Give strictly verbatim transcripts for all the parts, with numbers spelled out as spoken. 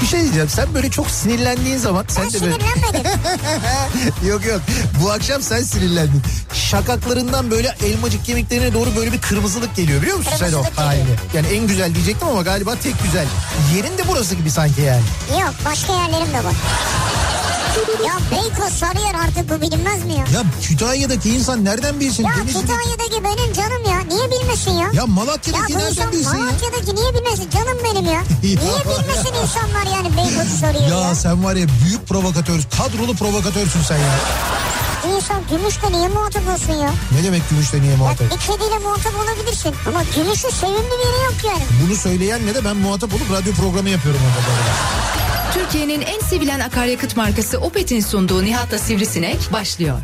şey diyeceğim, sen böyle çok sinirlendiğin zaman... Ben sen de sinirlenmedim. Böyle... yok yok, bu akşam sen sinirlendin. Şakaklarından böyle elmacık kemiklerine doğru böyle bir kırmızılık geliyor, biliyor musun sen o halini? Yani en güzel diyecektim ama galiba tek güzel. Yerin de burası gibi sanki yani. Yok, başka yerlerim de var. Ya Beykoz, Sarıyer, artık bu bilinmez mi ya? Ya Kütahya'daki insan nereden bilsin? Ya Denizli... Kütahya'daki benim canım ya. Niye bilmesin ya? Ya Malatya'daki ya nereden bilsin ya? Malatya'daki niye bilmesin? Canım benim ya. Niye bilmesin insanlar yani Beykoz'u soruyor ya? Ya sen var ya büyük provokatör, kadrolu provokatörsün sen ya. İnsan Gümüş'te niye muhatap olsun ya? Ne demek Gümüş'te niye muhatap? Ya bir kediyle muhatap olabilirsin ama Gümüş'ün sevimli biri yok yani. Bunu söyleyenle de ben muhatap olup radyo programı yapıyorum orada. Türkiye'nin en sevilen akaryakıt markası Opet'in sunduğu Nihat'la Sivrisinek başlıyor.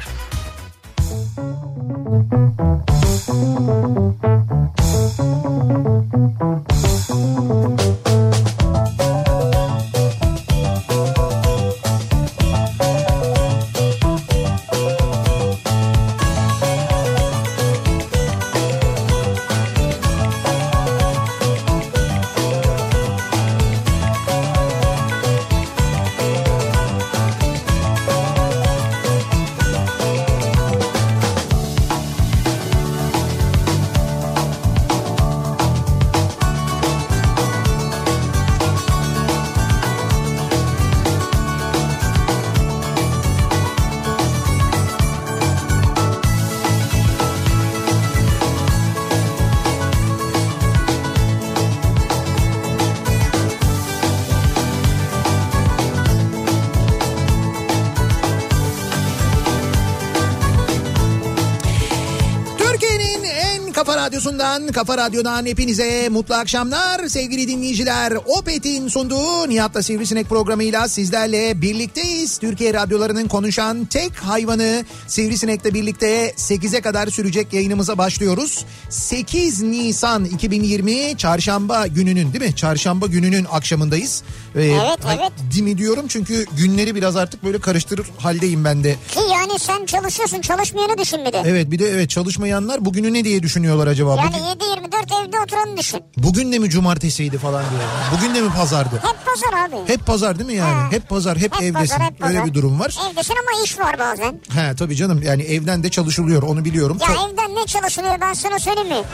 Radyosu'ndan, Kafa Radyo'dan hepinize mutlu akşamlar sevgili dinleyiciler. Opet'in sunduğu Nihat'la Sivrisinek programıyla sizlerle birlikteyiz. Türkiye radyolarının konuşan tek hayvanı Sivrisinek'le birlikte sekize kadar sürecek yayınımıza başlıyoruz. sekiz Nisan iki bin yirmi Çarşamba gününün, değil mi? Çarşamba gününün akşamındayız. Ee, evet evet. Değil mi diyorum çünkü günleri biraz artık böyle karıştırır haldeyim ben de. Ki yani sen çalışıyorsun, çalışmayanı düşün bir de. Evet, bir de evet, çalışmayanlar bugünü ne diye düşünüyorlar acaba? Yani Bugün... yedi yirmi dört evde oturanı düşün. Bugün de mi cumartesiydi falan diyor. Bugün de mi pazardı? Hep pazar abi. Hep pazar değil mi yani? Ha. Hep pazar, hep, hep evdesin. Pazar, hep pazar. Öyle bir durum var. Evdesin ama iş var bazen. He tabii canım, yani evden de çalışılıyor, onu biliyorum. Ya Çok... evden ne çalışılıyor ben sana söyleyeyim mi?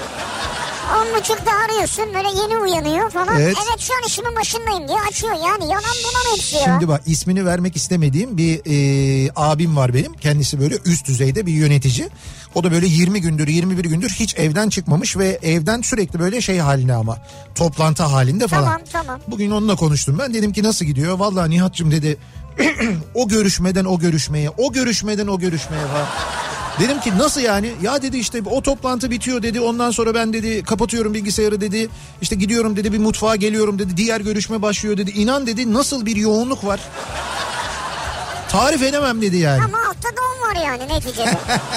On buçukta arıyorsun, böyle yeni uyanıyor falan. Evet, evet şu an işimin başındayım diye açıyor yani. Yalan buna hepsi ya. Şimdi bak, ismini vermek istemediğim bir e, abim var benim. Kendisi böyle üst düzeyde bir yönetici. O da böyle yirmi gündür yirmi bir gündür hiç evden çıkmamış ve evden sürekli böyle şey haline, ama toplantı halinde falan. Tamam tamam. Bugün onunla konuştum ben, dedim ki nasıl gidiyor? Vallahi Nihat'cığım dedi o görüşmeden o görüşmeye, o görüşmeden o görüşmeye falan. Dedim ki nasıl yani? Ya dedi işte o toplantı bitiyor dedi. Ondan sonra ben dedi kapatıyorum bilgisayarı dedi. İşte gidiyorum dedi, bir mutfağa geliyorum dedi. Diğer görüşme başlıyor dedi. İnan dedi, nasıl bir yoğunluk var. Tarif edemem dedi yani. Ama altta don var yani neticede.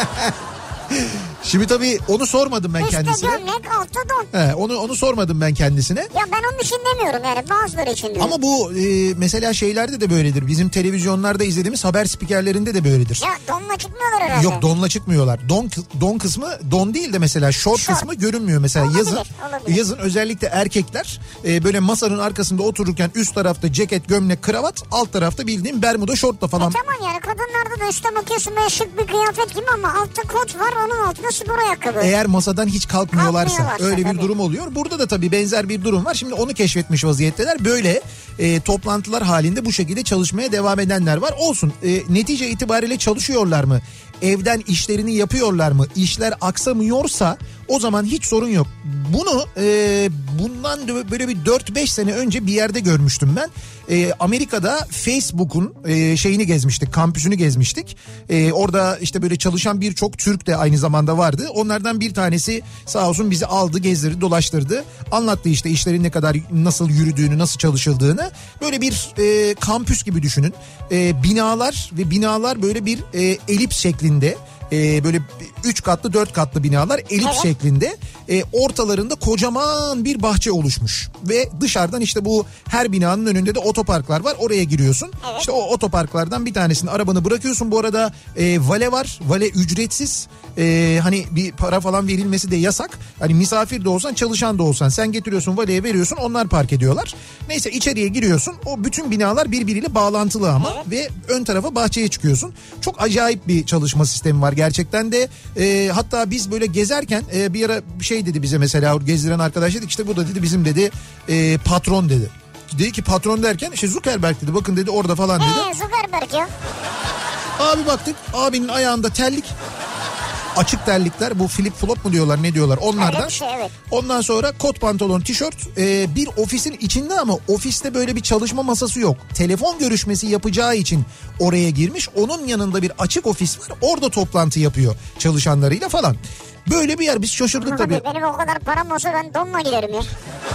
Şimdi tabii onu sormadım ben Üstte kendisine. Üstte gömlek, altta don. He, onu onu sormadım ben kendisine. Ya ben onun için demiyorum yani, bazıları için diyorum. Ama bu e, mesela şeylerde de böyledir. Bizim televizyonlarda izlediğimiz haber spikerlerinde de böyledir. Ya donla çıkmıyorlar herhalde. Yok, donla çıkmıyorlar. Don don kısmı don değil de mesela short, short. kısmı görünmüyor mesela. Olabilir, yazın. Olabilir. Yazın özellikle erkekler e, böyle masanın arkasında otururken üst tarafta ceket, gömlek, kravat, alt tarafta bildiğin bermuda şortla falan. E tamam yani, kadınlarda da üstte bakıyorsun böyle şık bir kıyafet gibi ama altta kot var, onun altında spor ayakkabı. Eğer masadan hiç kalkmıyorlarsa, kalkmıyorlarsa öyle tabii. bir durum oluyor. Burada da tabii benzer bir durum var. Şimdi onu keşfetmiş vaziyetteler. Böyle e, toplantılar halinde bu şekilde çalışmaya devam edenler var. Olsun. E, netice itibariyle çalışıyorlar mı? Evden işlerini yapıyorlar mı? İşler aksamıyorsa o zaman hiç sorun yok. Bunu e, bundan böyle bir dört beş sene önce bir yerde görmüştüm ben. E, Amerika'da Facebook'un e, şeyini gezmiştik, kampüsünü gezmiştik. E, orada işte böyle çalışan birçok Türk de aynı zamanda vardı. Onlardan bir tanesi sağ olsun bizi aldı, gezdirdi, dolaştırdı. Anlattı işte işlerin ne kadar, nasıl yürüdüğünü, nasıl çalışıldığını. Böyle bir e, kampüs gibi düşünün. E, binalar ve binalar böyle bir e, elips şeklinde. Ee, böyle üç katlı dört katlı binalar elips evet. şeklinde E, ortalarında kocaman bir bahçe oluşmuş. Ve dışarıdan işte bu her binanın önünde de otoparklar var. Oraya giriyorsun. Evet. İşte o otoparklardan bir tanesini arabanı bırakıyorsun. Bu arada e, vale var. Vale ücretsiz. E, hani bir para falan verilmesi de yasak. Hani misafir de olsan çalışan da olsan sen getiriyorsun valeye veriyorsun. Onlar park ediyorlar. Neyse içeriye giriyorsun. O bütün binalar birbiriyle bağlantılı ama. Evet. Ve ön tarafa bahçeye çıkıyorsun. Çok acayip bir çalışma sistemi var gerçekten de. E, hatta biz böyle gezerken e, bir ara şey dedi bize mesela gezdiren arkadaş dedik işte bu da dedi bizim dedi e, patron dedi. Dedi ki patron derken işte Zuckerberg dedi bakın dedi orada falan dedi. Eee Zuckerberg ya. Abi baktık abinin ayağında terlik. Açık terlikler bu flip flop mu diyorlar ne diyorlar onlardan. Şey, evet. Ondan sonra kot pantolon tişört e, bir ofisin içinde ama ofiste böyle bir çalışma masası yok. Telefon görüşmesi yapacağı için oraya girmiş. Onun yanında bir açık ofis var orada toplantı yapıyor çalışanlarıyla falan. Böyle bir yer biz şaşırdık abi, tabii. Benim o kadar param olsa ben donla giderim ya.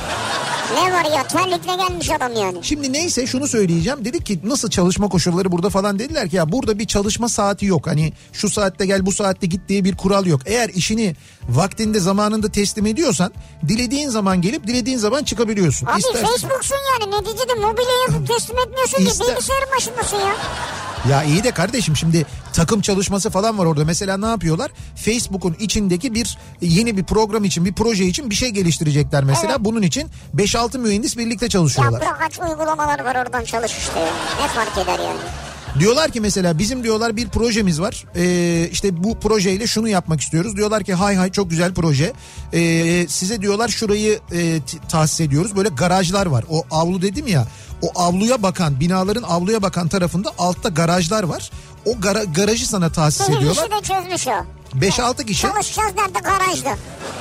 Ne var ya terlikle gelmiş adam yani. Şimdi neyse şunu söyleyeceğim. Dedik ki nasıl çalışma koşulları burada falan dediler ki ya burada bir çalışma saati yok. Hani şu saatte gel bu saatte git diye bir kural yok. Eğer işini vaktinde zamanında teslim ediyorsan dilediğin zaman gelip dilediğin zaman çıkabiliyorsun. Abi İstersen... Facebook'sun yani neticede mobilya yapıp teslim etmiyorsun İster... ki bilgisayarın başındasın ya. Ya iyi de kardeşim şimdi takım çalışması falan var orada. Mesela ne yapıyorlar? Facebook'un içindeki bir yeni bir program için, bir proje için bir şey geliştirecekler mesela. Evet. Bunun için beş altı mühendis birlikte çalışıyorlar. Ya bırak aç uygulamalar var oradan çalış işte. Yani. Ne fark eder yani? Diyorlar ki mesela bizim diyorlar bir projemiz var. Ee, işte bu projeyle şunu yapmak istiyoruz. Diyorlar ki hay hay çok güzel proje. Ee, size diyorlar şurayı e, tahsis ediyoruz. Böyle garajlar var. O avlu dedim ya. O avluya bakan, binaların avluya bakan tarafında altta garajlar var. O gara, garajı sana tahsis Senin ediyorlar. işi de çözmüş o. beş altı kişi. Çalışacağız nerede? Garajda.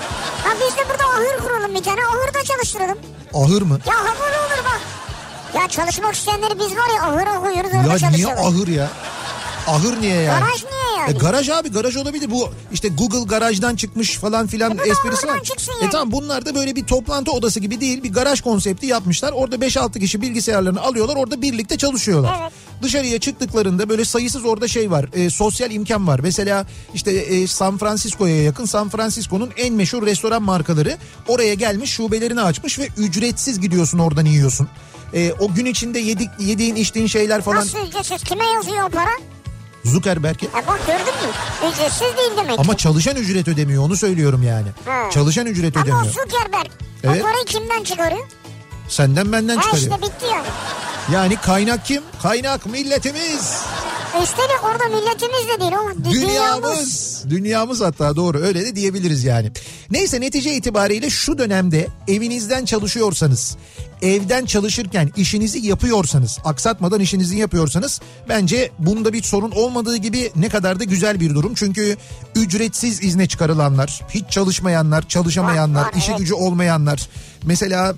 Ha biz de burada ahır kuralım bir tane. Ahırda çalıştıralım. Ahır mı? Ya havalı olur bak. Ya çalışmak isteyenleri biz var ya ahıra koyuyoruz orada çalışalım. Ya çalışalım. niye ahır ya? Ahır niye yani? Garaj niye yani? E, garaj abi garaj olabilir. Bu işte Google garajdan çıkmış falan filan e, esprisi var. Yani. E tamam bunlar da böyle bir toplantı odası gibi değil. Bir garaj konsepti yapmışlar. Orada beş altı kişi bilgisayarlarını alıyorlar. Orada birlikte çalışıyorlar. Evet. Dışarıya çıktıklarında böyle sayısız orada şey var. E, sosyal imkan var. Mesela işte e, San Francisco'ya yakın San Francisco'nun en meşhur restoran markaları oraya gelmiş şubelerini açmış ve ücretsiz gidiyorsun oradan yiyorsun. E, o gün içinde yedik, yediğin içtiğin şeyler falan. Nasıl ücretsiz? Kime yazıyor o para? Zuckerberg'e. E bak gördün mü? Ücretsiz değil demek. Ama çalışan ücret ödemiyor onu söylüyorum yani. Ha. Çalışan ücret Ama ödemiyor. Ama Zuckerberg evet. O parayı kimden çıkarıyor? Senden benden ha çıkarıyor. Ha işte bitti yani. Yani kaynak kim? Kaynak milletimiz. Üstelik orada milletimiz de değil o dünyamız. Dünyamız. Dünyamız hatta doğru öyle de diyebiliriz yani. Neyse netice itibariyle şu dönemde evinizden çalışıyorsanız, evden çalışırken işinizi yapıyorsanız, aksatmadan işinizi yapıyorsanız bence bunda bir sorun olmadığı gibi ne kadar da güzel bir durum. Çünkü ücretsiz izne çıkarılanlar, hiç çalışmayanlar, çalışamayanlar, var, var, işi evet. gücü olmayanlar. Mesela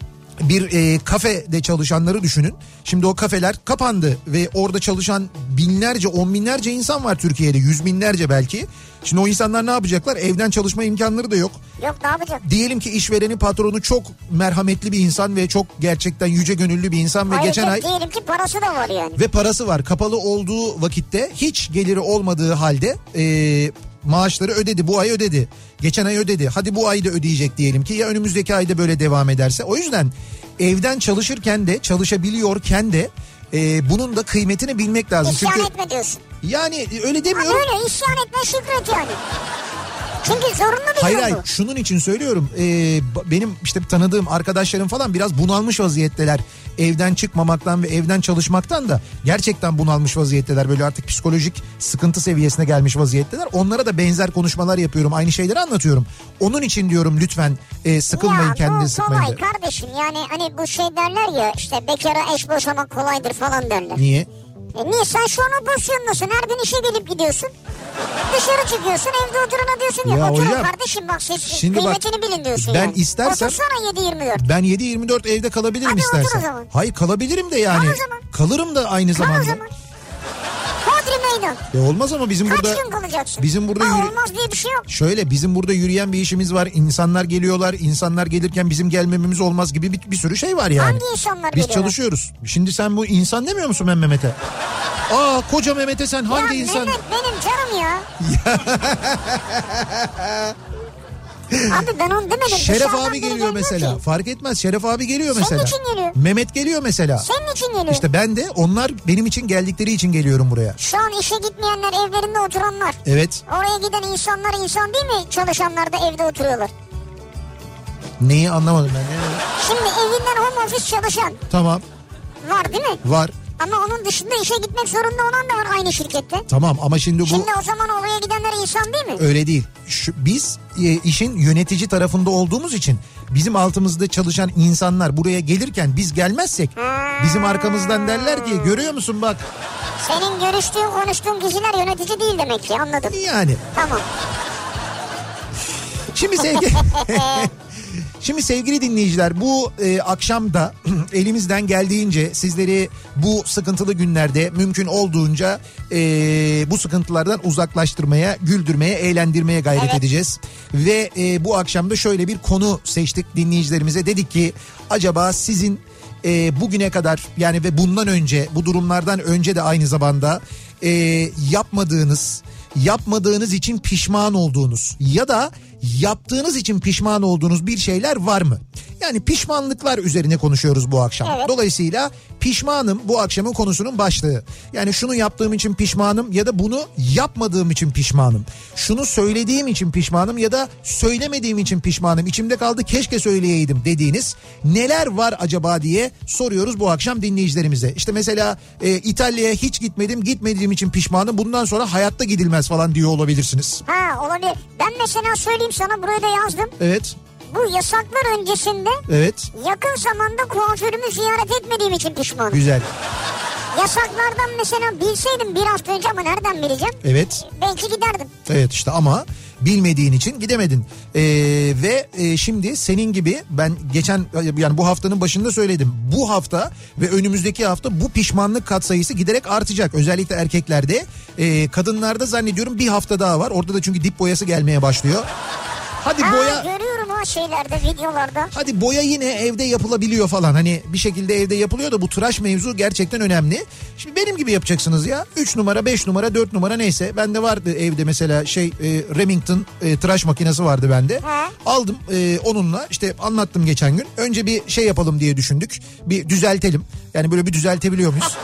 bir e, kafede çalışanları düşünün. Şimdi o kafeler kapandı ve orada çalışan binlerce, on binlerce insan var Türkiye'de. Yüz binlerce belki. Şimdi o insanlar ne yapacaklar? Evden çalışma imkanları da yok. Yok ne yapacak? Diyelim ki işvereni patronu çok merhametli bir insan ve çok gerçekten yüce gönüllü bir insan ve Hayır, geçen ay... Diyelim ki parası da var yani. Ve parası var. Kapalı olduğu vakitte hiç geliri olmadığı halde... E, maaşları ödedi, bu ay ödedi, geçen ay ödedi, hadi bu ay da ödeyecek diyelim ki ya önümüzdeki ayda böyle devam ederse. O yüzden evden çalışırken de çalışabiliyorken de e, bunun da kıymetini bilmek lazım. İsyan Çünkü, etme diyorsun. Yani öyle demiyorum. Ha öyle isyan etme şükret yani. Çünkü zorunlu bir hayır, durum hayır, bu. Şunun için söylüyorum. Ee, benim işte tanıdığım arkadaşlarım falan biraz bunalmış vaziyetteler. Evden çıkmamaktan ve evden çalışmaktan da gerçekten bunalmış vaziyetteler. Böyle artık psikolojik sıkıntı seviyesine gelmiş vaziyetteler. Onlara da benzer konuşmalar yapıyorum. Aynı şeyleri anlatıyorum. Onun için diyorum lütfen e, sıkılmayın, ya, kendinizi sıkmayın. Ya bu kolay kardeşim yani hani bu şey derler ya işte bekara eş boşamak kolaydır falan derler. Niye? E niye sen şu an o pozisyondasın her gün işe gelip gidiyorsun. Dışarı çıkıyorsun evde oturana diyorsun ya, ya oturun hocam, kardeşim bak siz şimdi kıymetini bak, bilin diyorsun ben yani. istersem, otursana yedi yirmi dört. Ben yedi yirmi dört evde kalabilirim hadi istersen. Hadi otur o zaman. Hayır kalabilirim de yani. Kal o zaman. Kalırım da aynı Kal zamanda. Kal o zaman. Hodri meydan. E olmaz ama bizim Kaç burada... Kaç gün kalacaksın? Bizim burada ha, yürü... olmaz diye bir şey yok. Şöyle bizim burada yürüyen bir işimiz var. İnsanlar geliyorlar. İnsanlar gelirken bizim gelmememiz olmaz gibi bir, bir sürü şey var yani. Hangi insanlar Biz geliyorlar? çalışıyoruz. Şimdi sen bu insan demiyor musun ben Mehmet'e? Aa koca Mehmet'e sen hangi ya insan? Mehmet benim canım ya. Abi ben onu demedim. Şeref abi geliyor mesela. Ki. Fark etmez. Şeref abi geliyor mesela. Senin için geliyor. Mehmet geliyor mesela. Senin için geliyor. İşte ben de onlar benim için geldikleri için geliyorum buraya. Şu an işe gitmeyenler, evlerinde oturanlar. Evet. Oraya giden insanlar insan değil mi? Çalışanlar da evde oturuyorlar. Neyi anlamadım ben. Şimdi evinden home office çalışan. Tamam. Var değil mi? Var. Ama onun dışında işe gitmek zorunda olan da var aynı şirkette. Tamam ama şimdi bu... Şimdi o zaman oraya gidenler insan değil mi? Öyle değil. Şu, biz e, işin yönetici tarafında olduğumuz için bizim altımızda çalışan insanlar buraya gelirken biz gelmezsek hmm. bizim arkamızdan derler ki görüyor musun bak. Senin görüştüğün konuştuğun kişiler yönetici değil demek ki, anladım. Yani. Tamam. Şimdi sevgili... Şimdi sevgili dinleyiciler bu e, akşam da elimizden geldiğince sizleri bu sıkıntılı günlerde mümkün olduğunca e, bu sıkıntılardan uzaklaştırmaya, güldürmeye, eğlendirmeye gayret evet. edeceğiz. Ve e, bu akşam da şöyle bir konu seçtik dinleyicilerimize. Dedik ki acaba sizin e, bugüne kadar yani ve bundan önce bu durumlardan önce de aynı zamanda e, yapmadığınız, yapmadığınız için pişman olduğunuz ya da yaptığınız için pişman olduğunuz bir şeyler var mı? Yani pişmanlıklar üzerine konuşuyoruz bu akşam. Evet. Dolayısıyla pişmanım bu akşamın konusunun başlığı. Yani şunu yaptığım için pişmanım ya da bunu yapmadığım için pişmanım. Şunu söylediğim için pişmanım ya da söylemediğim için pişmanım. İçimde kaldı keşke söyleyeydim dediğiniz neler var acaba diye soruyoruz bu akşam dinleyicilerimize. İşte mesela e, İtalya'ya hiç gitmedim, gitmediğim için pişmanım. Bundan sonra hayatta gidilmez falan diyor olabilirsiniz. Ha olabilir. Ben mesela söyleyeyim sana, buraya da yazdım. Evet. Bu yasaklar öncesinde evet. yakın zamanda kuaförümü ziyaret etmediğim için pişmanım. Güzel. Yasaklardan mesela bilseydim bir hafta önce ama nereden bileceğim? Evet. Belki giderdim. Evet işte ama bilmediğin için gidemedin. Ee, ve e, şimdi senin gibi ben geçen yani bu haftanın başında söyledim. Bu hafta ve önümüzdeki hafta bu pişmanlık katsayısı giderek artacak. Özellikle erkeklerde. Ee, kadınlarda zannediyorum bir hafta daha var. Orada da çünkü dip boyası gelmeye başlıyor. Hadi ha, boya görüyorum o şeylerde, videolarda. Hadi boya yine evde yapılabiliyor falan. Hani bir şekilde evde yapılıyor da bu tıraş mevzu gerçekten önemli. Şimdi benim gibi yapacaksınız ya. üç numara, beş numara, dört numara neyse. Bende vardı evde mesela şey e, Remington e, tıraş makinesi vardı bende. Ha. Aldım e, onunla işte anlattım geçen gün. Önce bir şey yapalım diye düşündük. Bir düzeltelim. Yani böyle bir düzeltebiliyor muyuz?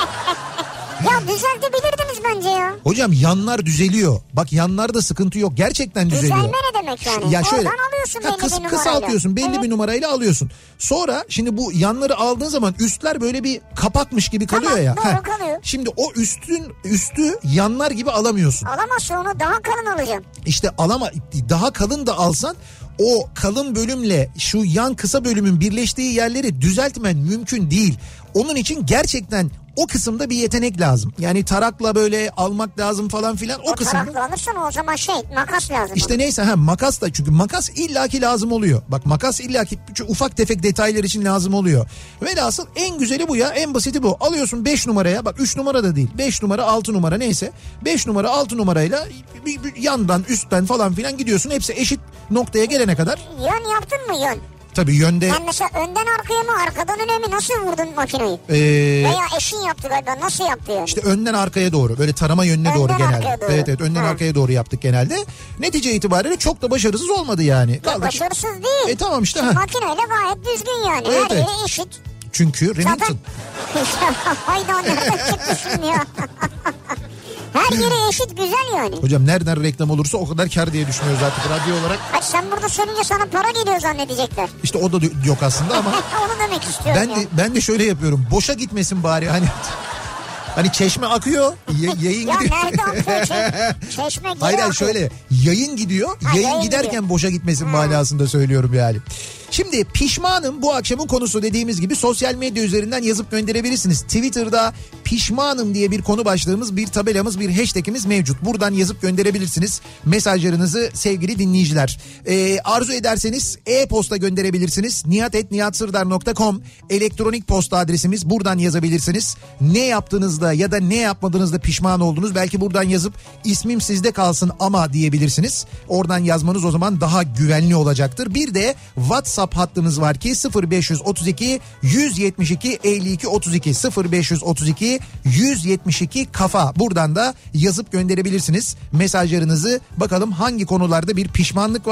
Ya düzeltebilirdiniz bence ya. Hocam yanlar düzeliyor. Bak yanlarda sıkıntı yok. Gerçekten düzeliyor. Düzelme ne demek yani? Ya şöyle, oradan alıyorsun belli ha, kıs, bir numarayla. Kısaltıyorsun belli evet. bir numarayla alıyorsun. Sonra şimdi bu yanları aldığın zaman üstler böyle bir kapakmış gibi kalıyor tamam, ya. Doğru ha. kalıyor. Şimdi o üstün üstü yanlar gibi alamıyorsun. Alamazsın, onu daha kalın alacaksın. İşte alama daha kalın da alsan o kalın bölümle şu yan kısa bölümün birleştiği yerleri düzeltmen mümkün değil. Onun için gerçekten o kısımda bir yetenek lazım. Yani tarakla böyle almak lazım falan filan o, o kısımda. O tarakla alırsan o zaman şey makas lazım. İşte neyse ha makas da çünkü makas illaki lazım oluyor. Bak makas illaki ufak tefek detaylar için lazım oluyor. Velhasıl en güzeli bu ya, en basiti bu. Alıyorsun beş numaraya, bak üç numara da değil, beş numara altı numara neyse. beş numara altı numarayla bir, bir yandan üstten falan filan gidiyorsun, hepsi eşit noktaya gelene kadar. Yön yaptın mı yön? Tabii yönde... Sen mesela önden arkaya mı arkadan öne mi nasıl vurdun makineyi? Ee... Veya eşin yaptı galiba, nasıl yaptı yani? İşte önden arkaya doğru, böyle tarama yönüne önden doğru genelde. Doğru. Evet evet önden ha. arkaya doğru yaptık genelde. Netice itibariyle çok da başarısız olmadı yani. Ya başarısız değil. E tamam işte. Makineyle gayet düzgün yani, evet, her yeri evet. eşit. Çünkü Remington. Zaten... Hayda nereden çıktı şimdi ya? Her yeri eşit, güzel yani. Hocam nereden reklam olursa o kadar kar diye düşünüyoruz artık radyo olarak. Hayır, sen burada söyleyince sana para geliyor zannedecekler. İşte o da yok aslında ama. Onu demek istiyorum. Ben de, ben de şöyle yapıyorum. Boşa gitmesin bari hani. Hani çeşme akıyor, y- yayın ya gidiyor. Ya nerede akıyor çeşme? Çeşme geri Hayır akıyor. şöyle yayın gidiyor, ha, yayın, yayın giderken gidiyor. Boşa gitmesin ha. manasında söylüyorum yani. Şimdi pişmanım bu akşamın konusu, dediğimiz gibi sosyal medya üzerinden yazıp gönderebilirsiniz. Twitter'da pişmanım diye bir konu başlığımız, bir tabelamız, bir hashtagimiz mevcut. Buradan yazıp gönderebilirsiniz mesajlarınızı sevgili dinleyiciler. Ee, arzu ederseniz e-posta gönderebilirsiniz. nihat et nihat sırdar nokta com elektronik posta adresimiz, buradan yazabilirsiniz. Ne yaptığınızda ya da ne yapmadığınızda pişman oldunuz, belki buradan yazıp ismim sizde kalsın ama diyebilirsiniz. Oradan yazmanız o zaman daha güvenli olacaktır. Bir de WhatsApp hattımız var ki sıfır beş otuz iki yüz yetmiş iki elli iki otuz iki sıfır beş otuz iki yüz yetmiş iki kafa. Buradan da yazıp gönderebilirsiniz mesajlarınızı. Bakalım hangi konularda bir pişmanlık var,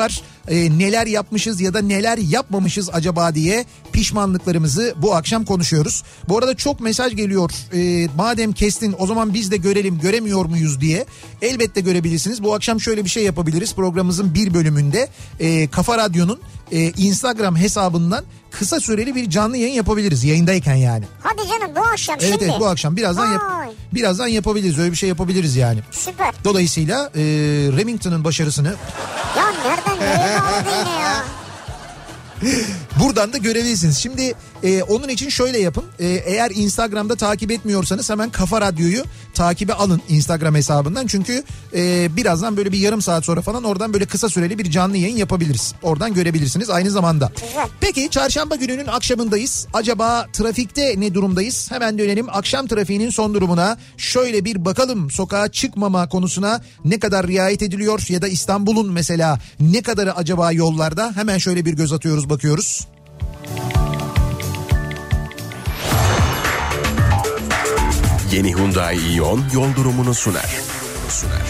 e, neler yapmışız ya da neler yapmamışız acaba diye pişmanlıklarımızı bu akşam konuşuyoruz. Bu arada çok mesaj geliyor. E, madem kestin o zaman biz de görelim, göremiyor muyuz diye. Elbette görebilirsiniz. Bu akşam şöyle bir şey yapabiliriz. Programımızın bir bölümünde e, Kafa Radyo'nun e, Instagram hesabından kısa süreli bir canlı yayın yapabiliriz yayındayken yani. Hadi canım bu akşam evet, şimdi. Evet bu akşam birazdan yap, birazdan yapabiliriz, öyle bir şey yapabiliriz yani. Süper. Dolayısıyla e, Remington'ın başarısını... Ya nereden nereye bağladın yine ya? Buradan da görebilirsiniz. Şimdi e, onun için şöyle yapın. E, eğer Instagram'da takip etmiyorsanız hemen Kafa Radyo'yu takibe alın Instagram hesabından. Çünkü e, birazdan böyle bir yarım saat sonra falan oradan böyle kısa süreli bir canlı yayın yapabiliriz. Oradan görebilirsiniz aynı zamanda. Güzel. Peki çarşamba gününün akşamındayız. Acaba trafikte ne durumdayız? Hemen dönelim akşam trafiğinin son durumuna. Şöyle bir bakalım, sokağa çıkmama konusuna ne kadar riayet ediliyor ya da İstanbul'un mesela ne kadarı acaba yollarda? Hemen şöyle bir göz atıyoruz, bakıyoruz. Yeni Hyundai Ion yol durumunu sunar. Sunar.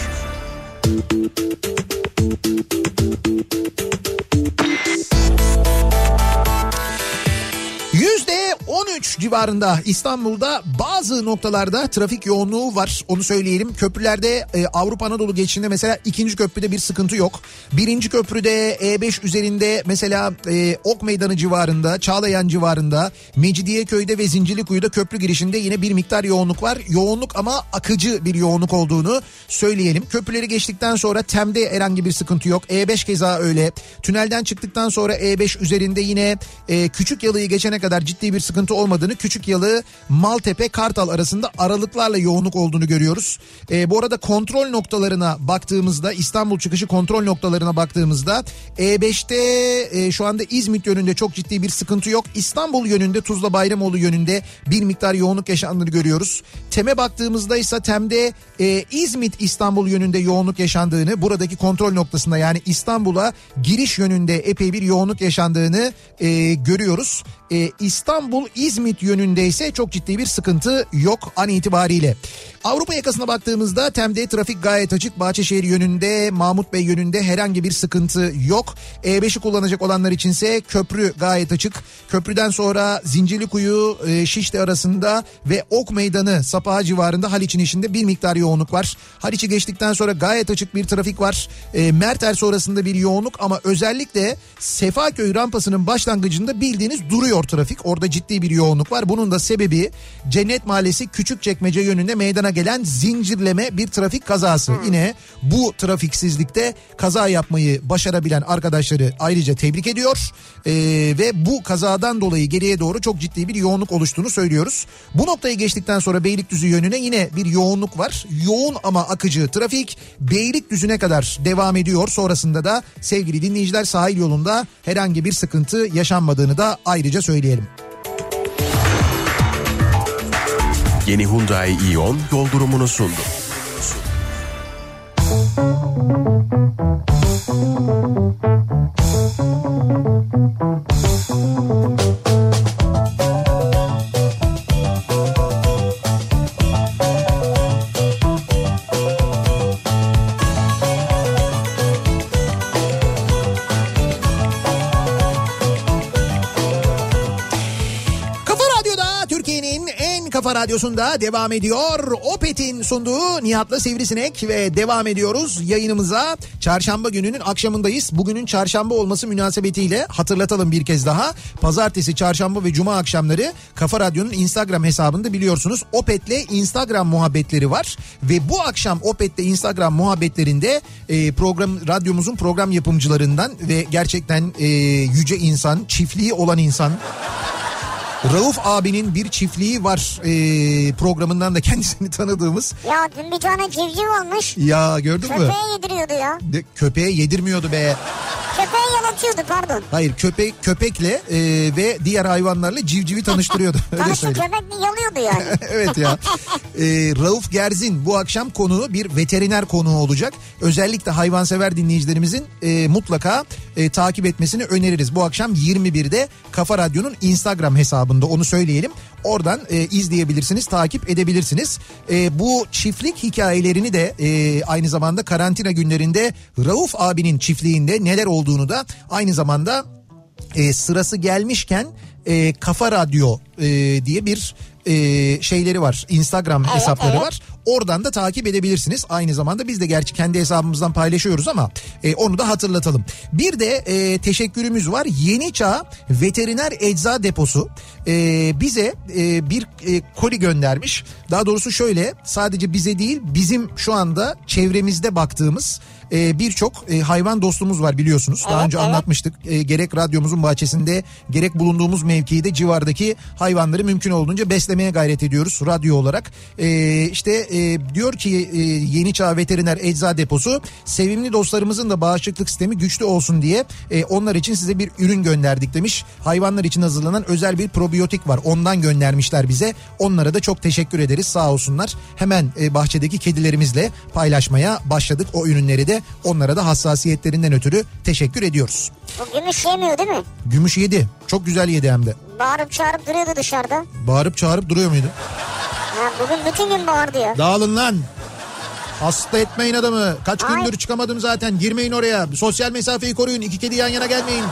yüzde on üç civarında İstanbul'da bazı noktalarda trafik yoğunluğu var. Onu söyleyelim. Köprülerde e, Avrupa Anadolu geçişinde mesela ikinci köprüde bir sıkıntı yok. Birinci köprüde E beş üzerinde mesela e, Ok Meydanı civarında, Çağlayan civarında, Mecidiyeköy'de ve Zincirlikuyu'da köprü girişinde yine bir miktar yoğunluk var. Yoğunluk ama akıcı bir yoğunluk olduğunu söyleyelim. Köprüleri geçtikten sonra Tem'de herhangi bir sıkıntı yok. E beş keza öyle. Tünelden çıktıktan sonra E beş üzerinde yine e, Küçükyalı'yı geçene kadar ciddi bir sıkıntı olmadığını, Küçükyalı, Maltepe, Kartal arasında aralıklarla yoğunluk olduğunu görüyoruz. E, bu arada kontrol noktalarına baktığımızda, İstanbul çıkışı kontrol noktalarına baktığımızda E beşte e, şu anda İzmit yönünde çok ciddi bir sıkıntı yok. İstanbul yönünde, Tuzla Bayramoğlu yönünde bir miktar yoğunluk yaşandığını görüyoruz. Tem'e baktığımızda ise Tem'de e, İzmit İstanbul yönünde yoğunluk yaşandığını, buradaki kontrol noktasında yani İstanbul'a giriş yönünde epey bir yoğunluk yaşandığını e, görüyoruz. E, İstanbul İzmit yönünde ise çok ciddi bir sıkıntı yok an itibariyle. Avrupa yakasına baktığımızda Tem'de trafik gayet açık. Bahçeşehir yönünde, Mahmut Bey yönünde herhangi bir sıkıntı yok. E beşi kullanacak olanlar içinse köprü gayet açık. Köprüden sonra Zincirlikuyu, e, Şişli arasında ve Ok Meydanı, Sapaha civarında Haliç'in içinde bir miktar yoğunluk var. Haliç'i geçtikten sonra gayet açık bir trafik var. E, Merter sonrasında bir yoğunluk ama özellikle Sefaköy rampasının başlangıcında bildiğiniz duruyor trafik. Orada ciddi bir yoğunluk var. Bunun da sebebi Cennet Mahallesi Küçükçekmece yönünde meydana gelen zincirleme bir trafik kazası. Hmm. Yine bu trafiksizlikte kaza yapmayı başarabilen arkadaşları ayrıca tebrik ediyor. Ee, ve bu kazadan dolayı geriye doğru çok ciddi bir yoğunluk oluştuğunu söylüyoruz. Bu noktayı geçtikten sonra Beylikdüzü yönüne yine bir yoğunluk var. Yoğun ama akıcı trafik Beylikdüzü'ne kadar devam ediyor. Sonrasında da sevgili dinleyiciler sahil yolunda herhangi bir sıkıntı yaşanmadığını da ayrıca söyleyelim. Yeni Hyundai Ion yol durumunu sundu. Kafa Radyosu'nda devam ediyor. Opet'in sunduğu Nihat'la Sivrisinek ve devam ediyoruz yayınımıza. Çarşamba gününün akşamındayız. Bugünün çarşamba olması münasebetiyle hatırlatalım bir kez daha. Pazartesi, çarşamba ve cuma akşamları Kafa Radyo'nun Instagram hesabında biliyorsunuz Opet'le Instagram muhabbetleri var. Ve bu akşam Opet'le Instagram muhabbetlerinde e, program radyomuzun program yapımcılarından ve gerçekten e, yüce insan, çiftliği olan insan... Rauf abinin bir çiftliği var ee, programından da kendisini tanıdığımız. Ya dün bir tane civciv olmuş. Ya gördün mü? Köpeğe yediriyordu ya. De, köpeğe yedirmiyordu be. Köpeğe Tanıtıyordu pardon. Hayır köpek köpekle e, ve diğer hayvanlarla civcivi tanıştırıyordu. Tanıştı köpekle yalıyordu yani. Evet ya. E, Rauf Gerzin bu akşam konuğu bir veteriner konuğu olacak. Özellikle hayvansever dinleyicilerimizin e, mutlaka e, takip etmesini öneririz. Bu akşam yirmi birde Kafa Radyo'nun Instagram hesabında, onu söyleyelim. Oradan e, izleyebilirsiniz, takip edebilirsiniz. E, bu çiftlik hikayelerini de e, aynı zamanda karantina günlerinde Rauf abinin çiftliğinde neler olduğunu da aynı zamanda e, sırası gelmişken e, Kafa Radyo e, diye bir e, şeyleri var. Instagram evet, hesapları evet. var. Oradan da takip edebilirsiniz. Aynı zamanda biz de gerçi kendi hesabımızdan paylaşıyoruz ama e, onu da hatırlatalım. Bir de e, teşekkürümüz var. Yeni Çağ Veteriner Ecza Deposu e, bize e, bir e, koli göndermiş. Daha doğrusu şöyle, sadece bize değil, bizim şu anda çevremizde baktığımız e, birçok e, hayvan dostumuz var biliyorsunuz. Daha evet, önce evet. anlatmıştık. E, gerek radyomuzun bahçesinde gerek bulunduğumuz mevkide civardaki hayvanları mümkün olduğunca beslemeye gayret ediyoruz radyo olarak. E, işte E, diyor ki e, Yeni Çağ Veteriner Ecza Deposu sevimli dostlarımızın da bağışıklık sistemi güçlü olsun diye e, onlar için size bir ürün gönderdik demiş. Hayvanlar için hazırlanan özel bir probiyotik var. Ondan göndermişler bize. Onlara da çok teşekkür ederiz, sağ olsunlar. Hemen e, bahçedeki kedilerimizle paylaşmaya başladık o ürünleri de. Onlara da hassasiyetlerinden ötürü teşekkür ediyoruz. Bu gümüş yemiyor değil mi? Gümüş yedi. Çok güzel yedi hem de. Bağırıp çağırıp duruyordu dışarıda. Bağırıp çağırıp duruyor muydu? Ha, bugün bütün gün bağırdı ya. Dağılın lan. Hasta etmeyin adamı. Kaç Ay. gündür çıkamadım zaten. Girmeyin oraya. Sosyal mesafeyi koruyun. İki kedi yan yana gelmeyin.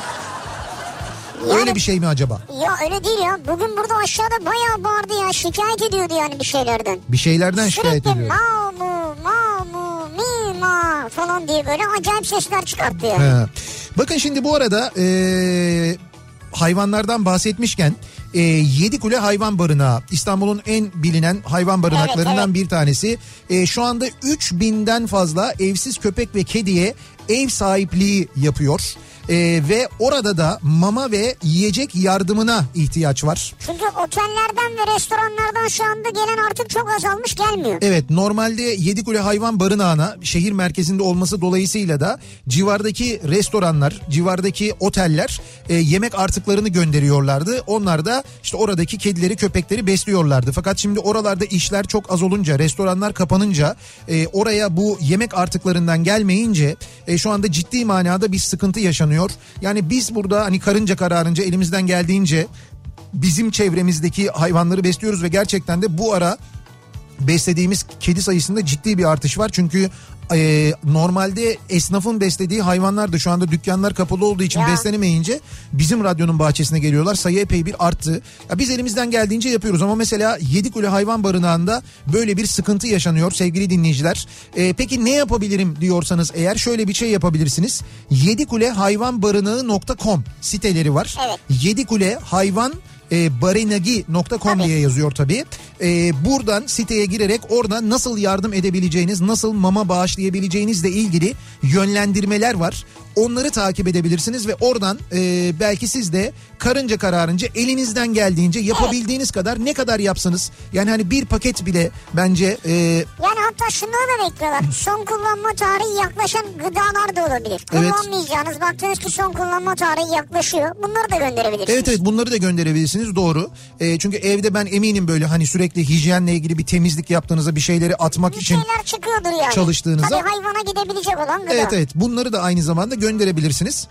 Yani, öyle bir şey mi acaba? Ya öyle değil ya. Bugün burada aşağıda bayağı bağırdı ya. Şikayet ediyordu yani bir şeylerden. Bir şeylerden Sürekli şikayet ediyor. ma mu ma mu mi ma falan diye böyle acayip sesler çıkarttı yani. He. Bakın şimdi bu arada ee, hayvanlardan bahsetmişken e, Yedikule Hayvan Barınağı İstanbul'un en bilinen hayvan barınaklarından evet, evet. bir tanesi. E, şu anda üç binden fazla evsiz köpek ve kediye ev sahipliği yapıyor. Ee, ve orada da mama ve yiyecek yardımına ihtiyaç var. Çünkü otellerden ve restoranlardan şu anda gelen artık çok azalmış, gelmiyor. Evet, normalde Yedikule Hayvan Barınağı'na şehir merkezinde olması dolayısıyla da civardaki restoranlar, civardaki oteller e, yemek artıklarını gönderiyorlardı. Onlar da işte oradaki kedileri, köpekleri besliyorlardı. Fakat şimdi oralarda işler çok az olunca, restoranlar kapanınca, e, oraya bu yemek artıklarından gelmeyince e, şu anda ciddi manada bir sıkıntı yaşanıyor. Yani biz burada hani karınca kararınca elimizden geldiğince bizim çevremizdeki hayvanları besliyoruz ve gerçekten de bu ara beslediğimiz kedi sayısında ciddi bir artış var. Çünkü e, normalde esnafın beslediği hayvanlar da şu anda dükkanlar kapalı olduğu için ya. beslenemeyince bizim radyonun bahçesine geliyorlar. Sayı epey bir arttı. Ya biz elimizden geldiğince yapıyoruz ama mesela Yedikule Hayvan Barınağı'nda böyle bir sıkıntı yaşanıyor sevgili dinleyiciler. E, peki ne yapabilirim diyorsanız eğer şöyle bir şey yapabilirsiniz. yedikule hayvan barınağı nokta com siteleri var. Evet. Yedikule Hayvan E, barinagi nokta com Tabii. diye yazıyor tabii. E, buradan siteye girerek orada nasıl yardım edebileceğiniz, nasıl mama bağışlayabileceğinizle ilgili yönlendirmeler var. Onları takip edebilirsiniz ve oradan e, belki siz de karınca kararınca elinizden geldiğince yapabildiğiniz evet. kadar, ne kadar yapsanız, yani hani bir paket bile bence... E, yani hatta şunları da bekliyorlar. Son kullanma tarihi yaklaşan gıdalar da olabilir. Evet. Kullanmayacağınız, baktınız ki son kullanma tarihi yaklaşıyor. Bunları da gönderebilirsiniz. Evet evet, bunları da gönderebilirsiniz, doğru. E, çünkü evde ben eminim böyle hani sürekli hijyenle ilgili bir temizlik yaptığınızda, bir şeyleri atmak bir için şeyler çıkıyordur yani. çalıştığınızda. Tabii hayvana gidebilecek olan gıda. Evet evet, bunları da aynı zamanda gönderebilirsiniz.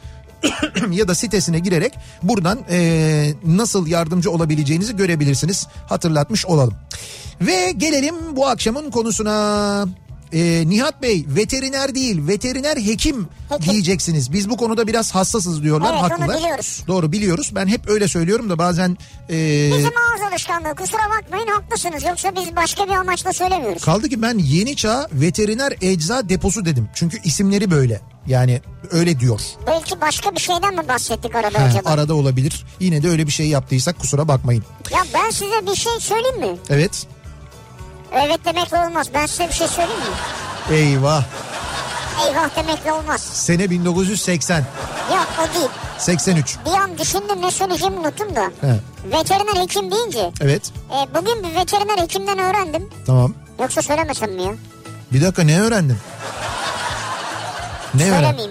Ya da sitesine girerek buradan e, nasıl yardımcı olabileceğinizi görebilirsiniz. Hatırlatmış olalım. Ve gelelim bu akşamın konusuna. Ee, Nihat Bey, veteriner değil, veteriner hekim, hekim diyeceksiniz. Biz bu konuda biraz hassasız diyorlar, evet, haklılar. Onu biliyoruz. Doğru, biliyoruz. Ben hep öyle söylüyorum da bazen... E... Bizim ağız alışkanlığı, kusura bakmayın, haklısınız. Yoksa biz başka bir amaçla söylemiyoruz. Kaldı ki ben Yeni Çağ Veteriner Ecza Deposu dedim. Çünkü isimleri böyle. Yani öyle diyor. Belki başka bir şeyden mi bahsettik arada He, acaba? Arada olabilir. Yine de öyle bir şey yaptıysak kusura bakmayın. Ya ben size bir şey söyleyeyim mi? Evet. Evet demekle olmaz. Ben size bir şey söyleyeyim mi? Eyvah. Eyvah demekle olmaz. Sene bin dokuz yüz seksen. Yok, o değil. seksen üç. Bir an düşündüm, ne söyleyeceğimi unuttum da. He. Veteriner hekim deyince. Evet. E, bugün bir veteriner hekimden öğrendim. Tamam. Yoksa söylemesem mi ya? Bir dakika, ne öğrendin? Ne Söylemeyeyim ya.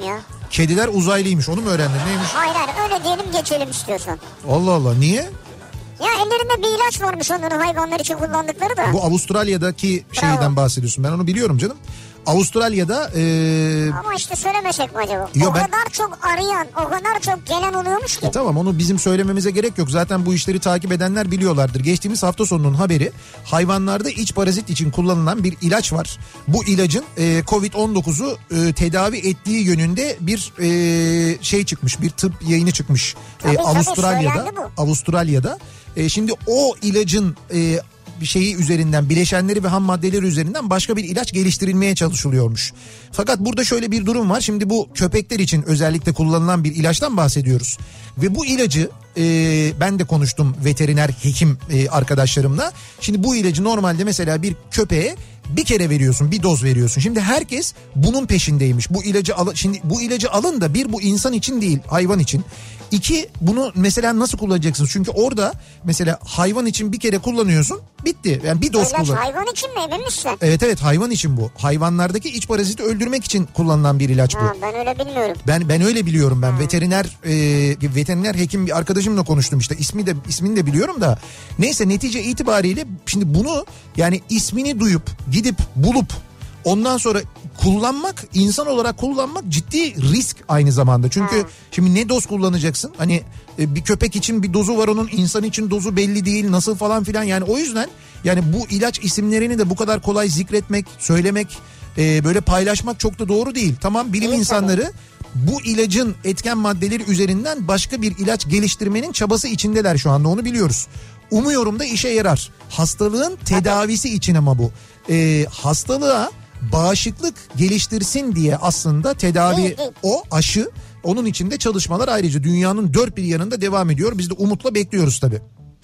Kediler uzaylıymış, onu mu öğrendin, neymiş? Hayır hayır, öyle diyelim geçelim istiyorsan. Allah Allah, niye? Ya ellerinde bir ilaç varmış onların hayvanlar için kullandıkları da. Bu Avustralya'daki Bravo. şeyden bahsediyorsun, ben onu biliyorum canım. Avustralya'da... Ee... Ama işte söylemesek mi acaba? Yo, o ben... kadar çok arayan, o kadar çok gelen oluyormuş ki. E tamam, onu bizim söylememize gerek yok. Zaten bu işleri takip edenler biliyorlardır. Geçtiğimiz hafta sonunun haberi, hayvanlarda iç parazit için kullanılan bir ilaç var. Bu ilacın e, kovid on dokuzu e, tedavi ettiği yönünde bir e, şey çıkmış, bir tıp yayını çıkmış. Tabii, e, tabii, Avustralya'da. Avustralya'da. E, şimdi o ilacın... E, bir şeyi üzerinden, bileşenleri ve ham maddeleri üzerinden başka bir ilaç geliştirilmeye çalışılıyormuş. Fakat burada şöyle bir durum var. Şimdi bu köpekler için özellikle kullanılan bir ilaçtan bahsediyoruz. Ve bu ilacı e, ben de konuştum veteriner hekim e, arkadaşlarımla. Şimdi bu ilacı normalde mesela bir köpeğe bir kere veriyorsun, bir doz veriyorsun. Şimdi herkes bunun peşindeymiş. Bu ilacı al, şimdi bu ilacı alın da bir, bu insan için değil, hayvan için. İki, bunu mesela nasıl kullanacaksın? Çünkü orada mesela hayvan için bir kere kullanıyorsun, bitti. Yani bir doz kullan. Hayvan için mi, emin misin? Evet evet, hayvan için bu. Hayvanlardaki iç paraziti öldürmek için kullanılan bir ilaç bu. Ha, ben öyle bilmiyorum. Ben ben öyle biliyorum ben. Ha. Veteriner e, veteriner hekim bir arkadaşımla konuştum işte. İsmi de ismini de biliyorum da. Neyse, netice itibariyle şimdi bunu yani ismini duyup gidip bulup ondan sonra kullanmak, insan olarak kullanmak ciddi risk aynı zamanda. Çünkü hmm. şimdi ne doz kullanacaksın? Hani e, bir köpek için bir dozu var onun, insan için dozu belli değil, nasıl falan filan. Yani o yüzden yani bu ilaç isimlerini de bu kadar kolay zikretmek, söylemek, e, böyle paylaşmak çok da doğru değil. Tamam, bilim evet, insanları tabii. bu ilacın etken maddeleri üzerinden başka bir ilaç geliştirmenin çabası içindeler şu anda, onu biliyoruz. Umuyorum da işe yarar. Hastalığın tedavisi için ama bu. E, hastalığa bağışıklık geliştirsin diye aslında tedavi o, aşı. Onun için de çalışmalar ayrıca dünyanın dört bir yanında devam ediyor. Biz de umutla bekliyoruz tabii.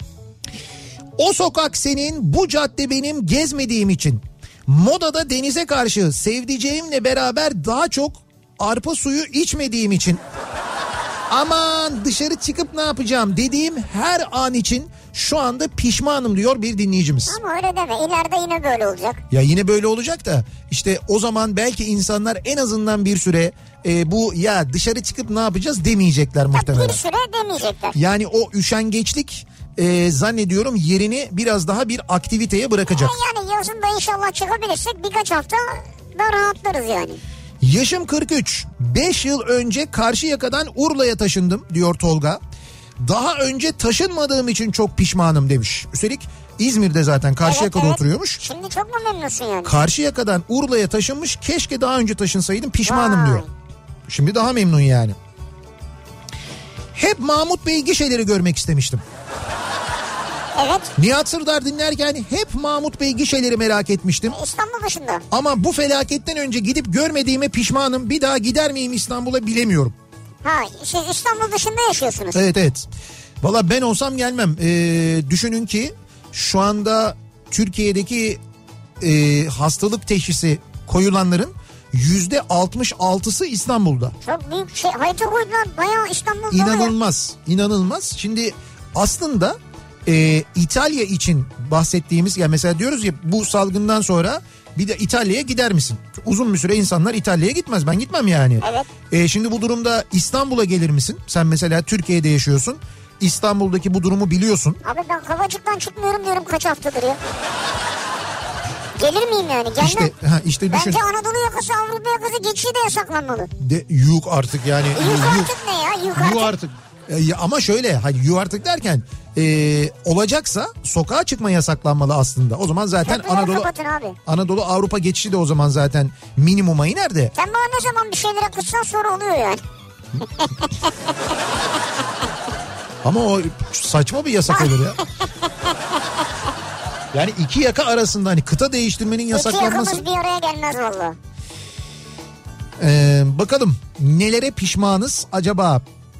O sokak senin, bu cadde benim gezmediğim için, modada denize karşı sevdiceğimle beraber daha çok arpa suyu içmediğim için, aman dışarı çıkıp ne yapacağım dediğim her an için şu anda pişmanım diyor bir dinleyicimiz. Ama öyle deme, ileride yine böyle olacak. Ya yine böyle olacak da işte o zaman belki insanlar en azından bir süre e, bu ya dışarı çıkıp ne yapacağız demeyecekler muhtemelen. Ya bir süre demeyecekler. Yani o üşengeçlik e, zannediyorum yerini biraz daha bir aktiviteye bırakacak. Yani, yani yazın da inşallah çıkabilirsek birkaç hafta da rahatlarız yani. Yaşım kırk üç. beş yıl önce Karşıyaka'dan Urla'ya taşındım diyor Tolga. Daha önce taşınmadığım için çok pişmanım demiş. Üstelik İzmir'de zaten Karşıyaka'da evet, evet. oturuyormuş. Şimdi çok mu memnunsun yani? Karşıyaka'dan Urla'ya taşınmış, keşke daha önce taşınsaydım, pişmanım Vay. diyor. Şimdi daha memnun yani. Hep Mahmut Bey gişeleri görmek istemiştim. Evet. Nihat Sırdar dinlerken hep Mahmut Bey gişeleri merak etmiştim. İstanbul dışında. Ama bu felaketten önce gidip görmediğime pişmanım. Bir daha gider miyim İstanbul'a bilemiyorum. Ha, siz İstanbul dışında yaşıyorsunuz. Evet evet. Valla ben olsam gelmem. Ee, düşünün ki şu anda Türkiye'deki e, hastalık teşhisi koyulanların yüzde altmış altısı İstanbul'da. Çok büyük şey. Harita koydular, bayağı İstanbul'da. İnanılmaz. Oluyor. İnanılmaz. Şimdi aslında e, İtalya için bahsettiğimiz, ya mesela diyoruz ya bu salgından sonra bir de İtalya'ya gider misin? Uzun bir süre insanlar İtalya'ya gitmez. Ben gitmem yani. Evet. E, şimdi bu durumda İstanbul'a gelir misin? Sen mesela Türkiye'de yaşıyorsun. İstanbul'daki bu durumu biliyorsun. Abi ben Kavacık'tan çıkmıyorum diyorum kaç haftadır ya. Gelir miyim yani? Gelmem. İşte, ha, işte düşün. Bence Anadolu yakası, Avrupa yakası geçişi de yasaklanmalı. De, yuh artık yani. Yuh, yuh artık ne ya? Yuh artık. Yuh artık. E, ama şöyle, hani yuh artık derken e, olacaksa sokağa çıkma yasaklanmalı aslında. O zaman zaten Köprüleri Anadolu abi. Anadolu Avrupa geçişi de o zaman zaten minimuma iner de. Sen bana ne zaman bir şeylere kızsan sonra oluyor yani. Ama o saçma bir yasak olur ya. Yani iki yaka arasında hani kıta değiştirmenin yasaklanması. İki yakamız bir araya gelmez valla. Ee, bakalım nelere pişmanız acaba?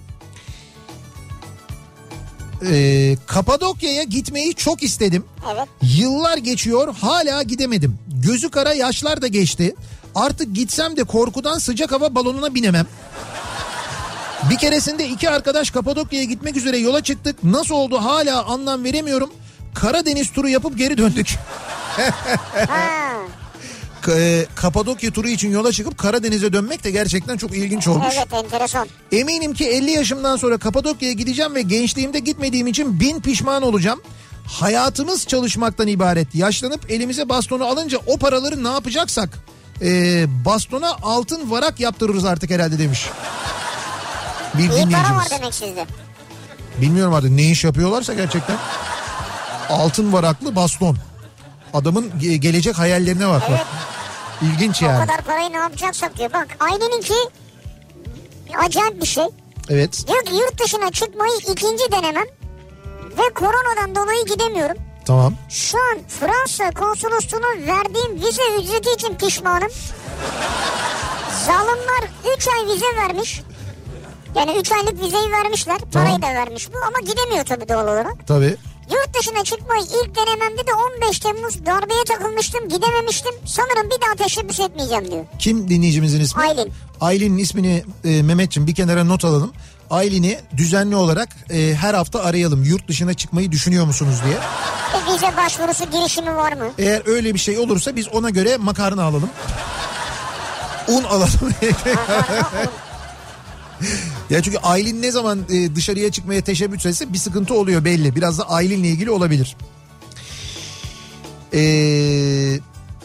Ee, Kapadokya'ya gitmeyi çok istedim. Evet. Yıllar geçiyor, hala gidemedim. Gözü kara yaşlar da geçti. Artık gitsem de korkudan sıcak hava balonuna binemem. Bir keresinde iki arkadaş Kapadokya'ya gitmek üzere yola çıktık. Nasıl oldu hala anlam veremiyorum. Karadeniz turu yapıp geri döndük. e, Kapadokya turu için yola çıkıp Karadeniz'e dönmek de gerçekten çok ilginç olmuş. Evet, enteresan. Eminim ki elli yaşımdan sonra Kapadokya'ya gideceğim ve gençliğimde gitmediğim için bin pişman olacağım. Hayatımız çalışmaktan ibaret. Yaşlanıp elimize bastonu alınca o paraları ne yapacaksak e, bastona altın varak yaptırırız artık herhalde demiş. Bir İyi para var demek sizde. Bilmiyorum artık ne iş yapıyorlarsa gerçekten. Altın varaklı baston. Adamın ge- gelecek hayallerine bak. Evet. Bak. İlginç yani. O kadar parayı ne yapacaksak diyor. Bak aileninki acayip bir şey. Evet. Diyor ki yurt dışına çıkmayı ikinci denemem ve koronadan dolayı gidemiyorum. Tamam. Şu an Fransa konsolosluğuna verdiğim vize ücreti için pişmanım. Zalimler üç ay vize vermiş. Yani üç aylık vizeyi vermişler. Parayı Tamam. da vermiş bu ama gidemiyor tabii doğal olarak. Tabii. Yurt dışına çıkmayı ilk denememde de on beş Temmuz darbeye takılmıştım, gidememiştim. Sanırım bir daha teşebbüs etmeyeceğim diyor. Kim dinleyicimizin ismi? Aylin. Aylin'in ismini e, Mehmetciğim bir kenara not alalım. Aylin'i düzenli olarak e, her hafta arayalım. Yurt dışına çıkmayı düşünüyor musunuz diye. E, vize başvurusu girişimi var mı? Eğer öyle bir şey olursa biz ona göre makarna alalım. Un alalım. Ya çünkü Aylin ne zaman e, dışarıya çıkmaya teşebbüs etse bir sıkıntı oluyor belli. Biraz da Aylin'le ilgili olabilir. Eee...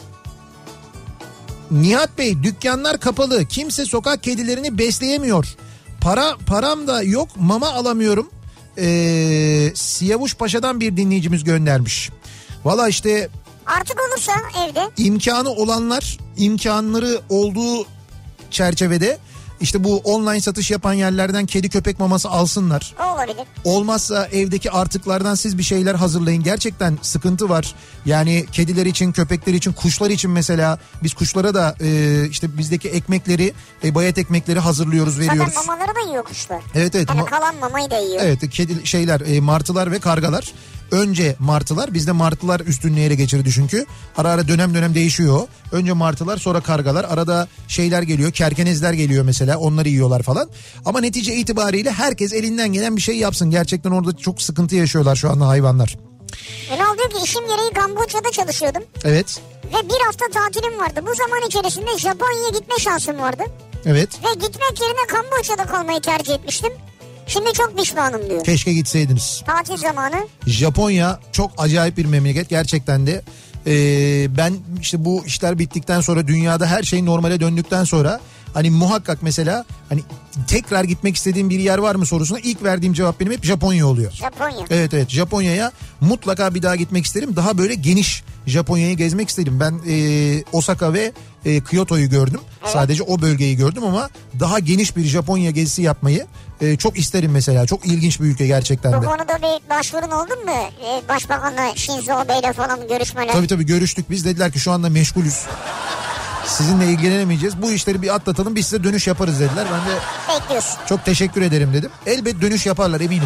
Nihat Bey, dükkanlar kapalı. Kimse sokak kedilerini besleyemiyor. Para param da yok, mama alamıyorum. Ee, Siyavuş Paşa'dan bir dinleyicimiz göndermiş. Valla işte Artık olursa evde. imkanı olanlar, imkanları olduğu çerçevede işte bu online satış yapan yerlerden kedi köpek maması alsınlar. O olabilir. Olmazsa evdeki artıklardan siz bir şeyler hazırlayın. Gerçekten sıkıntı var. Yani kediler için, köpekler için, kuşlar için mesela biz kuşlara da e, işte bizdeki ekmekleri, e, bayat ekmekleri hazırlıyoruz, veriyoruz. Zaten mamaları da yiyor kuşlar. Evet evet. Yani Ma- kalan mamayı da yiyor. Evet, kedi şeyler, e, martılar ve kargalar. Önce martılar, bizde martılar üstünlüğü ele geçirdi çünkü. Ara ara dönem dönem değişiyor o. Önce martılar, sonra kargalar, arada şeyler geliyor, kerkenezler geliyor mesela, onları yiyorlar falan. Ama netice itibariyle herkes elinden gelen bir şey yapsın. Gerçekten orada çok sıkıntı yaşıyorlar şu anda hayvanlar. Ünal diyor ki işim gereği Kamboçya'da çalışıyordum. Evet. Ve bir hafta tatilim vardı. Bu zaman içerisinde Japonya'ya gitme şansım vardı. Evet. Ve gitmek yerine Kamboçya'da kalmayı tercih etmiştim. Şimdi çok pişmanım diyor. Keşke gitseydiniz. Tatil zamanı. Japonya çok acayip bir memleket gerçekten de. Ee, ben işte bu işler bittikten sonra, dünyada her şey normale döndükten sonra hani muhakkak mesela hani tekrar gitmek istediğim bir yer var mı sorusuna ilk verdiğim cevap benim hep Japonya oluyor. Japonya. Evet evet, Japonya'ya mutlaka bir daha gitmek isterim. Daha böyle geniş Japonya'yı gezmek istedim. Ben e, Osaka ve e, Kyoto'yu gördüm. Evet. Sadece o bölgeyi gördüm ama daha geniş bir Japonya gezisi yapmayı e, çok isterim mesela. Çok ilginç bir ülke gerçekten de. Bu konuda bir başvurun oldu mu? Ee, Başbakanla Shinzo Abe'yle falan görüşmeler. Tabii tabii görüştük biz. Dediler ki şu anda meşgulüz. Sizinle ilgilenemeyeceğiz. Bu işleri bir atlatalım, biz size dönüş yaparız dediler. Ben de bekliyorsun. Çok teşekkür ederim dedim. Elbet dönüş yaparlar, eminim.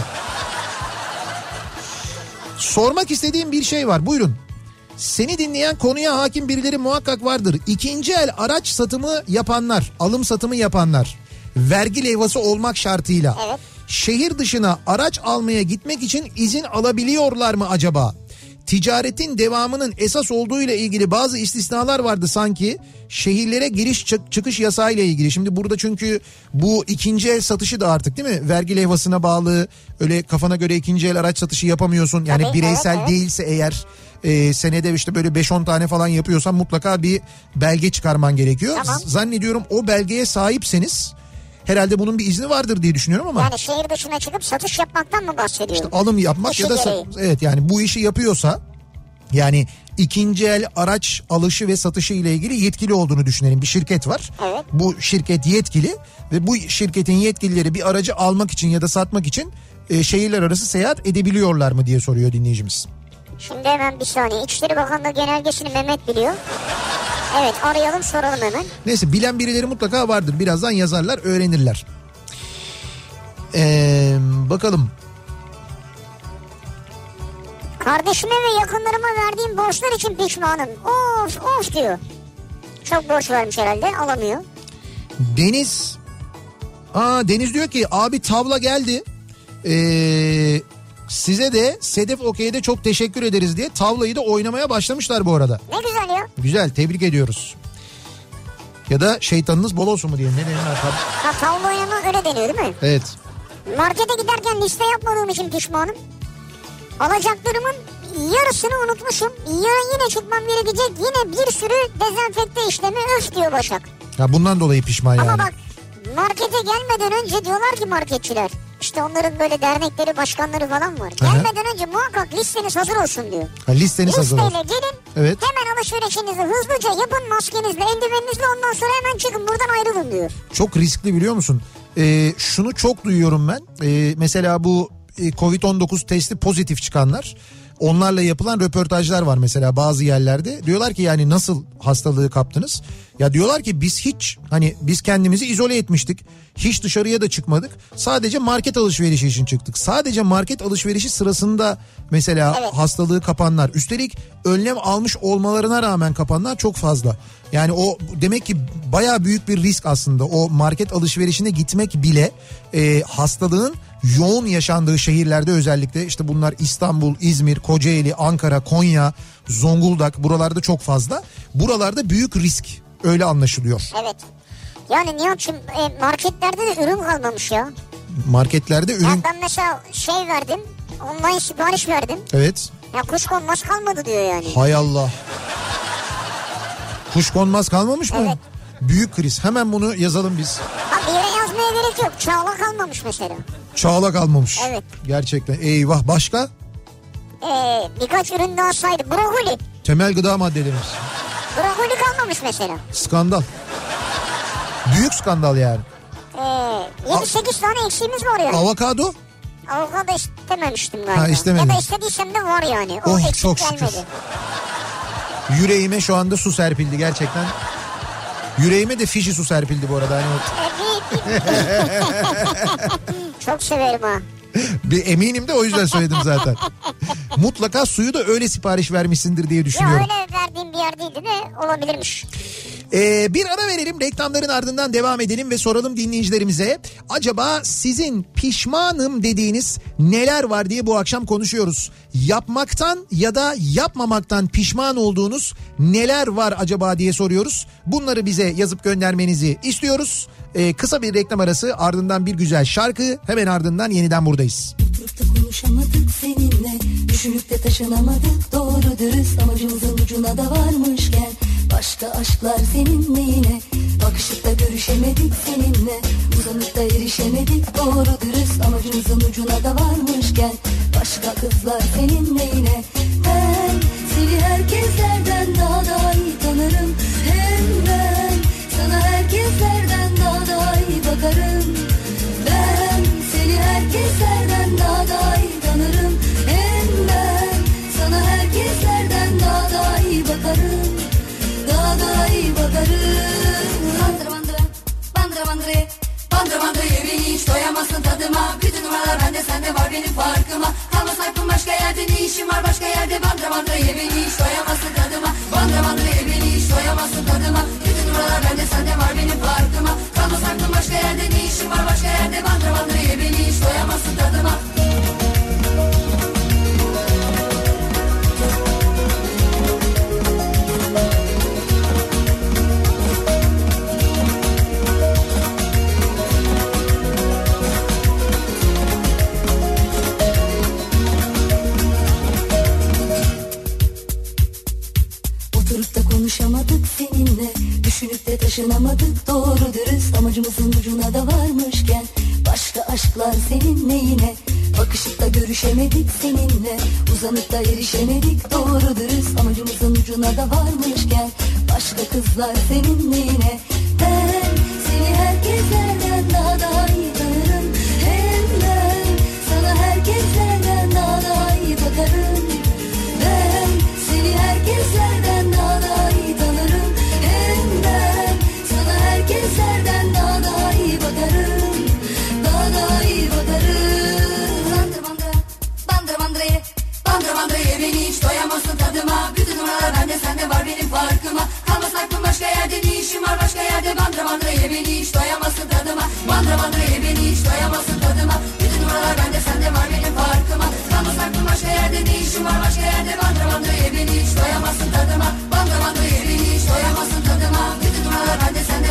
Sormak istediğim bir şey var, buyurun. Seni dinleyen konuya hakim birileri muhakkak vardır. İkinci el araç satımı yapanlar, alım satımı yapanlar, vergi levhası olmak şartıyla evet. şehir dışına araç almaya gitmek için izin alabiliyorlar mı acaba? Ticaretin devamının esas olduğu ile ilgili bazı istisnalar vardı sanki. Şehirlere giriş çıkış yasağı ile ilgili. Şimdi burada çünkü bu ikinci el satışı da artık değil mi? Vergi levhasına bağlı, öyle kafana göre ikinci el araç satışı yapamıyorsun. Yani tabii, bireysel evet, evet. değilse eğer e, senede işte böyle beş on tane falan yapıyorsan mutlaka bir belge çıkarman gerekiyor. Tamam. Zannediyorum o belgeye sahipseniz herhalde bunun bir izni vardır diye düşünüyorum ama. Yani şehir dışına çıkıp satış yapmaktan mı bahsediyorsun? İşte alım yapmak İşi ya da gereği. evet, yani bu işi yapıyorsa, yani ikinci el araç alışı ve satışı ile ilgili yetkili olduğunu düşünelim. Bir şirket var. Evet. Bu şirket yetkili ve bu şirketin yetkilileri bir aracı almak için ya da satmak için e, şehirler arası seyahat edebiliyorlar mı diye soruyor dinleyicimiz. Şimdi hemen bir saniye. İçişleri Bakanlığı genelgesini Mehmet biliyor. Evet, arayalım soralım hemen. Neyse, bilen birileri mutlaka vardır. Birazdan yazarlar, öğrenirler. Ee, bakalım. Kardeşime ve yakınlarıma verdiğim borçlar için pişmanım. Of of diyor. Çok borç vermiş herhalde, alamıyor. Deniz. Aa, Deniz diyor ki abi tavla geldi. Eee... Size de Sedef Okey'de çok teşekkür ederiz diye tavlayı da oynamaya başlamışlar bu arada. Ne güzel ya. Güzel, tebrik ediyoruz. Ya da şeytanınız bol olsun mu diyelim. Ne diyelim? Ha, tavla oynamak öyle deniyor değil mi? Evet. Markete giderken liste yapmadığım için pişmanım. Alacaklarımın yarısını unutmuşum. Yarın yine çıkmam gerekecek. Yine bir sürü dezenfekte işlemi, öf diyor Başak. Ya bundan dolayı pişman yani. Ama bak, markete gelmeden önce diyorlar ki marketçiler, işte onların böyle dernekleri, başkanları falan var. Aha. Gelmeden önce muhakkak listeniz hazır olsun diyor. Ha, listeniz hazır olsun. Listeyle gelin, evet. Hemen alışverişinizi hızlıca yapın, maskenizle, eldiveninizle, ondan sonra hemen çıkın buradan, ayrılın diyor. Çok riskli, biliyor musun? Ee, şunu çok duyuyorum ben. Ee, mesela bu e, covid on dokuz testi pozitif çıkanlar, onlarla yapılan röportajlar var mesela bazı yerlerde. Diyorlar ki yani nasıl hastalığı kaptınız? Ya diyorlar ki biz hiç, hani biz kendimizi izole etmiştik. Hiç dışarıya da çıkmadık. Sadece market alışverişi için çıktık. Sadece market alışverişi sırasında mesela evet. hastalığı kapanlar. Üstelik önlem almış olmalarına rağmen kapanlar çok fazla. Yani o demek ki bayağı büyük bir risk aslında. O market alışverişine gitmek bile e, hastalığın yoğun yaşandığı şehirlerde, özellikle işte bunlar İstanbul, İzmir, Kocaeli, Ankara, Konya, Zonguldak, buralarda çok fazla. Buralarda büyük risk, öyle anlaşılıyor. Evet. Yani Nihat'cığım e, marketlerde de ürün kalmamış ya. Marketlerde ürün... Ya ben mesela şey verdim, online sipariş verdim. Evet. Ya kuşkonmaz kalmadı diyor yani. Hay Allah. Kuşkonmaz kalmamış mı? Evet. Büyük kriz. Hemen bunu yazalım biz. Ha, bir yere yazmaya gerek yok. Çağla kalmamış mesela. Çağla kalmamış. Evet. Gerçekten. Eyvah, başka? Ee, birkaç ürün daha saydı. Brokoli. Temel gıda maddelerimiz. Brokoli kalmamış mesela. Skandal. Büyük skandal yani. Ee, yedi sekiz tane eksiğimiz var yani. Avokado? Avokado istememiştim galiba. Ha, istemedin. Ya da istediysem de var yani. O Oh, eksik çok gelmedi. şükür. Yüreğime şu anda su serpildi gerçekten. Yüreğime de fişi su serpildi bu arada. Hani çok severim ha. Bir eminim de, o yüzden söyledim zaten. Mutlaka suyu da öyle sipariş vermişsindir diye düşünüyorum. Ya öyle verdiğim bir yer değildi de olabilirmiş. Ee, bir ara verelim, reklamların ardından devam edelim ve soralım dinleyicilerimize. Acaba sizin pişmanım dediğiniz neler var diye bu akşam konuşuyoruz. Yapmaktan ya da yapmamaktan pişman olduğunuz neler var acaba diye soruyoruz. Bunları bize yazıp göndermenizi istiyoruz. Ee, kısa bir reklam arası, ardından bir güzel şarkı, hemen ardından yeniden buradayız. Oturup da konuşamadık seninle, düşünüp de taşınamadık doğru dürüst, amacımızın ucuna da varmışken başka aşklar seninle yine, bakışıp da görüşemedik seninle, uzanıp da erişemedik doğru dürüst, amacımızın ucuna da varmışken başka kızlar seninle yine. Ben seni herkeslerden daha da iyi tanırım, hem ben sana herkeslerden daha da iyi bakarım. Ben seni herkeslerden daha da iyi tanırım, hem ben sana herkeslerden daha da iyi bakarım, daha da iyi bakarım. Bandıra bandıra, bandıra bandıra, bandıra bandıra ye beni, hiç doyamazsın tadıma. Bütün numaralar bende, sende var benim farkıma. Kalmaz aklım başka yerde, ne işim var başka yerde. Bandıra bandıra ye beni, hiç doyamazsın tadıma. Bandıra bandıra ye beni, hiç doyamazsın tadıma. Bütün numaralar bende, sende var benim farkıma. Kalmaz aklım başka yerde, ne işim var başka yerde. Bandıra bandıra ye beni, hiç doyamazsın tadıma. Oturup da konuşamadık seninle, düşünüp de taşınamadık doğru dürüst, amacımızın ucuna da varmışken başka aşklar seninle yine, bakışıp da görüşemedik seninle, uzanıp da erişemedik doğru dürüst, amacımızın ucuna da varmışken başka kızlar seninle yine. Ben seni herkeslerden daha da iyi tanırım, hem ben sana herkeslerden daha da iyi bakarım. Ben seni herkeslerden daha da iyi tanırım, hem ben sana herkeslerden daha da iyi bakarım, daha da iyi bakarım. Bandıra bandıra, bandıra bandıra ye, bandıra bandıra ye beni, hiç doyamazsın tadıma. Bütün numaralar bende, sende var benim farkıma. Kalmaz aklım başka yerde, ne işim var başka yerde. Bandıra bandıra ye beni, hiç doyamazsın tadıma. Bandıra bandıra ye beni, hiç doyamazsın tadıma. Bütün numaralar bende, sende var benim farkıma. Kalmaz aklım başka yerde, ne işim var başka yerde. Bandıra bandıra ye beni, hiç doyamazsın tadıma. Bandıra bandıra ye beni, hiç doyamazsın tadıma. Bütün numaralar bende, sende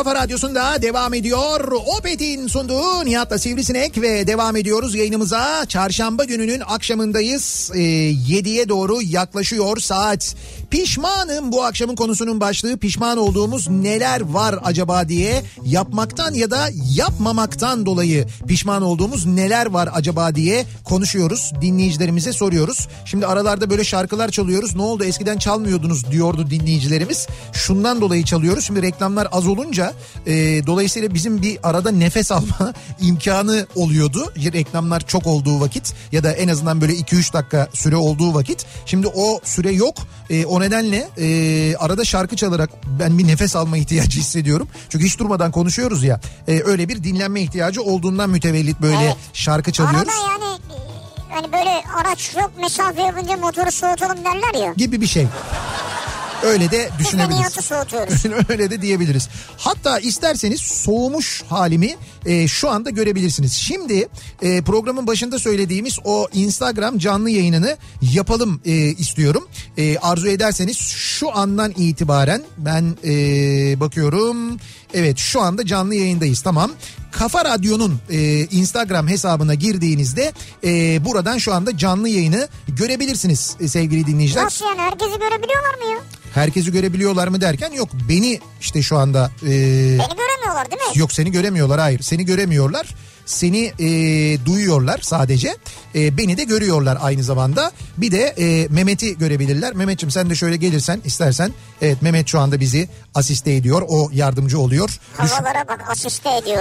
Kafa Radyosu'nda devam ediyor. Opet'in sunduğu Nihat'la Sivrisinek ve devam ediyoruz yayınımıza. Çarşamba gününün akşamındayız. Ee, yediye doğru yaklaşıyor saat. Pişmanım bu akşamın konusunun başlığı. Pişman olduğumuz neler var acaba diye, yapmaktan ya da yapmamaktan dolayı pişman olduğumuz neler var acaba diye konuşuyoruz. Dinleyicilerimize soruyoruz. Şimdi aralarda böyle şarkılar çalıyoruz. Ne oldu eskiden çalmıyordunuz diyordu dinleyicilerimiz. Şundan dolayı çalıyoruz. Şimdi reklamlar az olunca e, dolayısıyla bizim bir arada nefes alma imkanı oluyordu. Reklamlar çok olduğu vakit ya da en azından böyle iki üç dakika süre olduğu vakit. Şimdi o süre yok. E, o nedenle e, arada şarkı çalarak ben bir nefes alma ihtiyacı hissediyorum. Çünkü hiç durmadan konuşuyoruz ya. E, öyle bir dinlenme ihtiyacı olduğundan mütevellit böyle evet. şarkı çalıyoruz. Arada yani hani böyle araç yok mesafe yapınca motoru soğutalım derler ya. Gibi bir şey. Öyle de düşünebiliriz. Biz de soğutuyoruz. Öyle de diyebiliriz. Hatta isterseniz soğumuş halimi e, şu anda görebilirsiniz. Şimdi e, programın başında söylediğimiz o Instagram canlı yayınını yapalım e, istiyorum. E, arzu ederseniz şu andan itibaren ben e, bakıyorum. Evet şu anda canlı yayındayız, tamam. Kafa Radyo'nun e, Instagram hesabına girdiğinizde e, buradan şu anda canlı yayını görebilirsiniz e, sevgili dinleyiciler. Nasıl yani, herkesi görebiliyorlar mı ya? Herkesi görebiliyorlar mı derken yok, beni işte şu anda... E, beni göremiyorlar değil mi? Yok, seni göremiyorlar, hayır seni göremiyorlar. Seni e, duyuyorlar sadece. E, beni de görüyorlar aynı zamanda. Bir de e, Mehmet'i görebilirler. Mehmetciğim sen de şöyle gelirsen istersen. Evet, Mehmet şu anda bizi asiste ediyor. O yardımcı oluyor. Havalara bak, asiste ediyor.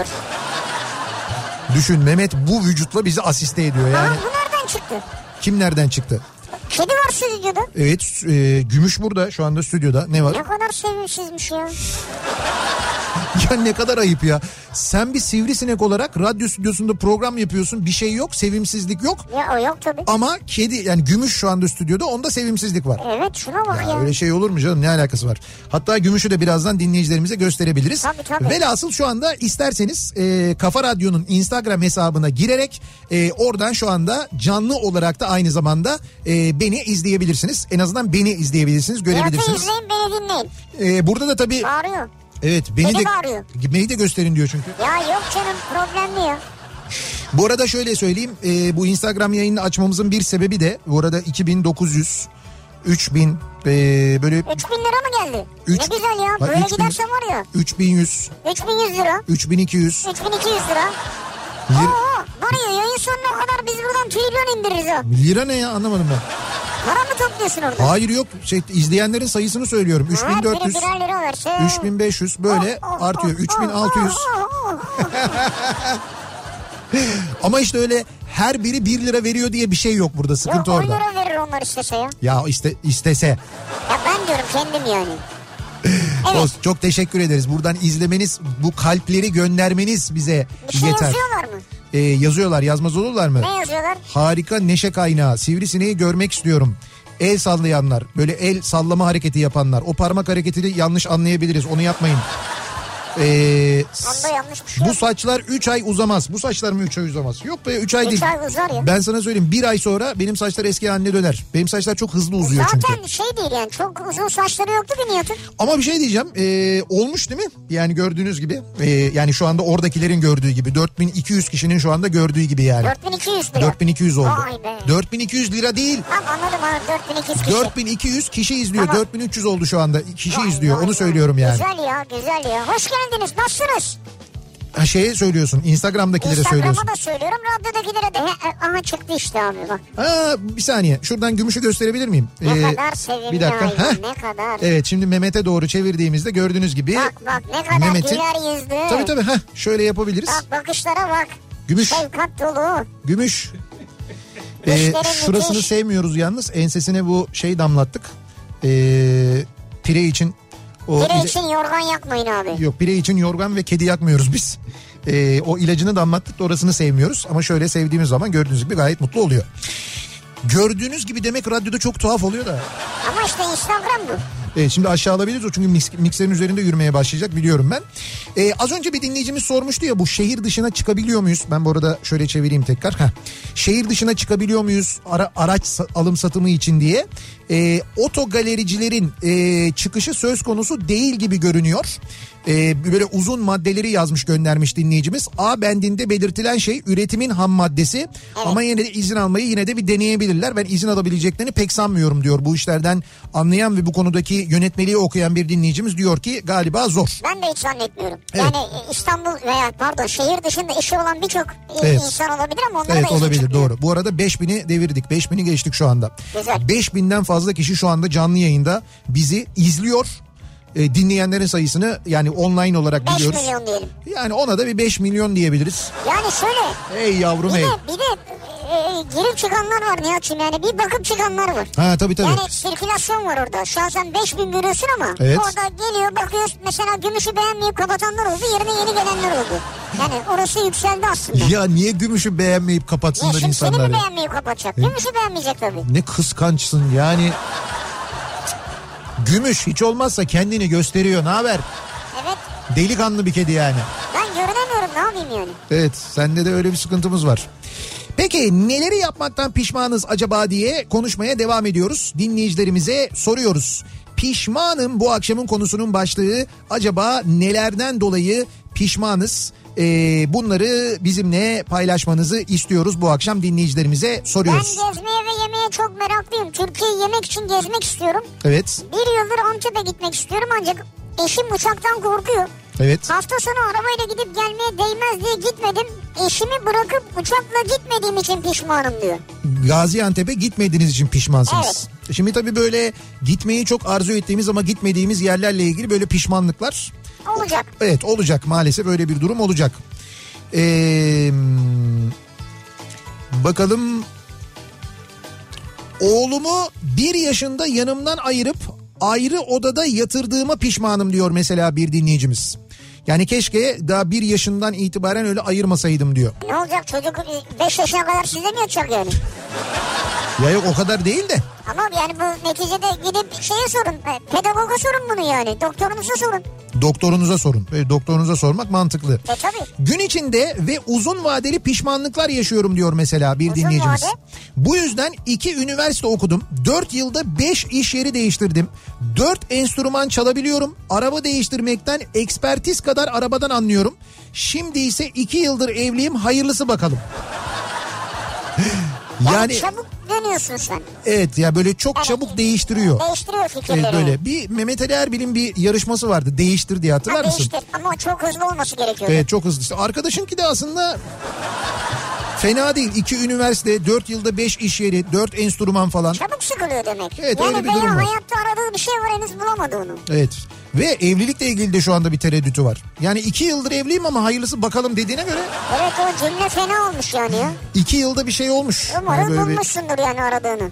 Düşün, Mehmet bu vücutla bizi asiste ediyor yani. Aa, bu nereden çıktı? Kim nereden çıktı? Kedi var stüdyoda. Evet, e, Gümüş burada şu anda stüdyoda. Ne var? Ne kadar sevimsizmiş ya. Ya ne kadar ayıp ya. Sen bir sivrisinek olarak radyo stüdyosunda program yapıyorsun. Bir şey yok, sevimsizlik yok. Ya o yok tabii. Ama kedi, yani Gümüş şu anda stüdyoda, onda sevimsizlik var. Evet, şuna bak ya. ya. Öyle şey olur mu canım, ne alakası var? Hatta Gümüş'ü de birazdan dinleyicilerimize gösterebiliriz. Tabii tabii. Velhasıl şu anda isterseniz e, Kafa Radyo'nun Instagram hesabına girerek e, oradan şu anda canlı olarak da aynı zamanda e, beni izleyebilirsiniz. En azından beni izleyebilirsiniz, görebilirsiniz. Nihat'ı izleyin, beni dinleyin. E, burada da tabii... Bağırıyor. Evet, beni Beni de bağırıyor. beni de gösterin diyor çünkü. Ya yok canım, problemli ya. Bu arada şöyle söyleyeyim, e, bu Instagram yayını açmamızın bir sebebi de bu arada iki bin dokuz yüz, üç bin e, böyle... üç bin lira mı geldi? üç, ne güzel ya, böyle üç bin, gidersen var ya. üç bin yüz. üç bin yüz lira. üç bin iki yüz. üç bin iki yüz lira. Lir... Oo, var ya, yayın sonuna kadar biz buradan trilyon indiririz ha. Lira ne ya, anlamadım ben. Para mı topluyorsun orada? Hayır yok, şey, izleyenlerin sayısını söylüyorum. üç bin dört yüz, biri birer lira verse. üç bin beş yüz böyle oh, oh, artıyor. Oh, üç bin altı yüz. Oh, oh, oh. Ama işte öyle her biri bir lira veriyor diye bir şey yok burada, sıkıntı yok, orada. on lira verir onlar istese ya. Ya iste, istese. Ya ben diyorum kendim yani. Evet. O, çok teşekkür ederiz. Buradan izlemeniz, bu kalpleri göndermeniz bize bir şey yeter. yazıyorlar mı? Ee, yazıyorlar, yazmaz olurlar mı? Ne yazıyorlar? Harika neşe kaynağı, sivrisineği görmek istiyorum. El sallayanlar, böyle el sallama hareketi yapanlar. O parmak hareketini yanlış anlayabiliriz, onu yapmayın. Ee, Onda yanlış bir şey bu saçlar üç ay uzamaz. Bu saçlar mı üç ay uzamaz? Yok be, üç ay üç değil. ay uzar ya. Ben sana söyleyeyim, bir ay sonra benim saçlar eski haline döner. Benim saçlar çok hızlı uzuyor Zaten çünkü. Zaten şey değil yani, çok uzun saçları yoktu ki Nihat'ın. Ama bir şey diyeceğim, ee, olmuş değil mi? Yani gördüğünüz gibi, ee, yani şu anda oradakilerin gördüğü gibi, dört bin iki yüz kişinin şu anda gördüğü gibi yani. dört bin iki yüz lira. dört bin iki yüz oldu. Vay be. dört bin iki yüz lira değil. Tamam anladım abi, dört bin iki yüz kişi. dört bin iki yüz kişi izliyor. Tamam. dört bin üç yüz oldu şu anda. Kişi Vay, izliyor. vay, Onu vay. söylüyorum yani. Güzel ya, güzel ya. Hoş geldiniz. Nasılsınız? Ha, şeye söylüyorsun. Instagram'dakilere söylüyorsun. Instagram'a da söylüyorum. Radyodakilere de. He, aha çıktı işte abi bak. Ha, bir saniye. Şuradan Gümüş'ü gösterebilir miyim? Ne Ee, kadar sevimli bir dakika. hayvan. Heh. Ne kadar. Evet, şimdi Mehmet'e doğru çevirdiğimizde gördüğünüz gibi. Bak bak ne kadar Mehmet'in... güler yüzlü. Tabii tabii. Heh, şöyle yapabiliriz. Bak bakışlara bak. Gümüş. Şefkat dolu. Gümüş. Ee, şurasını müthiş. sevmiyoruz yalnız. Ensesine bu şey damlattık. Ee, pire için. O Pire ile... için yorgan yakmayın abi. Yok, pire için yorgan ve kedi yakmıyoruz biz. Ee, o ilacını damlattık da orasını sevmiyoruz. Ama şöyle sevdiğimiz zaman gördüğünüz gibi gayet mutlu oluyor. Gördüğünüz gibi demek radyoda çok tuhaf oluyor da. Ama işte Instagram bu. Evet, şimdi aşağı alabiliriz o, çünkü mix, mikserin üzerinde yürümeye başlayacak biliyorum ben. Ee, az önce bir dinleyicimiz sormuştu ya, bu şehir dışına çıkabiliyor muyuz? Ben bu arada şöyle çevireyim tekrar. Heh. Şehir dışına çıkabiliyor muyuz ara, araç alım satımı için diye. Ee, otogalericilerin e, çıkışı söz konusu değil gibi görünüyor. Ee, böyle uzun maddeleri yazmış, göndermiş dinleyicimiz. A bendinde belirtilen şey üretimin ham maddesi, evet. Ama yine de izin almayı yine de bir deneyebilirler. Ben izin alabileceklerini pek sanmıyorum diyor. Bu işlerden anlayan ve bu konudaki yönetmeliği okuyan bir dinleyicimiz diyor ki galiba zor. Ben de hiç zannetmiyorum. Evet. Yani İstanbul veya pardon şehir dışında işi olan birçok evet. insan olabilir ama onlara evet, da izin olabilir, çıkmıyor. doğru. Bu arada beş bini devirdik. beş bini geçtik şu anda. Güzel. beş binden fazla kişi şu anda canlı yayında bizi izliyor. E, dinleyenlerin sayısını yani online olarak biliyoruz. beş milyon diyelim. Yani ona da bir beş milyon diyebiliriz. Yani şöyle. Ey yavrum bir ey. De, bir de e, girip çıkanlar var Nihat'cığım, yani bir bakıp çıkanlar var. Ha tabii tabii. Yani sirkülasyon var orada. Şu an sen beş bin görüyorsun ama evet. Orada geliyor bakıyorsun, mesela Gümüş'ü beğenmeyip kapatanlar oldu, yerine yeni gelenler oldu. Yani orası yükseldi aslında. Ya niye Gümüş'ü beğenmeyip kapatsınlar ya insanlar? Seni mi ya? beğenmeyip kapatacak? Gümüş'ü beğenmeyecek tabii. Ne kıskançsın yani. Gümüş hiç olmazsa kendini gösteriyor. Ne haber? Evet. Delikanlı bir kedi yani. Ben görünemiyorum, ne yapayım yani? Evet, sende de öyle bir sıkıntımız var. Peki neleri yapmaktan pişmanız acaba diye konuşmaya devam ediyoruz. Dinleyicilerimize soruyoruz. Pişmanım bu akşamın konusunun başlığı. Acaba nelerden dolayı pişmanız? Ee, bunları bizimle paylaşmanızı istiyoruz bu akşam, dinleyicilerimize soruyoruz. Ben gezmeye ve yemeğe çok meraklıyım. Türkiye'yi yemek için gezmek istiyorum. Evet. Bir yıldır Antep'e gitmek istiyorum ancak eşim uçaktan korkuyor. Evet. Hafta sonu arabayla gidip gelmeye değmez diye gitmedim. Eşimi bırakıp uçakla gitmediğim için pişmanım diyor. Gaziantep'e gitmediğiniz için pişmansınız. Evet. Şimdi tabii böyle gitmeyi çok arzu ettiğimiz ama gitmediğimiz yerlerle ilgili böyle pişmanlıklar olacak. Evet, olacak, maalesef öyle bir durum olacak. Ee, bakalım, oğlumu bir yaşında yanımdan ayırıp ayrı odada yatırdığıma pişmanım diyor mesela bir dinleyicimiz. Yani keşke daha bir yaşından itibaren öyle ayırmasaydım diyor. Ne olacak, çocuk beş yaşına kadar sizde mi yatacak yani? Ya yok, o kadar değil de. Ama yani bu neticede gidip şeye sorun, pedagoga sorun bunu yani, doktorunuza sorun. Doktorunuza sorun. E, doktorunuza sormak mantıklı. E tabii. Gün içinde ve uzun vadeli pişmanlıklar yaşıyorum diyor mesela bir uzun dinleyicimiz. Vade. Bu yüzden iki üniversite okudum. Dört yılda beş iş yeri değiştirdim. Dört enstrüman çalabiliyorum. Araba değiştirmekten ekspertiz kadar arabadan anlıyorum. Şimdi ise iki yıldır evliyim. Hayırlısı bakalım. Yani, yani çabuk dönüyorsun sen. Evet ya, böyle çok evet, çabuk değiştiriyor. Değiştiriyor fikirleri. Evet, böyle bir Mehmet Ali Erbil'in bir yarışması vardı. Değiştir diye, hatırlar ha, mısın? Değiştir ama çok hızlı olması gerekiyor. Evet, çok hızlı. İşte arkadaşınki de aslında fena değil. İki üniversite, dört yılda beş iş yeri, dört enstrüman falan. Çabuk sıkılıyor demek. Evet, yani öyle bir durum var. hayatta aradığı bir şey var, henüz bulamadı onu. Evet. Ve evlilikle ilgili de şu anda bir tereddütü var. Yani iki yıldır evliyim ama hayırlısı bakalım dediğine göre. Evet, o cümle fena olmuş yani ya. İki yılda bir şey olmuş. Umarım yani bulmuşsundur bir... yani aradığını.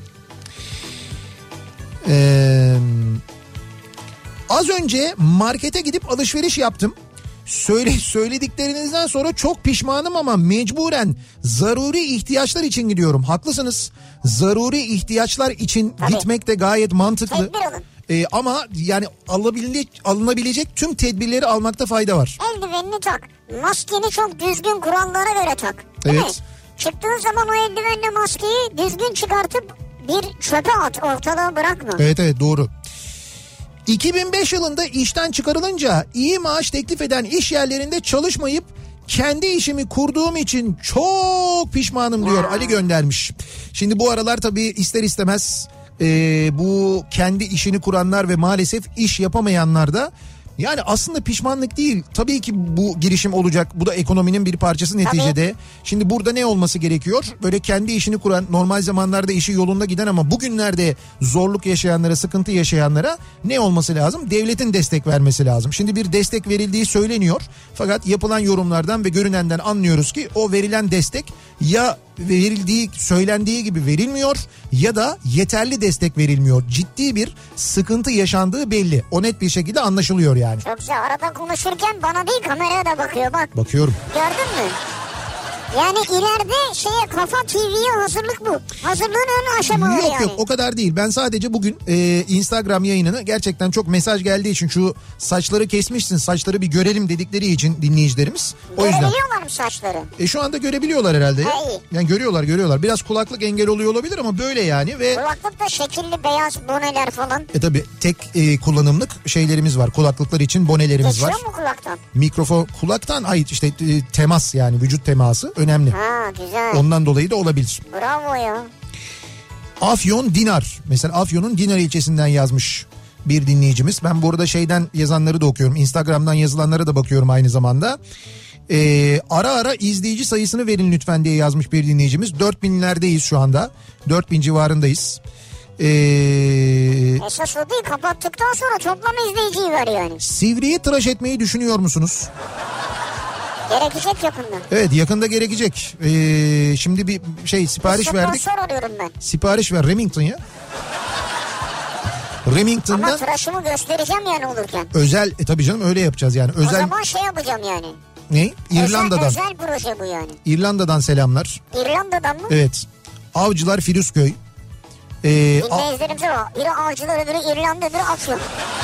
Ee, az önce markete gidip alışveriş yaptım. Söyle, söylediklerinizden sonra çok pişmanım ama mecburen zaruri ihtiyaçlar için gidiyorum. Haklısınız. Zaruri ihtiyaçlar için Tabii. gitmek de gayet mantıklı. Tedbir olun. Ee, ama yani alınabilecek, alınabilecek tüm tedbirleri almakta fayda var. Eldivenini tak. Maskeni çok düzgün kurallara göre tak. Değil evet. mi? Çıktığın zaman o eldivenle maskeyi düzgün çıkartıp bir çöpe at, ortalığa bırakma. Evet evet, doğru. iki bin beş yılında işten çıkarılınca iyi maaş teklif eden iş yerlerinde çalışmayıp kendi işimi kurduğum için çok pişmanım diyor. Ya. Ali göndermiş. Şimdi bu aralar tabii ister istemez e, bu kendi işini kuranlar ve maalesef iş yapamayanlar da, yani aslında pişmanlık değil. Tabii ki bu girişim olacak. Bu da ekonominin bir parçası neticede. Tabii. Şimdi burada ne olması gerekiyor? Böyle kendi işini kuran, normal zamanlarda işi yolunda giden ama bugünlerde zorluk yaşayanlara, sıkıntı yaşayanlara ne olması lazım? Devletin destek vermesi lazım. Şimdi bir destek verildiği söyleniyor. Fakat yapılan yorumlardan ve görünenden anlıyoruz ki o verilen destek ya verildiği, söylendiği gibi verilmiyor ya da yeterli destek verilmiyor. Ciddi bir sıkıntı yaşandığı belli. O net bir şekilde anlaşılıyor yani. Çok güzel. Arada konuşurken bana değil kameraya da bakıyor bak. Bakıyorum. Gördün mü? Yani ileride şeye Kafa T V'ye hazırlık bu. Hazırlığın ön aşamaları Yok yani. yok o kadar değil. Ben sadece bugün e, Instagram yayınını gerçekten çok mesaj geldiği için şu saçları kesmişsin saçları bir görelim dedikleri için dinleyicilerimiz. O yüzden. Görebiliyorlar mı saçları? E şu anda görebiliyorlar herhalde. Ya. Ha, iyi. Yani görüyorlar görüyorlar. Biraz kulaklık engel oluyor olabilir ama böyle yani ve. Kulaklıkta şekilli beyaz boneler falan. E tabi tek e, kullanımlık şeylerimiz var. Kulaklıklar için bonelerimiz Geçiyor var. mu kulaktan? Mikrofon kulaktan ait işte e, temas yani vücut teması önemli. Ha güzel. Ondan dolayı da olabilir. Bravo ya. Afyon Dinar. Mesela Afyon'un Dinar ilçesinden yazmış bir dinleyicimiz. Ben burada şeyden yazanları da okuyorum. Instagram'dan yazılanlara da bakıyorum aynı zamanda. Ee, ara ara izleyici sayısını verin lütfen diye yazmış bir dinleyicimiz. dört binlerdeyiz şu anda. dört bin civarındayız. Ee, Esas o değil, kapattıktan sonra toplam izleyiciyi ver yani. Sivri'yi tıraş etmeyi düşünüyor musunuz? Gerekecek yakında. Evet yakında gerekecek. Ee, şimdi bir şey sipariş Sponsor verdik. Sponsor arıyorum ben. Sipariş ver Remington ya. Remington'dan. Ama tıraşımı göstereceğim yani olurken. Özel e tabii canım öyle yapacağız yani. Özel. O zaman şey yapacağım yani. Ne? İrlanda'dan. Özel, özel proje bu yani. İrlanda'dan selamlar. İrlanda'dan mı? Evet. Avcılar Firuzköy. Ee, Dinleyicilerimize o. Biri Avcılar öbürü İrlanda öbürü Afyon.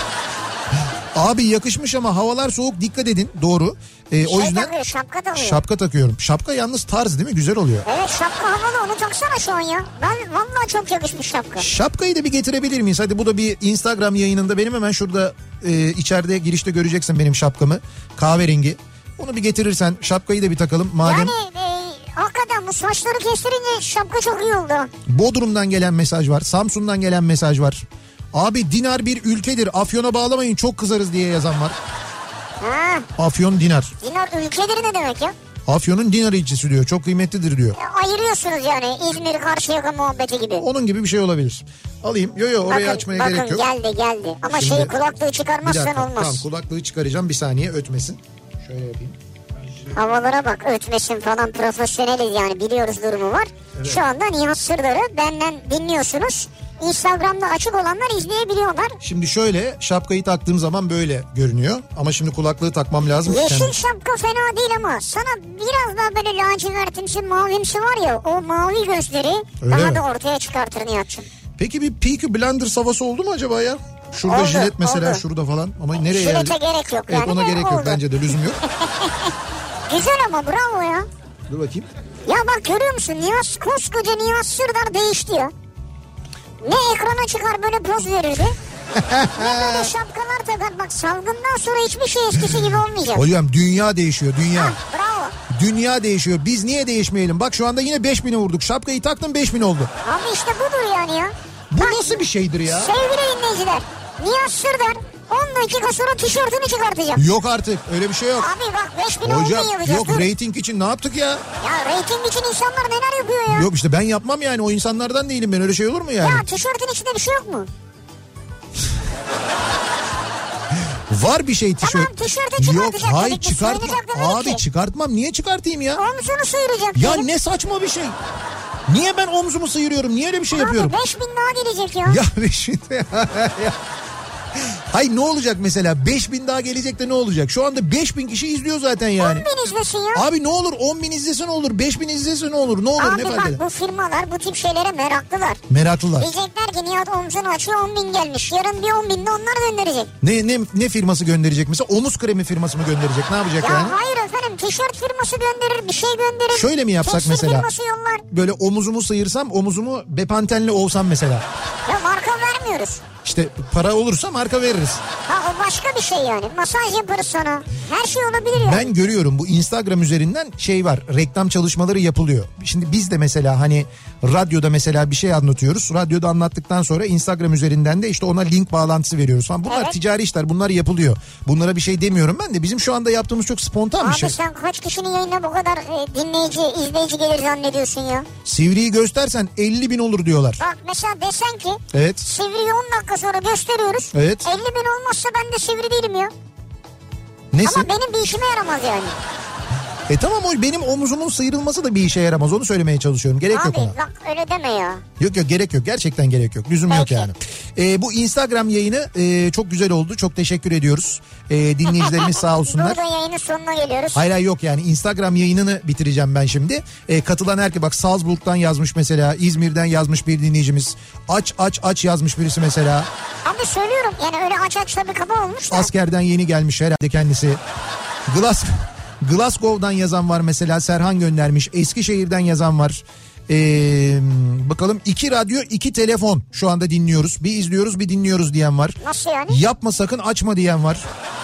Abi yakışmış ama havalar soğuk dikkat edin. Doğru. Ee, Şey o yüzden takıyor, şapka takıyor. şapka takıyorum. Şapka yalnız tarz değil mi? Güzel oluyor. Evet şapka havalı, onu taksana şu an ya. Ben vallahi çok yakışmış şapka. Şapkayı da bir getirebilir miyiz? Hadi bu da bir Instagram yayınında benim hemen şurada e, içeride girişte göreceksin benim şapkamı. Kahverengi. Onu bir getirirsen şapkayı da bir takalım madem. Yani e, hakikaten bu saçları kestirince şapka çok iyi oldu. Bodrum'dan gelen mesaj var. Samsun'dan gelen mesaj var. Abi Dinar bir ülkedir. Afyon'a bağlamayın çok kızarız diye yazan var. Ha, Afyon Dinar. Dinar ülkeleri ne demek ya? Afyon'un Dinar ilçesi diyor. Çok kıymetlidir diyor. E, ayırıyorsunuz yani İzmir Karşıyaka muhabbeti gibi. Onun gibi bir şey olabilir. Alayım. Yo yo orayı bakın, açmaya bakın, gerek yok. geldi geldi. Ama Şimdi, şeyi kulaklığı bir çıkarmazsan dakika, olmaz. Tamam kulaklığı çıkaracağım bir saniye ötmesin. Şöyle yapayım. Havalara bak, ötmesin falan, profesyoneliz yani, biliyoruz durumu var. Evet. Şu anda Nihat Sırdar'ı benden dinliyorsunuz. Instagram'da açık olanlar izleyebiliyorlar. Şimdi şöyle şapkayı taktığım zaman böyle görünüyor. Ama şimdi kulaklığı takmam lazım. Yeşil Kendim. şapka fena değil ama sana biraz daha böyle lacivertimsi, mavimsi var ya, o mavi gözleri Öyle daha mi? da ortaya çıkartır Nihat'cığım. Peki bir Peaky Blinders havası oldu mu acaba ya? Şurada Oldu, jilet mesela oldu. şurada falan. Ama nereye Jilete geldi? gerek yok Evet yani. ona de gerek yok oldu. bence de lüzum yok. Güzel ama bravo ya. Dur bakayım. Ya bak görüyor musun, Nihat, koskoca Nihat Sırdar değişti ya. Ne ekrana çıkar böyle poz verirdi. Ne böyle şapkalar takar. Bak salgından sonra hiçbir şey eskisi gibi olmayacak. Hocam dünya değişiyor dünya. Ha, bravo. Dünya değişiyor. Biz niye değişmeyelim? Bak şu anda yine beş bine vurduk. Şapkayı taktım beş bin oldu. Abi işte budur yani ya. Bu Bak, nasıl bir şeydir ya? sevgili dinleyiciler, Nihat Sırdar on dakika sonra tişörtünü çıkartacak. Yok artık öyle bir şey yok. Abi bak beş bin on bin Hocam yapacağız. yok Dur. reyting için ne yaptık ya? Ya reyting için insanlar neler yapıyor ya? Yok işte ben yapmam yani o insanlardan değilim ben öyle şey olur mu yani? Ya tişörtün içinde bir şey yok mu? Var bir şey tişört. Tamam, tişörtü çıkartacak Yok hayır dedik biz, çıkartma. soyunacak demedik Abi ki. çıkartmam niye çıkartayım ya? Omzunu sıyıracak. Ya dedim. ne saçma bir şey. Niye ben omzumu sıyırıyorum? Niye öyle bir şey yapıyorum? Abi beş bin daha gelecek ya. Ya beş bin Hayır ne olacak mesela? beş bin daha gelecek de ne olacak? Şu anda beş bin kişi izliyor zaten yani. on bin izlesin ya. Abi ne olur on bin izlese ne olur? beş bin izlese ne olur? Ne olur? Abi ne fark bak eder? bu firmalar bu tip şeylere meraklılar. Meraklılar. Diyecekler ki Nihat omzunu açıyor on bin gelmiş. Yarın bir on bin de onlar gönderecek. Ne ne ne firması gönderecek mesela? Omuz kremi firması mı gönderecek? Ne yapacak Ya yani? hayır efendim, tişört firması gönderir, bir şey gönderir. Şöyle mi yapsak Tekstil mesela? firması yollar. Böyle omuzumu sıyırsam omuzumu Bepanten'le olsam mesela. Ya marka vermiyoruz. İşte para olursa marka veririz. Ha o başka bir şey yani. Masaj yaparız sana. Her şey olabilir yani. Ben görüyorum bu Instagram üzerinden şey var. Reklam çalışmaları yapılıyor. Şimdi biz de mesela hani radyoda mesela bir şey anlatıyoruz. Radyoda anlattıktan sonra Instagram üzerinden de işte ona link bağlantısı veriyoruz falan. Bunlar Evet. ticari işler. Bunlar yapılıyor. Bunlara bir şey demiyorum ben de. Bizim şu anda yaptığımız çok spontan bir Abi şey. sen kaç kişinin yayına bu kadar e, dinleyici, izleyici gelir zannediyorsun ya? Sivriyi göstersen elli bin olur diyorlar. Bak mesela desen ki Evet. Sivri'yi on dakika sonra gösteriyoruz. Evet. elli bin olmazsa ben de Sivri değilim ya. Nesin? Ama benim bir işime yaramaz yani. E tamam o benim omuzumun sıyrılması da bir işe yaramaz. Onu söylemeye çalışıyorum. Gerek Abi yok ona. bak öyle deme ya. Yok yok gerek yok. Gerçekten gerek yok. Lüzum yok Peki. yani. E, bu Instagram yayını e, çok güzel oldu. Çok teşekkür ediyoruz. E, dinleyicilerimiz sağ olsunlar. Burada yayının sonuna geliyoruz. Hayır hayır yok yani Instagram yayınını bitireceğim ben şimdi. E, katılan herkes bak Salzburg'dan yazmış mesela. İzmir'den yazmış bir dinleyicimiz. Aç aç aç yazmış birisi mesela. Abi söylüyorum yani öyle aç aç tabii kaba olmuş da. Askerden yeni gelmiş herhalde kendisi. Glas Glasgow'dan yazan var mesela, Serhan göndermiş. Eskişehir'den yazan var. Ee, bakalım iki radyo iki telefon şu anda dinliyoruz. Bir izliyoruz bir dinliyoruz diyen var. Nasıl yani? Yapma sakın açma diyen var.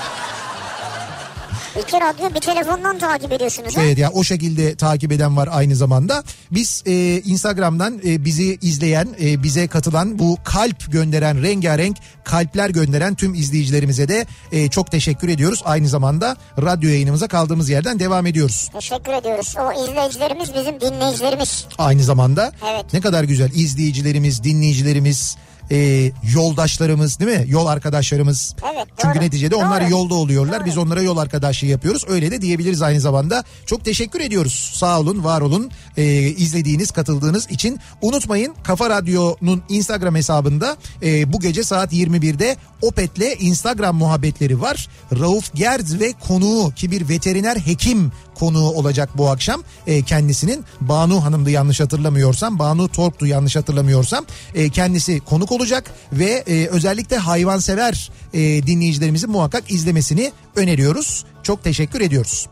İki radyo bir telefondan takip ediyorsunuz. Evet ya o şekilde takip eden var aynı zamanda. Biz e, Instagram'dan e, bizi izleyen, e, bize katılan, bu kalp gönderen, rengarenk kalpler gönderen tüm izleyicilerimize de e, çok teşekkür ediyoruz. Aynı zamanda radyo yayınımıza kaldığımız yerden devam ediyoruz. Teşekkür ediyoruz. O izleyicilerimiz bizim dinleyicilerimiz. Aynı zamanda evet. Ne kadar güzel izleyicilerimiz, dinleyicilerimiz, e, yoldaşlarımız değil mi? Yol arkadaşlarımız. Evet, Çünkü doğru. neticede onlar Doğru. yolda oluyorlar. Doğru. Biz onlara yol arkadaşlığı yapıyoruz. Öyle de diyebiliriz aynı zamanda. Çok teşekkür ediyoruz. Sağ olun, var olun. E, izlediğiniz, katıldığınız için. Unutmayın, Kafa Radyo'nun Instagram hesabında e, bu gece saat yirmi birde Opet'le Instagram muhabbetleri var. Rauf Gerz ve konuğu, ki bir veteriner hekim konuğu olacak bu akşam. E, kendisinin Banu Hanım'dı yanlış hatırlamıyorsam. Banu Tork'tu yanlış hatırlamıyorsam. E, kendisi konuk olacak ve e, özellikle hayvansever e, dinleyicilerimizin muhakkak izlemesini öneriyoruz. Çok teşekkür ediyoruz.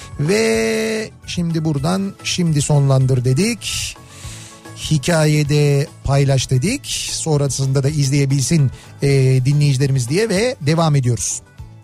Ve şimdi buradan şimdi sonlandır dedik. Hikayede paylaş dedik. Sonrasında da izleyebilsin e, dinleyicilerimiz diye ve devam ediyoruz.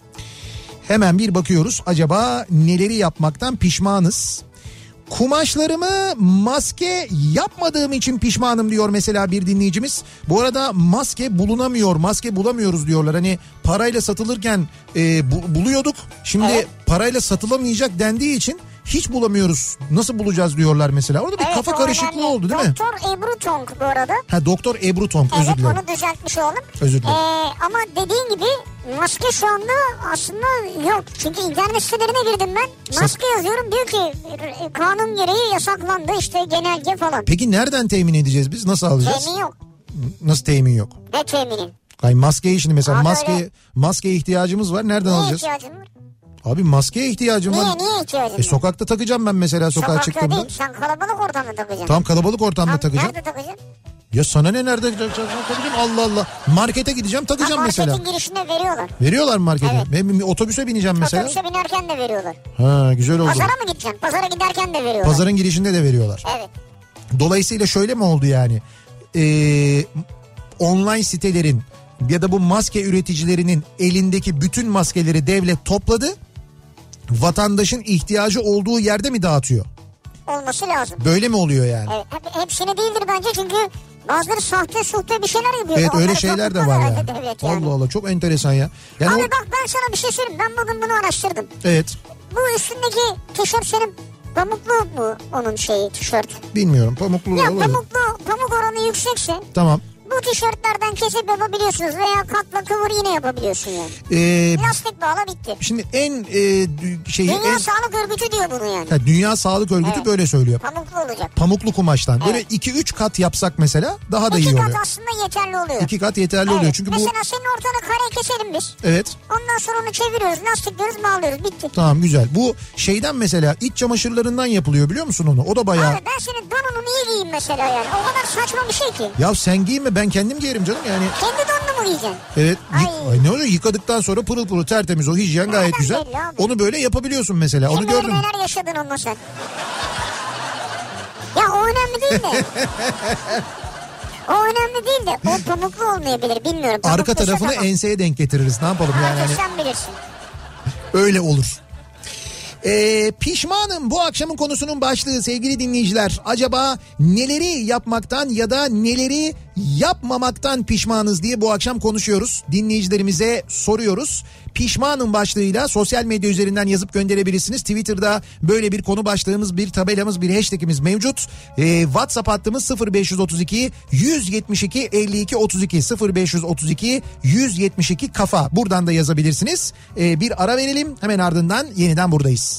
Hemen bir bakıyoruz. Acaba neleri yapmaktan pişmanız? Kumaşlarımı maske yapmadığım için pişmanım diyor mesela bir dinleyicimiz. Bu arada maske bulunamıyor, maske bulamıyoruz diyorlar. Hani parayla satılırken e, bu, buluyorduk. Şimdi evet. Parayla satılamayacak dendiği için hiç bulamıyoruz. Nasıl bulacağız diyorlar mesela. Orada bir evet, kafa karışıklığı önemli. Oldu değil Doktor mi? Doktor Ebru Tonk bu arada. Ha Doktor Ebru Tonk, evet, özür dilerim. Evet, onu düzeltmiş oldum. Özür dilerim. Ee, ama dediğin gibi maske şu anda aslında yok. Çünkü internet sitelerine girdim ben. Maske Sa- yazıyorum, diyor ki kanun gereği yasaklandı işte, genelge falan. Peki nereden temin edeceğiz biz? Nasıl alacağız? Temin yok. Nasıl temin yok? Ne temini? Hayır, maskeyi şimdi mesela Abi maske öyle. maskeye ihtiyacımız var. Nereden Niye alacağız? Niye ihtiyacın var? Abi maskeye ihtiyacım niye, var. Niye niye ihtiyacın e, var? Sokakta takacağım ben mesela sokağa Sokakta çıktığımda. Değil, sen kalabalık ortamda takacaksın. Tam kalabalık ortamda Tam takacağım. Nerede takacaksın? Ya sana ne, nerede takacağım? Allah Allah. Markete gideceğim, takacağım ha, mesela. Marketin girişinde veriyorlar. Veriyorlar mı markete? Evet. Ben otobüse bineceğim mesela. Otobüse binerken de veriyorlar. Ha, güzel oldu. Pazara mı gideceksin? Pazara giderken de veriyorlar. Pazarın girişinde de veriyorlar. Evet. Dolayısıyla şöyle mi oldu yani? Ee, online sitelerin ya da bu maske üreticilerinin elindeki bütün maskeleri devlet topladı. Vatandaşın ihtiyacı olduğu yerde mi dağıtıyor? Olması lazım. Böyle mi oluyor yani? Evet, hepsini değildir bence çünkü bazıları sahte suhte bir şeyler yapıyor. Evet, onları öyle şeyler de var yani. Evet, yani. Allah Allah, çok enteresan ya. Yani Abi o... bak ben sana bir şey söyleyeyim. Ben bugün bunu araştırdım. Evet. Bu üstündeki tişört senin pamuklu mu onun şeyi tişört? Bilmiyorum, pamuklu ya, olabilir. pamuklu, pamuk oranı yüksekse. Tamam. Bu tişörtlerden kesip yapabiliyorsunuz veya katla kıvır yine yapabiliyorsun yani. Ee, Lastik bağla bitti. Şimdi en e, şeyi... Dünya en... Sağlık Örgütü diyor bunu yani. Ha, Dünya Sağlık Örgütü evet. Böyle söylüyor. Pamuklu olacak. Pamuklu kumaştan. Evet. Böyle iki üç kat yapsak mesela daha da iki iyi oluyor. İki kat aslında yeterli oluyor. İki kat yeterli evet. oluyor. Çünkü mesela bu... senin ortada kare keselim biz. Evet. Ondan sonra onu çeviriyoruz, lastikliyoruz, bağlıyoruz. Bitti. Tamam, güzel. Bu şeyden mesela iç çamaşırlarından yapılıyor, biliyor musun onu? O da bayağı... Abi ben senin donunu niye giyeyim mesela yani? O kadar saçma bir şey ki. Ya sen giyme, ben kendim giyerim canım yani. Kendi donunu mu giyeceksin? Evet. Ay. Ay ne oluyor? Yıkadıktan sonra pırıl pırıl tertemiz, o hijyen gayet Nereden güzel. Onu böyle yapabiliyorsun mesela. Onu gördüm. Neler yaşadın onunla sen? Ya o önemli değil de. O önemli değil de o pamuklu olmayabilir, bilmiyorum. Pamuklu arka tarafını tamam. Enseye denk getiririz, ne yapalım yani. Artık Hani... sen bilirsin. Öyle olur. Ee, pişmanım bu akşamın konusunun başlığı sevgili dinleyiciler. Acaba neleri yapmaktan ya da neleri yapmamaktan pişmanız diye bu akşam konuşuyoruz. Dinleyicilerimize soruyoruz. Pişmanım başlığıyla sosyal medya üzerinden yazıp gönderebilirsiniz. Twitter'da böyle bir konu başlığımız, bir tabelamız, bir hashtagimiz mevcut. Ee, WhatsApp hattımız sıfır beş otuz iki yüz yetmiş iki elli iki otuz iki sıfır beş otuz iki yüz yetmiş iki kafa. Buradan da yazabilirsiniz. Ee, bir ara verelim, hemen ardından yeniden buradayız.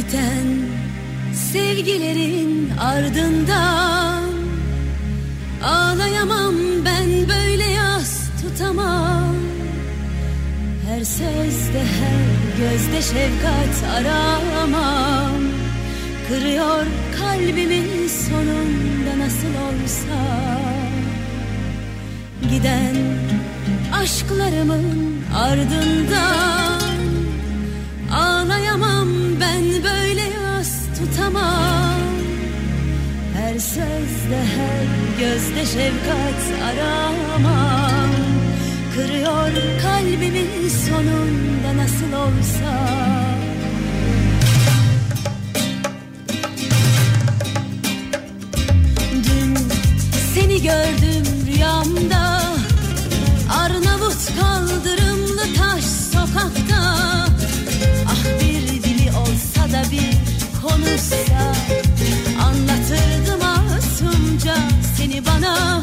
biten sevgilerin ardından ağlayamam ben, böyle yas tutamam. Her sözde her gözde şefkat aramam. Kırıyor kalbimin sonunda nasıl olsa. Giden aşklarımın ardından ağlayamam ben, böyle yas tutamam. Her sözde her gözde şefkat aramam. Kırıyor kalbimin sonunda nasıl olsa. Dün seni gördüm rüyamda, Arnavut kaldırımlı taş sokakta. Ah bir dili olsa da bir konuşsa, anlatırdım masumca seni bana.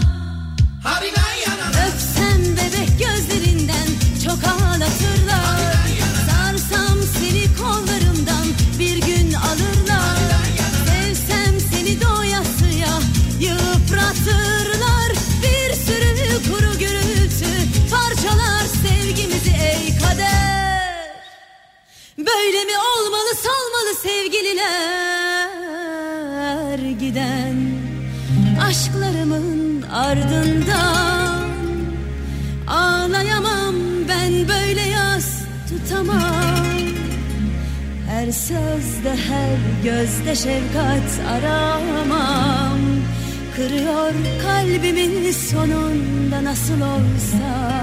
Öpsem bebek gözlerinden çok ağlatırlar. Sarsam seni kollarımdan bir gün alırlar. Sevsem seni doyasıya yıpratırlar. Bir sürü kuru gürültü parçalar sevgimizi ey kader. Böyle mi olmalı, salmalı sevgililer? Giden aşklarımın ardından ağlayamam ben, böyle yas tutamam. Her sözde her gözde şefkat aramam. Kırıyor kalbimin sonunda nasıl olsa.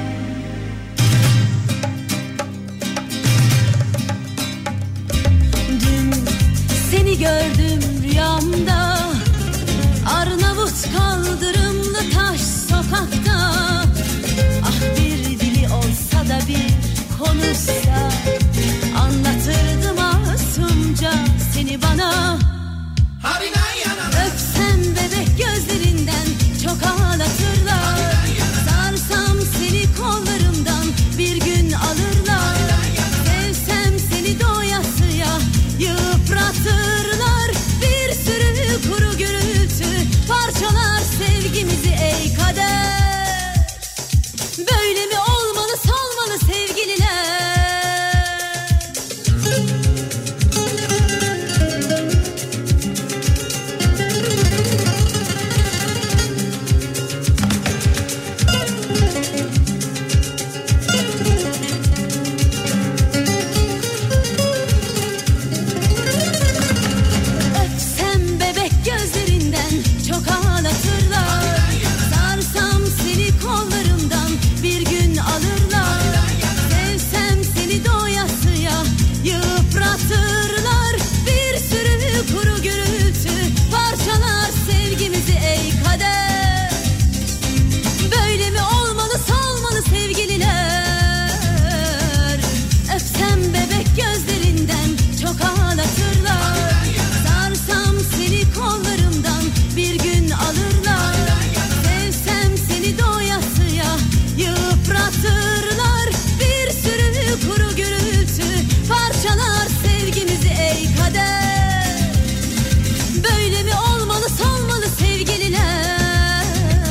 Dün seni gördüm rüyamda, Arnavut kaldırımlı taş sokakta. Ah bir dili olsa da bir konuşsa, anlatırdım masumca seni bana. Öpsem bebek gözlerinden çok ağlatırlar. Sarsam seni kollarımdan bir gün alırlar. Sevsem seni doyasıya yıpratırlar. Bir sürü kuru gürültü parçalar sevgimizi ey kader. Böyle mi olmalı, salmalı sevgililer? Öpsem bebek gözlerinden çok ağlatırlar. Sarsam seni kollarımdan bir gün alırlar. Sevsem seni doyasıya yıpratırlar. Bir sürü kuru gürültü parçalar sevgimizi ey kader. Böyle mi olmalı, salmalı sevgililer? Öpsem bebek gözlerinden çok ağlatırlar. Sarsam seni kollarımdan bir gün alırlar. Sevsem seni doyasıya yıpratırlar. Bir sürü kuru gürültü parçalar sevgimizi ey kader. Böyle mi olmalı, salmalı sevgililer?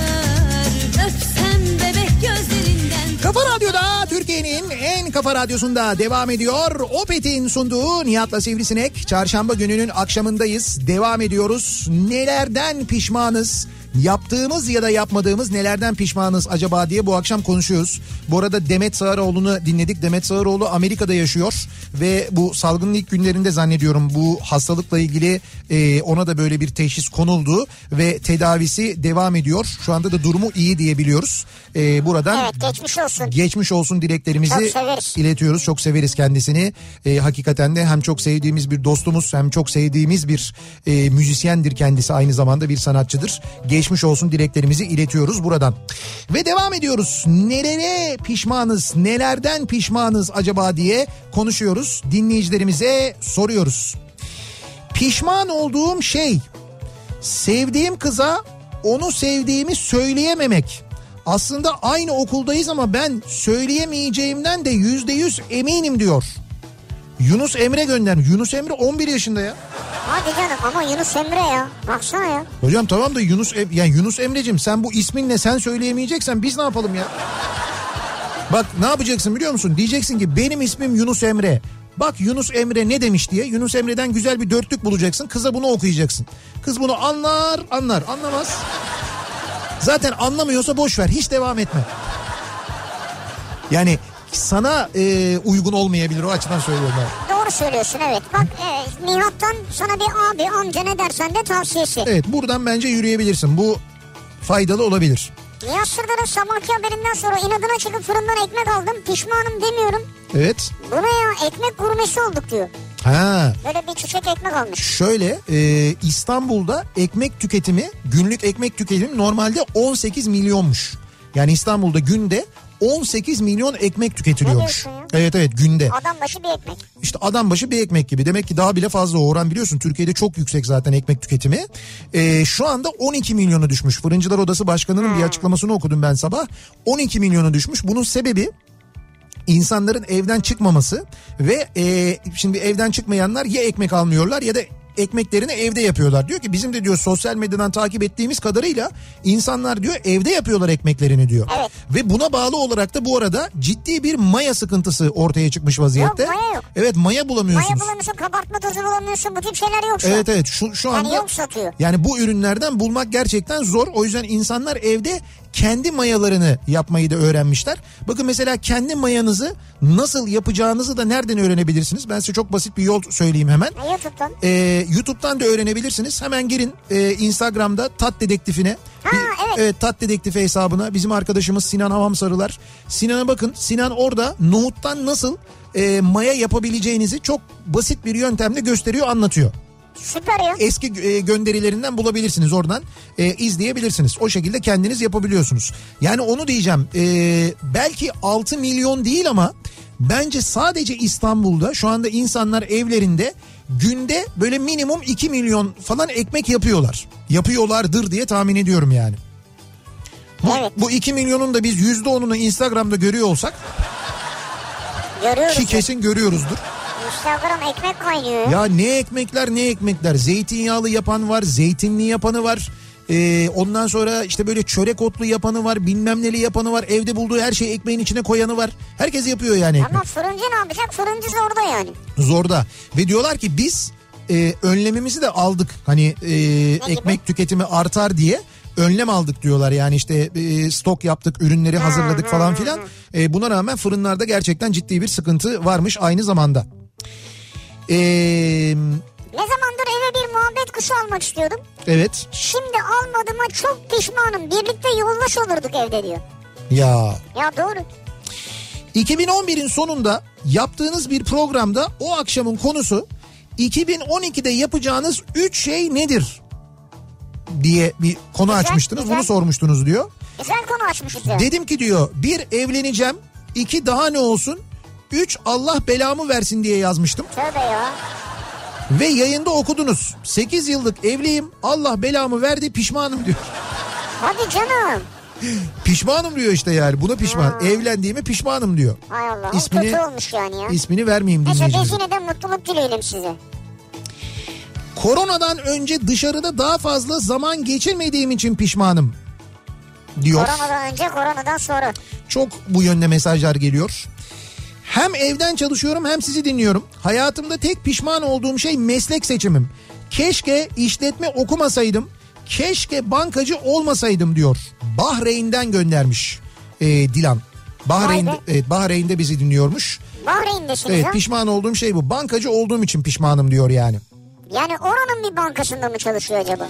Öpsem bebek gözlerinden. Kafa Radyo'da, Türkiye'nin en kafa radyosunda devam ediyor. Opet'in sunduğu Nihat'la Sivrisinek. Çarşamba gününün akşamındayız. Devam ediyoruz. Nelerden pişmanız? Yaptığımız ya da yapmadığımız nelerden pişmanız acaba diye bu akşam konuşuyoruz. Bu arada Demet Sağaroğlu'nu dinledik. Demet Sağaroğlu Amerika'da yaşıyor ve bu salgının ilk günlerinde zannediyorum bu hastalıkla ilgili e, ona da böyle bir teşhis konuldu ve tedavisi devam ediyor. Şu anda da durumu iyi diye biliyoruz. E, buradan Evet, geçmiş olsun. Geçmiş olsun dileklerimizi iletiyoruz. Çok severiz kendisini. E, hakikaten de hem çok sevdiğimiz bir dostumuz hem çok sevdiğimiz bir e, müzisyendir kendisi, aynı zamanda bir sanatçıdır. Geçmiş olsun dileklerimizi iletiyoruz buradan. Ve devam ediyoruz. Nelere pişmanız, nelerden pişmanız acaba diye konuşuyoruz. Dinleyicilerimize soruyoruz. Pişman olduğum şey, sevdiğim kıza onu sevdiğimi söyleyememek. Aslında aynı okuldayız ama ben söyleyemeyeceğimden de yüzde yüz eminim diyor. Yunus Emre göndermiş. Yunus Emre on bir yaşında ya. Hadi canım ama Yunus Emre ya. Baksana ya. Hocam tamam da Yunus em- yani Yunus Emre'cim sen bu isminle sen söyleyemeyeceksen biz ne yapalım ya? Bak ne yapacaksın biliyor musun? Diyeceksin ki benim ismim Yunus Emre. Bak Yunus Emre ne demiş diye Yunus Emre'den güzel bir dörtlük bulacaksın. Kıza bunu okuyacaksın. Kız bunu anlar anlar anlamaz. Zaten anlamıyorsa boş ver, hiç devam etme. Yani sana e, uygun olmayabilir, o açıdan söylüyorum ben. Doğru söylüyorsun evet. Bak e, Nihat'tan sana bir abi amca ne dersen de tavsiyesi. Evet, buradan bence yürüyebilirsin. Bu faydalı olabilir. Nihat Sırdar'ın sabahki haberinden sonra inadına çıkıp fırından ekmek aldım. Pişmanım demiyorum. Evet. Bu ne ya, ekmek gurmesi olduk diyor. Ha. Böyle bir çiçek ekmek almış. Şöyle e, İstanbul'da ekmek tüketimi, günlük ekmek tüketimi normalde on sekiz milyonmuş. Yani İstanbul'da günde on sekiz milyon ekmek tüketiliyormuş. Ne diyorsun ya? Evet evet, günde. Adam başı bir ekmek. İşte adam başı bir ekmek gibi. Demek ki daha bile fazla o oran, biliyorsun. Türkiye'de çok yüksek zaten ekmek tüketimi. Ee, şu anda on iki milyona düşmüş. Fırıncılar Odası Başkanı'nın hmm. bir açıklamasını okudum ben sabah. on iki milyona düşmüş. Bunun sebebi insanların evden çıkmaması ve e, şimdi evden çıkmayanlar ya ekmek almıyorlar ya da ekmeklerini evde yapıyorlar. Diyor ki bizim de diyor sosyal medyadan takip ettiğimiz kadarıyla insanlar diyor evde yapıyorlar ekmeklerini diyor. Evet. Ve buna bağlı olarak da bu arada ciddi bir maya sıkıntısı ortaya çıkmış vaziyette. Yok, maya yok. Evet, maya bulamıyorsunuz. Maya bulamıyorsun, kabartma tozu bulamıyorsun, bu tip şeyler yok şu Evet an. evet şu, şu anda. Yani yok satıyor. Yani bu ürünlerden bulmak gerçekten zor. O yüzden insanlar evde kendi mayalarını yapmayı da öğrenmişler. Bakın mesela kendi mayanızı nasıl yapacağınızı da nereden öğrenebilirsiniz? Ben size çok basit bir yol söyleyeyim hemen. YouTube'dan. Ee, YouTube'dan da öğrenebilirsiniz. Hemen girin e, Instagram'da Tat Dedektifine. Ha, Bir, evet. evet, Tat Dedektifi hesabına bizim arkadaşımız Sinan Havamsarılar. Sinan'a bakın. Sinan orada nohuttan nasıl e, maya yapabileceğinizi çok basit bir yöntemle gösteriyor, anlatıyor. Süper ya. Eski e, gönderilerinden bulabilirsiniz, oradan e, izleyebilirsiniz. O şekilde kendiniz yapabiliyorsunuz. Yani onu diyeceğim, e, belki altı milyon değil ama bence sadece İstanbul'da şu anda insanlar evlerinde günde böyle minimum iki milyon falan ekmek yapıyorlar. Yapıyorlardır diye tahmin ediyorum yani. Bu, evet. bu iki milyonun da biz yüzde onunu Instagram'da görüyor olsak, görüyoruz ki kesin ya. Görüyoruzdur. Instagram ekmek kaynıyor. Ya ne ekmekler ne ekmekler. Zeytinyağlı yapan var, zeytinli yapanı var. Ee, ondan sonra işte böyle çörek otlu yapanı var, bilmem neli yapanı var. Evde bulduğu her şeyi ekmeğin içine koyanı var. Herkes yapıyor yani ekmek. Ama fırıncı ne yapacak? Fırıncı zorda yani. Zorda. Ve diyorlar ki biz e, önlemimizi de aldık. Hani e, ekmek gibi? Tüketimi artar diye önlem aldık diyorlar. Yani işte e, stok yaptık, ürünleri hazırladık falan filan. E, buna rağmen fırınlarda gerçekten ciddi bir sıkıntı varmış aynı zamanda. Eee... Ne zamandır eve bir muhabbet kuşu almak istiyordum. Evet. Şimdi almadığıma çok pişmanım. Birlikte yoldaş olurduk evde diyor. Ya. Ya doğru. iki bin on birin sonunda yaptığınız bir programda o akşamın konusu iki bin on ikide yapacağınız üç şey nedir diye bir konu güzel, açmıştınız. Güzel. Bunu sormuştunuz diyor. Güzel konu açmışız ya. Dedim ki diyor, bir evleneceğim, iki daha ne olsun, üç Allah belamı versin diye yazmıştım. Tövbe ya. Ve yayında okudunuz. sekiz yıllık evliyim, Allah belamı verdi, pişmanım diyor. Hadi canım. Pişmanım diyor işte yani, buna pişman. Ha. Evlendiğime pişmanım diyor. Hay Allah, İsmini, kötü olmuş yani ya. İsmini vermeyeyim dinleyicilerimize. Neyse biz yine de mutluluk dileyelim size. Koronadan önce dışarıda daha fazla zaman geçirmediğim için pişmanım diyor. Koronadan önce, koronadan sonra. Çok bu yönde mesajlar geliyor. Hem evden çalışıyorum hem sizi dinliyorum. Hayatımda tek pişman olduğum şey meslek seçimim. Keşke işletme okumasaydım. Keşke bankacı olmasaydım diyor. Bahreyn'den göndermiş e, Dilan. Bahreyn'de, evet, Bahreyn'de bizi dinliyormuş. Bahreyn'desiniz evet, ha? Pişman olduğum şey bu. Bankacı olduğum için pişmanım diyor yani. Yani oranın bir bankasında mı çalışıyor acaba?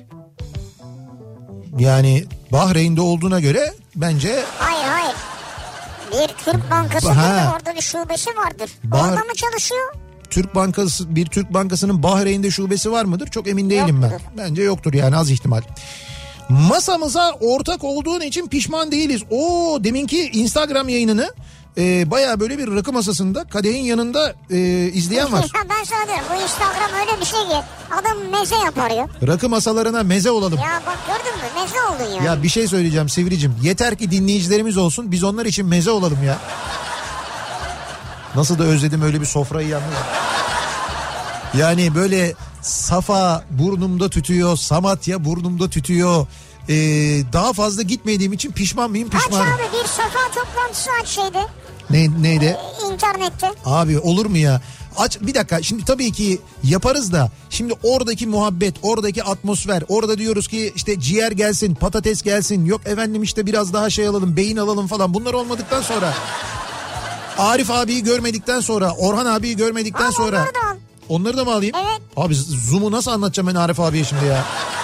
Yani Bahreyn'de olduğuna göre bence... Hayır hayır. Bir Türk bankası ha. Orada bir şubesi vardır. Bah- Orada mı çalışıyor? Türk bankası, bir Türk bankasının Bahreyn'de şubesi var mıdır? Çok emin değilim yoktur. Ben. Bence yoktur yani, az ihtimal. Masamıza ortak olduğun için pişman değiliz. Oo, deminki Instagram yayınını e, bayağı böyle bir rakı masasında kadehin yanında e, izleyen var. Ya ben sana diyorum, bu Instagram öyle bir şey ki adam meze yapar ya. Rakı masalarına meze olalım. Ya bak gördün mü, meze oldun yani. Ya bir şey söyleyeceğim Sivricim. Yeter ki dinleyicilerimiz olsun, biz onlar için meze olalım ya. Nasıl da özledim öyle bir sofrayı yalnız. Yani böyle Safa burnumda tütüyor, Samatya burnumda tütüyor. Ee, daha fazla gitmediğim için pişman mıyım? Pişmanım. Aç abi bir Safa toplantısı aç şeyde. Ne, neydi? Ee, internette. Abi olur mu ya? Aç bir dakika, şimdi tabii ki yaparız da şimdi oradaki muhabbet, oradaki atmosfer, orada diyoruz ki işte ciğer gelsin, patates gelsin, yok efendim işte biraz daha şey alalım, beyin alalım falan, bunlar olmadıktan sonra Arif abiyi görmedikten sonra, Orhan abiyi görmedikten Abi sonra onları da al. Onları da mı alayım? Evet. Abi Zoom'u nasıl anlatacağım ben Arif abiye şimdi ya?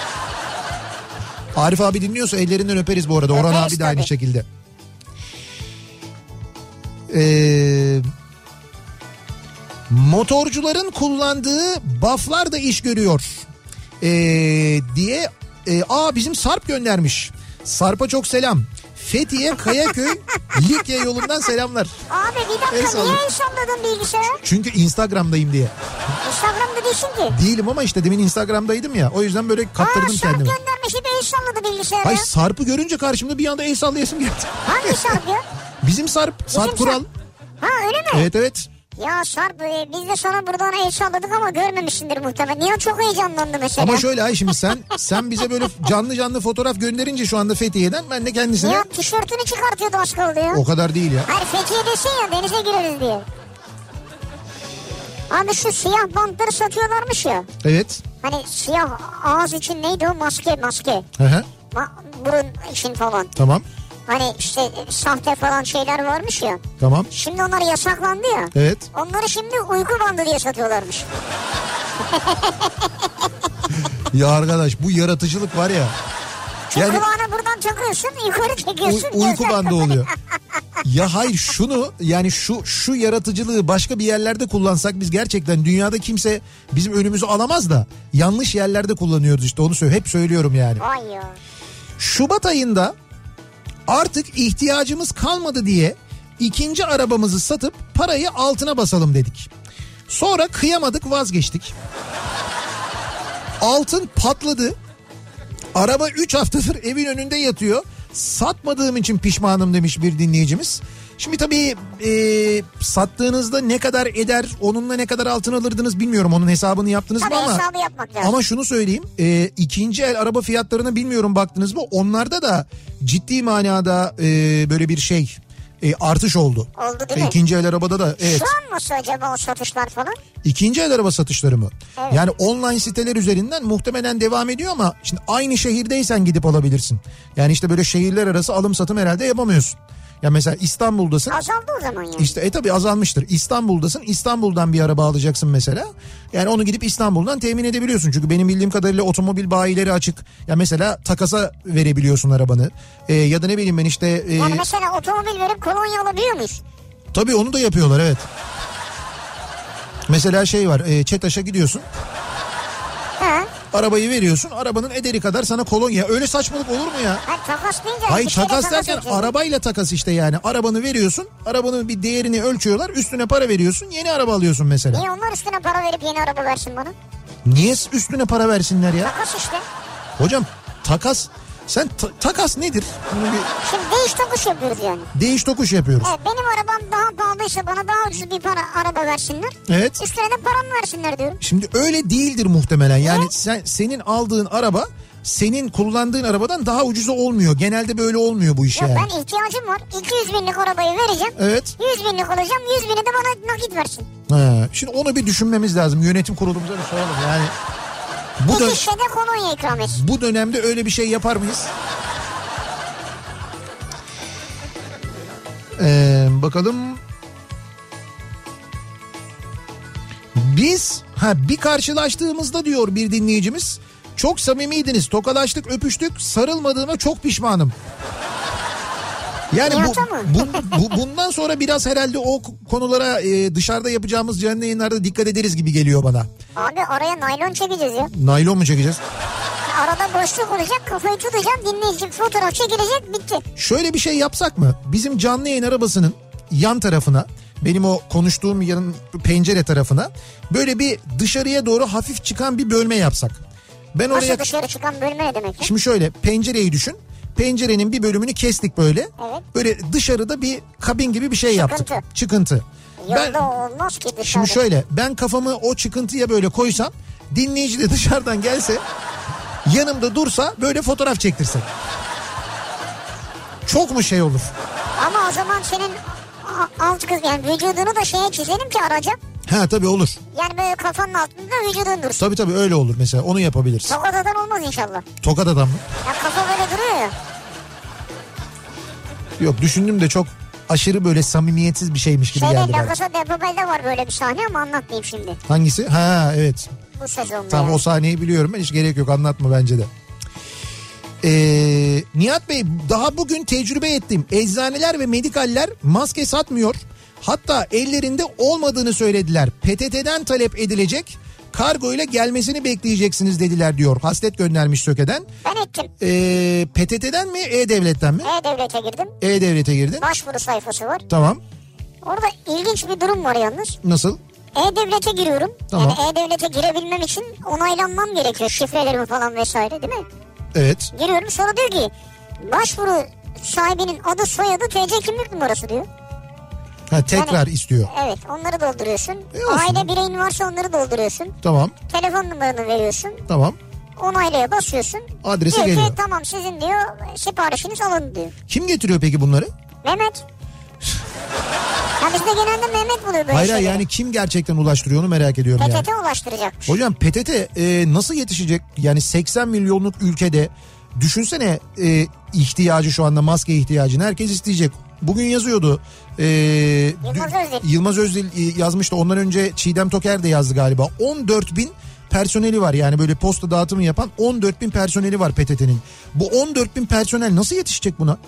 Arif abi dinliyorsa ellerinden öperiz bu arada. Orhan Öperiz abi de aynı tabii. şekilde. Eee... Motorcuların kullandığı baflar da iş görüyor ee, diye e, aa bizim Sarp göndermiş. Sarp'a çok selam. Fethiye Kayaköy Likya yolundan selamlar. Abi bir dakika, El sallayın. niye el salladın bilgisayara? Çünkü Instagram'dayım diye. Instagram'da değilsin ki. Değilim ama işte demin Instagram'daydım ya, o yüzden böyle kaptırdım Aa, Sarp kendimi. göndermiş bir el salladı bilgisayara. Hayır, Sarp'ı görünce karşımda bir anda el sallayasım geldi. Hangi Sarp ya? Bizim Sarp, Sarp Bizim Kural. Sarp. Ha öyle mi? Evet evet. Ya Sarp e, biz de sana buradan el salladık ama görmemişsindir muhtemelen. Niye çok heyecanlandı mesela? Ama şöyle ay şimdi sen sen bize böyle canlı canlı fotoğraf gönderince şu anda Fethiye'den, ben de kendisine... Ya tişörtünü çıkartıyordu az kaldı ya. O kadar değil ya. Hayır Fethiye desin ya, denize gireriz diye. Abi şu siyah bantları satıyorlarmış ya. Evet. Hani siyah ağız için neydi o, maske maske. Hı hı. Ma- burun için falan. Tamam. Hani işte e, sahte falan şeyler varmış ya. Tamam. Şimdi onlar yasaklandı ya. Evet. Onları şimdi uyku bandı diye satıyorlarmış. Ya arkadaş bu yaratıcılık var ya. Şu Yani kulağına buradan takıyorsun, yukarı çekiyorsun. u- uyku gözler bandı kapalı. oluyor. Ya hayır, şunu yani şu şu yaratıcılığı başka bir yerlerde kullansak biz gerçekten dünyada kimse bizim önümüzü alamaz da yanlış yerlerde kullanıyoruz işte, onu söyle hep söylüyorum yani. Vay ya. Şubat ayında artık ihtiyacımız kalmadı diye ikinci arabamızı satıp parayı altına basalım dedik. Sonra kıyamadık, vazgeçtik. Altın patladı. Araba üç haftadır evin önünde yatıyor. Satmadığım için pişmanım demiş bir dinleyicimiz. Şimdi tabii e, sattığınızda ne kadar eder, onunla ne kadar altın alırdınız bilmiyorum, onun hesabını yaptınız Tabii mı ama... hesabı yapmak lazım. Ama şunu söyleyeyim, e, ikinci el araba fiyatlarına bilmiyorum baktınız mı, onlarda da ciddi manada e, böyle bir şey e, artış oldu. Oldu değil e, mi? İkinci el arabada da evet. Şu an nasıl acaba o satışlar falan? İkinci el araba satışları mı? Evet. Yani online siteler üzerinden muhtemelen devam ediyor ama şimdi aynı şehirdeysen gidip alabilirsin. Yani işte böyle şehirler arası alım satım herhalde yapamıyorsun. Ya mesela İstanbul'dasın. Azaldı o zaman yani. İşte e tabii azalmıştır. İstanbul'dasın. İstanbul'dan bir araba alacaksın mesela. Yani onu gidip İstanbul'dan temin edebiliyorsun. Çünkü benim bildiğim kadarıyla otomobil bayileri açık. Ya mesela takasa verebiliyorsun arabanı. Ee, ya da ne bileyim ben işte. E, Yani mesela otomobil verip kolonya alabiliyor muyuz? tabii onu da yapıyorlar, evet. Mesela şey var. E, Çetaş'a gidiyorsun. He. Arabayı veriyorsun. Arabanın ederi kadar sana kolonya. Öyle saçmalık olur mu ya? Ha, takas deyince. Hayır, bir kere takas derken edeceğiz. arabayla takas işte yani. Arabanı veriyorsun. Arabanın bir değerini ölçüyorlar. Üstüne para veriyorsun. Yeni araba alıyorsun mesela. Niye onlar üstüne para verip yeni araba versin bana? Niye üstüne para versinler ya? Takas işte. Hocam takas, sen ta- takas nedir? Bunu bir Şimdi değiş tokuş yapıyoruz yani. değiş tokuş yapıyoruz. Evet, benim arabam daha pahalıysa bana daha ucuz bir para araba versinler. Evet. Üstüne de paramı versinler diyorum. Şimdi öyle değildir muhtemelen. Yani sen senin aldığın araba senin kullandığın arabadan daha ucuza olmuyor. Genelde böyle olmuyor bu iş Yok, yani. ben ihtiyacım var. iki yüz binlik arabayı vereceğim. Evet. yüz binlik alacağım. yüz bini de bana nakit versin. Ha, şimdi onu bir düşünmemiz lazım. Yönetim kurulumuza bir soralım yani. Bu, Bu dön- işte de kolonya ikram etsin. bu dönemde öyle bir şey yapar mıyız? Ee, bakalım. Biz ha bir karşılaştığımızda diyor bir dinleyicimiz, çok samimiydiniz, tokalaştık, öpüştük, sarılmadığıma çok pişmanım. Yani bu, Nihat'a mı? bu, bu bundan sonra biraz herhalde o konulara e, dışarıda yapacağımız canlı yayınlarda dikkat ederiz gibi geliyor bana. Abi araya naylon çekeceğiz ya. Naylon mu çekeceğiz? Arada boşluk olacak, kafayı tutacağım, dinleyici fotoğraf çekilecek, bitti. Şöyle bir şey yapsak mı? Bizim canlı yayın arabasının yan tarafına, benim o konuştuğum yanın pencere tarafına böyle bir dışarıya doğru hafif çıkan bir bölme yapsak. Ben Nasıl oraya dışarı çıkan bölme ne demek ya? şimdi şöyle pencereyi düşün. Pencerenin bir bölümünü kestik böyle. Evet. Böyle dışarıda bir kabin gibi bir şey Çıkıntı. yaptık. Çıkıntı. Yolda Ben- olmaz ki dışarıda. Şimdi şöyle, ben kafamı o çıkıntıya böyle koysam, dinleyici de dışarıdan gelse, yanımda dursa, böyle fotoğraf çektirsek. Çok mu şey olur? Ama o zaman senin a- alt kız yani vücudunu da şeye çizelim ki araca. Ha tabii olur. Yani böyle kafanın altında vücudun dursun. Tabii tabii öyle olur mesela, onu yapabiliriz. Tokat adam olmaz inşallah. Tokat adam mı? Ya kafa böyle duruyor ya. Yok, düşündüm de çok aşırı böyle samimiyetsiz bir şeymiş gibi Şeyde geldi La bana. Casa de Papel'de var böyle bir sahne ama anlatmayayım şimdi. Hangisi? Ha evet. Bu sezonda Tamam, yani. o sahneyi biliyorum ben, hiç gerek yok, anlatma bence de. Ee, Nihat Bey, daha bugün tecrübe ettim. Eczaneler ve medikaller maske satmıyor. Hatta ellerinde olmadığını söylediler. P T T'den talep edilecek, kargo ile gelmesini bekleyeceksiniz dediler diyor. Hasret göndermiş Söke'den. Ben ettim. Ee, P T T'den mi, E-Devlet'ten mi? E-Devlet'e girdim. E-Devlet'e girdin. Başvuru sayfası var. Tamam. Orada ilginç bir durum var yalnız. Nasıl? E-Devlet'e giriyorum. Tamam. Yani E-Devlet'e girebilmem için onaylanmam gerekiyor. Şifrelerimi falan vesaire değil mi? Evet. Giriyorum, sonra diyor ki başvuru sahibinin adı, soyadı, T C kimlik numarası diyor. Ha, tekrar Yani- istiyor. Evet, onları dolduruyorsun. E olsun. Aile bireyin varsa onları dolduruyorsun. Tamam. Telefon numaranı veriyorsun. Tamam. Onaylaya basıyorsun. Adrese diyor geliyor. ki tamam sizin diyor siparişiniz alın diyor. Kim getiriyor peki bunları? Mehmet. Ya bizde genelde Mehmet buluyor böyle Hayır şeyleri. yani kim gerçekten ulaştırıyor, onu merak ediyorum P T yani. T ulaştıracakmış. Hocam P T T e, nasıl yetişecek? Yani seksen milyonluk ülkede düşünsene, e, ihtiyacı şu anda, maske ihtiyacını herkes isteyecek. Bugün yazıyordu. E, Yılmaz dü- Özdil. Yılmaz Özdil e, yazmıştı. Ondan önce Çiğdem Toker de yazdı galiba. on dört bin personeli var, yani böyle posta dağıtımı yapan on dört bin personeli var P T T'nin. Bu on dört bin personel nasıl yetişecek buna?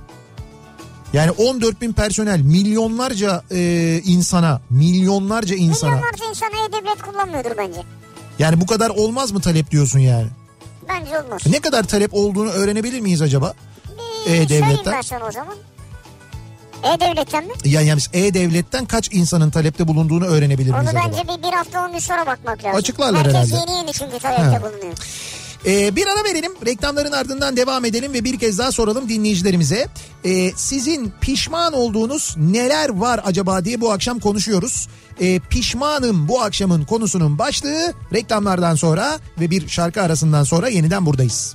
Yani on dört bin personel milyonlarca e, insana, milyonlarca insana. Milyonlarca insan E-Devlet kullanmıyordur bence. Yani bu kadar olmaz mı talep diyorsun yani? Bence olmaz. Ne kadar talep olduğunu öğrenebilir miyiz acaba? Bir E-Devlet'ten. söyleyeyim ben sana o zaman. E-Devlet'ten mi? Yani, yani biz E-Devlet'ten kaç insanın talepte bulunduğunu öğrenebilir Onu miyiz acaba? bence bir, bir hafta on gün sonra bakmak lazım. Açıklarlar Herkes herhalde. yeni yeni çünkü talepte Ha. bulunuyor. Ee, bir ara verelim, reklamların ardından devam edelim ve bir kez daha soralım dinleyicilerimize. Ee, sizin pişman olduğunuz neler var acaba diye bu akşam konuşuyoruz. Ee, pişmanım bu akşamın konusunun başlığı. Reklamlardan sonra ve bir şarkı arasından sonra yeniden buradayız.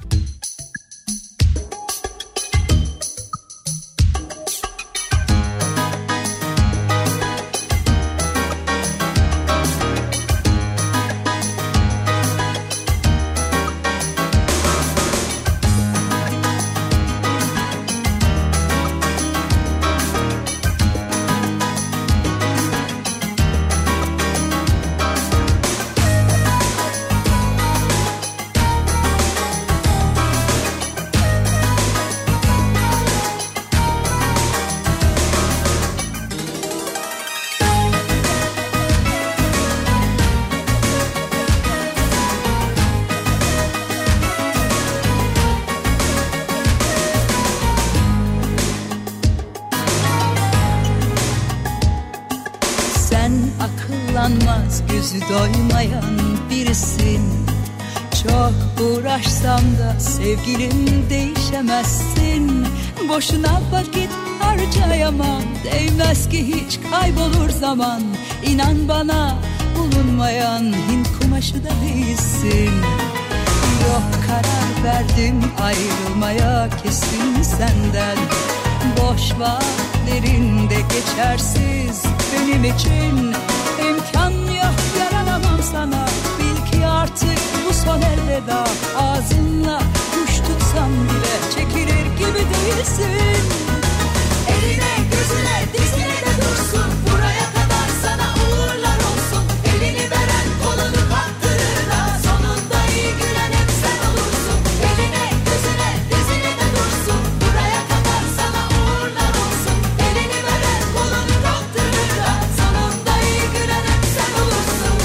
akıllanmaz gözü doymayan birisin. Çok uğraşsam da sevgilim değişemezsin. Boşuna vakit harcayamam, değmez ki hiç kaybolur zaman. İnan bana bulunmayan Hint kumaşı da değilsin. Yok, karar verdim ayrılmaya kesin senden. Boş vaatlerinde geçersiz benim için. İmkan yok, yaranamam sana. Bil ki artık bu son elveda. Ağzınla kuş tutsam bile çekilir gibi değilsin. Eline gözüne dizine de dursun, buraya kadar sana uğurlar olsun. Elini veren kolunu kaptırır da sonunda iyi gülen hep sen olursun. Eline gözüne dizine de dursun, buraya kadar sana uğurlar olsun. Elini veren kolunu kaptırır da sonunda iyi gülen hep sen olursun.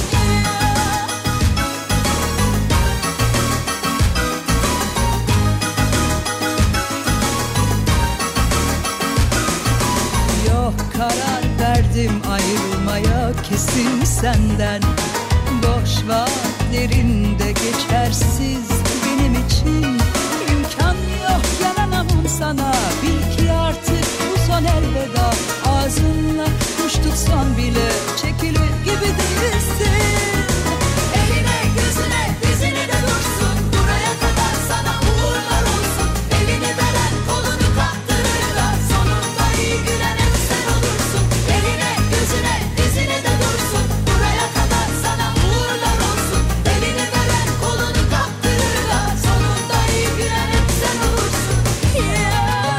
Yok, karar verdim ayrılmaya kesin senden. Boş vaatlerinde geçersiz benim için. İmkan yok, yaranamam sana. Bil ki artık bu son elveda. Ağzınla kuş tutsan bile çekilir gibi değilsin. Eline gözüne dizine de dursun, buraya kadar sana uğurlar olsun. Elini veren kolunu kaptırır da sonunda iyi gülen hep sen olursun. Eline gözüne dizine de dursun, buraya kadar sana uğurlar olsun. Elini veren kolunu kaptırır da sonunda iyi gülen hep sen olursun. Yeah.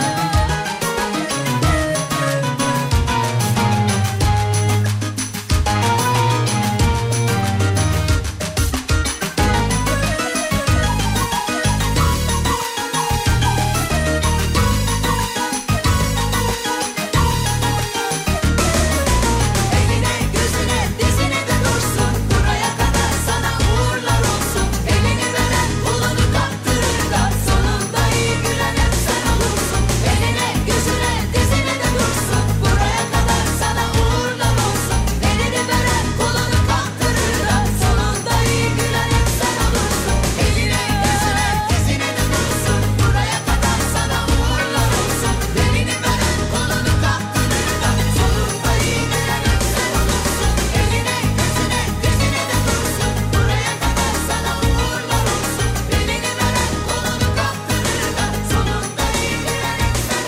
Eline gözüne dizine de dursun, buraya kadar sana uğurlar olsun. Elini veren kolunu kaptırır da sonunda iyi gülen hep sen olursun. Eline gözüne dizine de dursun, buraya kadar sana uğurlar olsun. Elini veren kolunu kaptırır da sonunda iyi gülen hep sen olursun. Eline gözüne dizine de dursun, buraya kadar sana uğurlar olsun. Elini veren kolunu kaptırır da sonunda iyi gülen hep sen olursun. Eline gözüne dizine de dursun, buraya kadar sana uğurlar olsun. Elini veren kolunu kaptırır da sonunda iyi gülen hep sen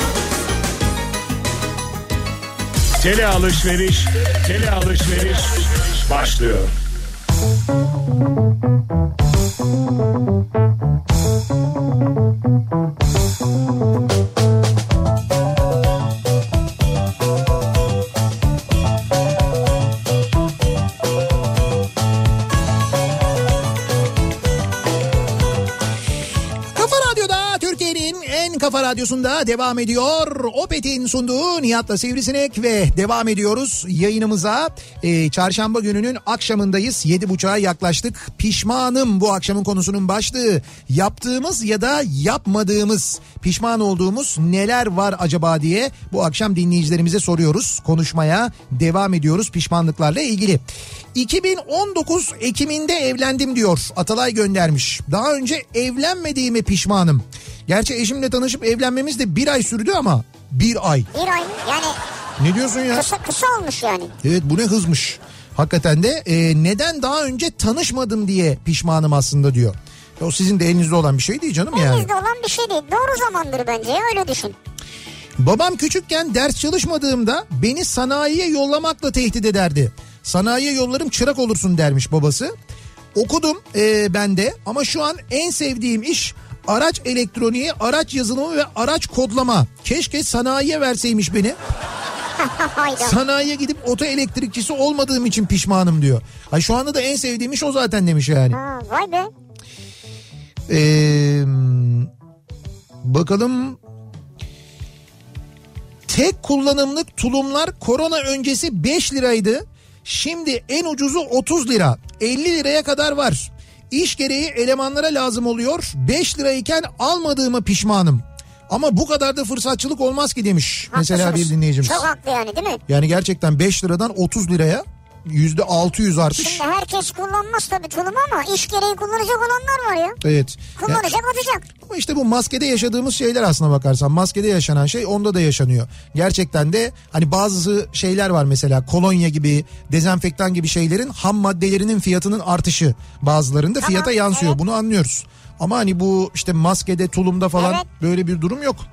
olursun. Tele alışveriş, tele alışveriş başlıyor. Kafa Radyo'da, Türkiye'nin en kafa radyosunda devam ediyor. Opet'in sunduğu Nihat'la Sivrisinek ve devam ediyoruz yayınımıza. Ee, çarşamba gününün akşamındayız. Yedi buçuğa yaklaştık. Pişmanım bu akşamın konusunun başlığı. Yaptığımız ya da yapmadığımız, pişman olduğumuz neler var acaba diye bu akşam dinleyicilerimize soruyoruz. Konuşmaya devam ediyoruz pişmanlıklarla ilgili. iki bin on dokuz Ekim'inde evlendim diyor. Atalay göndermiş. Daha önce evlenmediğime pişmanım. Gerçi eşimle tanışıp evlenmemiz de bir ay sürdü ama bir ay. Bir ay mı? Yani Ne diyorsun ya? kısa kısa olmuş yani. Evet, bu ne hızmış. Hakikaten de e, neden daha önce tanışmadım diye pişmanım aslında diyor. O sizin de elinizde olan bir şey değil canım yani. Elinizde olan bir şey değil. Doğru zamandır bence, öyle düşün. Babam küçükken ders çalışmadığımda beni sanayiye yollamakla tehdit ederdi. Sanayiye yollarım çırak olursun dermiş babası. Okudum e, ben de ama şu an en sevdiğim iş araç elektroniği, araç yazılımı ve araç kodlama. Keşke sanayiye verseymiş beni. Hayda. Sanayiye gidip oto elektrikçisi olmadığım için pişmanım diyor. Ay şu anda da en sevdiğim iş o zaten demiş yani. Ha, vay be. Ee, bakalım. Tek kullanımlık tulumlar korona öncesi beş liraydı. Şimdi en ucuzu otuz lira. elli liraya kadar var. İş gereği elemanlara lazım oluyor. beş lirayken almadığıma pişmanım. Ama bu kadar da fırsatçılık olmaz ki demiş. Haklısınız. Mesela bir dinleyicimiz. Çok haklı yani, değil mi? Yani gerçekten beş liradan otuz liraya yüzde altı yüz artış. Şimdi herkes kullanmaz tabii tulum ama iş gereği kullanacak olanlar var ya. Evet. Kullanacak, Ya, atacak. ama işte bu maskede yaşadığımız şeyler aslına bakarsan. Maskede yaşanan şey onda da yaşanıyor. Gerçekten de hani bazı şeyler var mesela, kolonya gibi, dezenfektan gibi şeylerin ham maddelerinin fiyatının artışı bazılarında Tamam, fiyata yansıyor. evet. Bunu anlıyoruz. Ama hani bu işte maskede, tulumda falan Evet. böyle bir durum yok.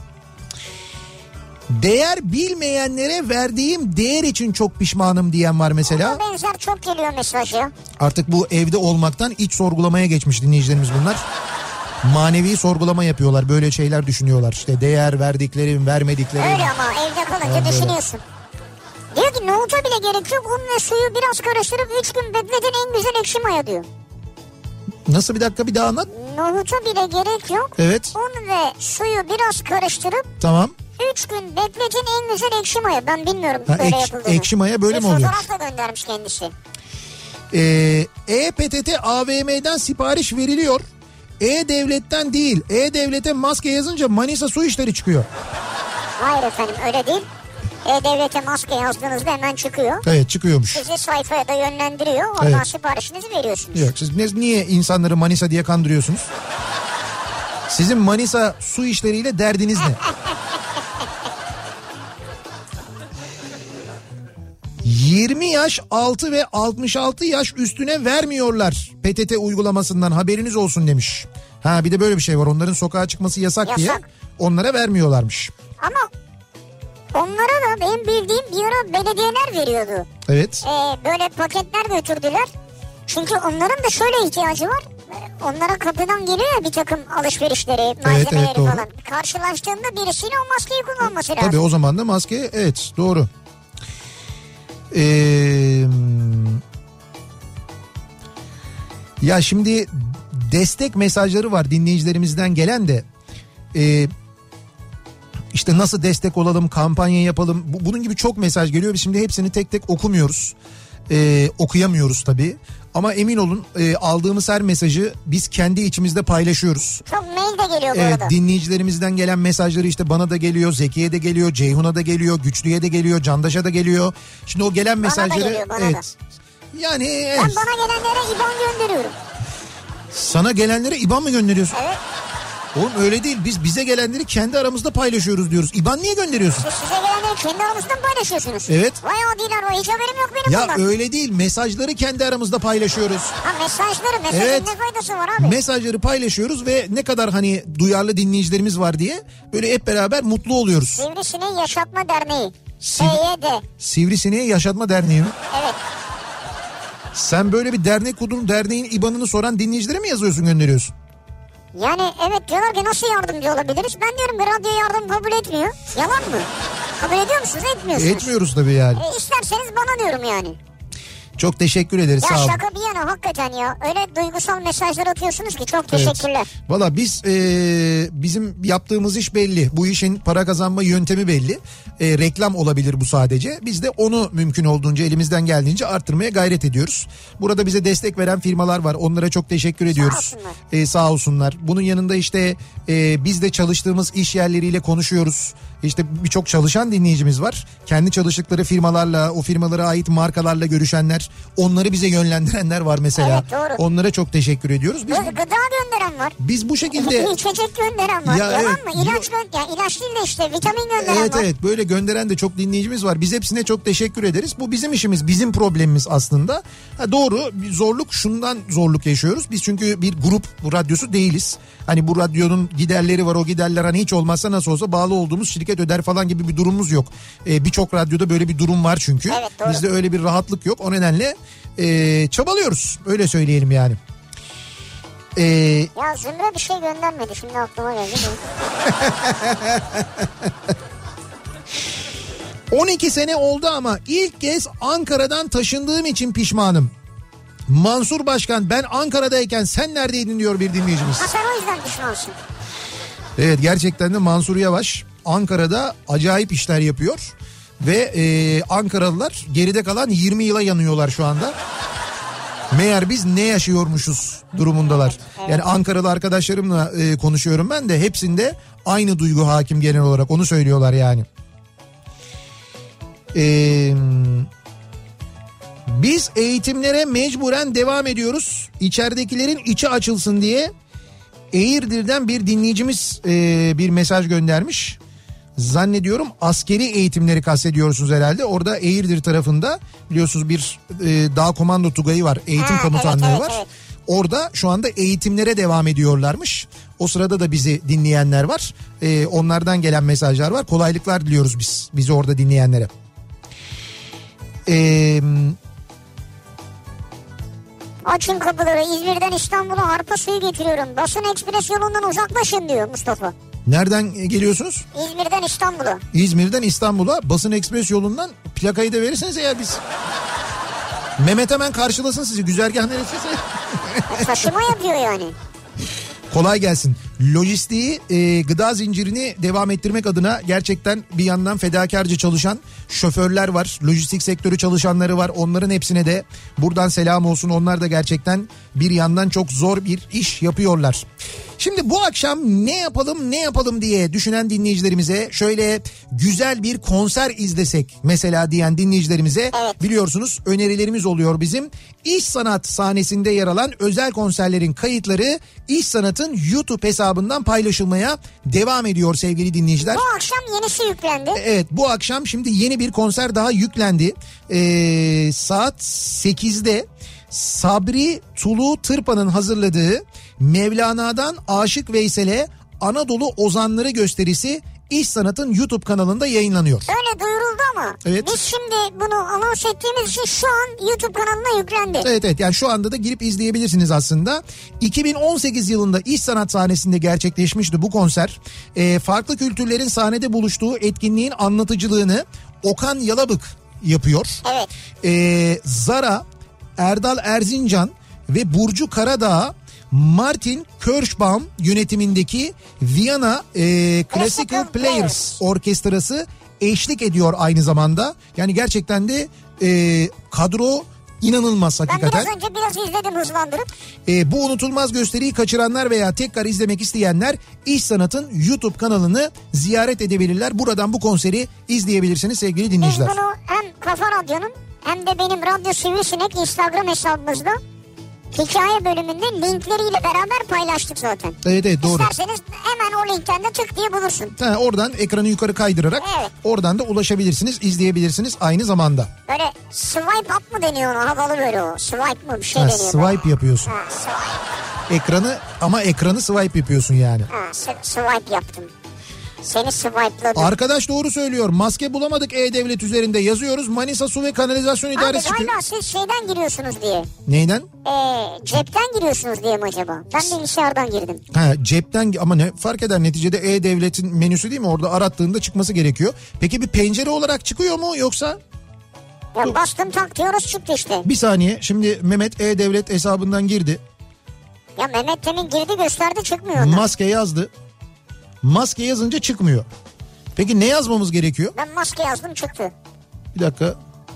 Değer bilmeyenlere verdiğim değer için çok pişmanım diyen var mesela. Ona benzer çok geliyor mesaj ya. Artık bu evde olmaktan iç sorgulamaya geçmiş dinleyicilerimiz bunlar. Manevi sorgulama yapıyorlar, böyle şeyler düşünüyorlar. İşte değer verdiklerim, vermediklerim. Öyle ama evde kalınca Evet, düşünüyorsun. Diyor ki nohuta bile gerek yok. Un ve suyu biraz karıştırıp üç gün bekletin, en güzel ekşi maya diyor. Nasıl, bir dakika bir daha anlat. Nohuta bile gerek yok. Evet. Un ve suyu biraz karıştırıp Tamam. üç gün bekletin, en güzel ekşi maya. Ben bilmiyorum Ha, böyle ek- yapıldığını. ekşi maya böyle bir mi oluyor? fotoğraf da göndermiş kendisi. Ee, E-P T T A V M'den sipariş veriliyor. E-Devlet'ten değil. E-Devlet'e maske yazınca Manisa Su İşleri çıkıyor. Hayır efendim, öyle değil. E-Devlet'e maske yazdığınızda hemen çıkıyor. Evet, çıkıyormuş. Sizi sayfaya da yönlendiriyor. Oradan Evet. siparişinizi veriyorsunuz. Yok, siz ne- niye insanları Manisa diye kandırıyorsunuz? Sizin Manisa Su İşleri'yle derdiniz ne? yirmi yaş altı ve altmış altı yaş üstüne vermiyorlar P T T uygulamasından, haberiniz olsun demiş. Ha bir de böyle bir şey var, onların sokağa çıkması yasak, yasak. diye onlara vermiyorlarmış. Ama onlara da benim bildiğim bir ara belediyeler veriyordu. Evet. Ee, böyle paketler götürdüler. Çünkü onların da şöyle ihtiyacı var. Onlara kapıdan geliyor ya bir takım alışverişleri, malzemeleri evet, evet, falan. Karşılaştığında birisiyle o maskeyi kullanması lazım. Tabii o zaman da maske, evet doğru. Ee, ya şimdi destek mesajları var dinleyicilerimizden gelen de. Ee, işte nasıl destek olalım, kampanya yapalım. Bunun gibi çok mesaj geliyor. Biz şimdi hepsini tek tek okumuyoruz. Ee, okuyamıyoruz tabii. Ama emin olun e, aldığımız her mesajı biz kendi içimizde paylaşıyoruz. Çok mail de geliyor bu evet, arada. Dinleyicilerimizden gelen mesajları işte bana da geliyor, Zeki'ye de geliyor, Ceyhun'a da geliyor, Güçlü'ye de geliyor, Candaş'a da geliyor. Şimdi o gelen bana mesajları... Da geliyor, bana evet. da. Yani... Ben evet. bana gelenlere İban gönderiyorum. Sana gelenlere İban mı gönderiyorsun? Evet. Oğlum öyle değil. Biz bize gelenleri kendi aramızda paylaşıyoruz diyoruz. İban niye gönderiyorsun? Siz size gelenleri kendi aramızda mı paylaşıyorsunuz? Evet. Vay adiler vay, hiç haberim yok benim ya bundan. Ya öyle değil. Mesajları kendi aramızda paylaşıyoruz. Ha mesajları. Mesajın evet. ne faydası var abi? Mesajları paylaşıyoruz ve ne kadar hani duyarlı dinleyicilerimiz var diye böyle hep beraber mutlu oluyoruz. Sivrisineği Yaşatma Derneği. S Y D. Sivrisineği Yaşatma Derneği mi? Evet. Sen böyle bir dernek kurdun, derneğin İban'ını soran dinleyicilere mi yazıyorsun, gönderiyorsun? Yani evet, diyorlar ki nasıl yardımcı olabiliriz? Ben diyorum ki radyo yardım kabul etmiyor. Yalan mı? Kabul ediyor musunuz? Etmiyorsunuz. Etmiyoruz tabii yani. E, isterseniz bana diyorum yani. Çok teşekkür ederiz, ya sağ olun. Ya şaka bir yana hakikaten ya. Öyle duygusal mesajlar atıyorsunuz ki çok teşekkürler. Evet. Valla biz e, bizim yaptığımız iş belli. Bu işin para kazanma yöntemi belli. E, reklam olabilir bu sadece. Biz de onu mümkün olduğunca elimizden geldiğince arttırmaya gayret ediyoruz. Burada bize destek veren firmalar var. Onlara çok teşekkür ediyoruz. Sağ olsunlar. E, sağ olsunlar. Bunun yanında işte e, biz de çalıştığımız iş yerleriyle konuşuyoruz. İşte birçok çalışan dinleyicimiz var. Kendi çalıştıkları firmalarla, o firmalara ait markalarla görüşenler, onları bize yönlendirenler var mesela. Evet, doğru. Onlara çok teşekkür ediyoruz. Biz, gıda gönderen var. Biz bu şekilde... İçecek gönderen var. Ya, evet, mı? İlaç, gö... ya, ilaç değil de işte vitamin gönderen evet, var. Evet evet, böyle gönderen de çok dinleyicimiz var. Biz hepsine çok teşekkür ederiz. Bu bizim işimiz, bizim problemimiz aslında. Ha, doğru, bir zorluk, şundan zorluk yaşıyoruz. Biz çünkü bir grup radyosu değiliz. Hani bu radyonun giderleri var, o giderler hani hiç olmazsa nasıl olsa bağlı olduğumuz şirket öder falan gibi bir durumumuz yok. Ee, Birçok radyoda böyle bir durum var çünkü. Evet, doğru. Bizde öyle bir rahatlık yok. O nedenle e, çabalıyoruz. Öyle söyleyelim yani. Ee, ya Zümre bir şey göndermedi. Şimdi aklıma geldi. on iki sene oldu ama ilk kez Ankara'dan taşındığım için pişmanım. Mansur Başkan, ben Ankara'dayken sen neredeydin diyor bir dinleyicimiz. Ha, sen o yüzden pişmansın. Evet, gerçekten de Mansur Yavaş Ankara'da acayip işler yapıyor. Ve e, Ankaralılar geride kalan yirmi yıla yanıyorlar şu anda. Meğer biz ne yaşıyormuşuz durumundalar. Evet, evet. Yani Ankaralı arkadaşlarımla e, konuşuyorum ben de, hepsinde aynı duygu hakim genel olarak, onu söylüyorlar yani. Eee... Biz eğitimlere mecburen devam ediyoruz. İçeridekilerin içi açılsın diye Eğirdir'den bir dinleyicimiz e, bir mesaj göndermiş. Zannediyorum askeri eğitimleri kastediyorsunuz herhalde. Orada Eğirdir tarafında biliyorsunuz bir e, dağ komando tugayı var. Eğitim ha, komutanlığı evet, evet, var. Evet. Orada şu anda eğitimlere devam ediyorlarmış. O sırada da bizi dinleyenler var. E, onlardan gelen mesajlar var. Kolaylıklar diliyoruz biz bizi orada dinleyenlere. Eee... Açın kapıları, İzmir'den İstanbul'a arpa suyu getiriyorum. Basın Ekspres yolundan uzaklaşın diyor Mustafa. Nereden geliyorsunuz? İzmir'den İstanbul'a. İzmir'den İstanbul'a Basın Ekspres yolundan, plakayı da verirseniz eğer biz. Mehmet hemen karşılasın sizi, güzergah neresiyse. Taşıma yapıyor yani. Kolay gelsin. Lojistiği, e, gıda zincirini devam ettirmek adına gerçekten bir yandan fedakarca çalışan şoförler var. Lojistik sektörü çalışanları var. Onların hepsine de buradan selam olsun. Onlar da gerçekten bir yandan çok zor bir iş yapıyorlar. Şimdi bu akşam ne yapalım ne yapalım diye düşünen dinleyicilerimize şöyle güzel bir konser izlesek mesela diyen dinleyicilerimize evet. biliyorsunuz önerilerimiz oluyor bizim. İş Sanat sahnesinde yer alan özel konserlerin kayıtları İş Sanat'ın YouTube hesabından paylaşılmaya devam ediyor sevgili dinleyiciler. Bu akşam yenisi yüklendi. Evet, bu akşam şimdi yeni bir konser daha yüklendi. Ee, saat sekizde Sabri Tulu Tırpan'ın hazırladığı Mevlana'dan Aşık Veysel'e Anadolu Ozanları gösterisi İş Sanat'ın YouTube kanalında yayınlanıyor. Öyle duyuruldu ama evet. biz şimdi bunu anons ettiğimiz için şu an YouTube kanalına yüklendi. Evet evet, yani şu anda da girip izleyebilirsiniz aslında. iki bin on sekiz yılında İş Sanat sahnesinde gerçekleşmişti bu konser. Ee, farklı kültürlerin sahnede buluştuğu etkinliğin anlatıcılığını Okan Yalabık yapıyor. Evet. Ee, Zara, Erdal Erzincan ve Burcu Karadağ Martin Kirschbaum yönetimindeki Viyana e, Classical Players Orkestrası eşlik ediyor aynı zamanda. Yani gerçekten de e, kadro inanılmaz hakikaten. Ben biraz önce biraz izledim hızlandırıp. E, bu unutulmaz gösteriyi kaçıranlar veya tekrar izlemek isteyenler İş Sanat'ın YouTube kanalını ziyaret edebilirler. Buradan bu konseri izleyebilirsiniz sevgili dinleyiciler. Biz bunu hem Kafa Radyo'nun hem de benim Radyo Sivrisinek Instagram hesabımızda hikaye bölümünde linkleriyle beraber paylaştık zaten. Evet evet, doğru. İsterseniz hemen o linkten de tık diye bulursun. Ha, oradan ekranı yukarı kaydırarak evet. oradan da ulaşabilirsiniz, izleyebilirsiniz aynı zamanda. Böyle swipe up mı deniyor ona, havalı böyle o. Swipe mı bir şey ha, deniyor. Swipe böyle. yapıyorsun. Ha, swipe. Ekranı ama ekranı swipe yapıyorsun yani. Ha, swipe yaptım. Seni swipe'ladım. Arkadaş doğru söylüyor. Maske bulamadık E-Devlet üzerinde yazıyoruz. Manisa Su ve Kanalizasyon İdaresi çıkıyor. Abi galiba siz şeyden giriyorsunuz diye. Neyden? Ee, cepten giriyorsunuz diye mi acaba? Ben bilgisayardan girdim. Ha, cepten ama ne fark eder, neticede E-Devlet'in menüsü değil mi? Orada arattığında çıkması gerekiyor. Peki bir pencere olarak çıkıyor mu yoksa? Ya bastım tak diyoruz çıktı işte. Bir saniye, şimdi Mehmet E-Devlet hesabından girdi. Ya Mehmet demin girdi gösterdi çıkmıyor ondan. Maske yazdı. Maske yazınca çıkmıyor. Peki ne yazmamız gerekiyor? Ben maske yazdım çıktı. Bir dakika.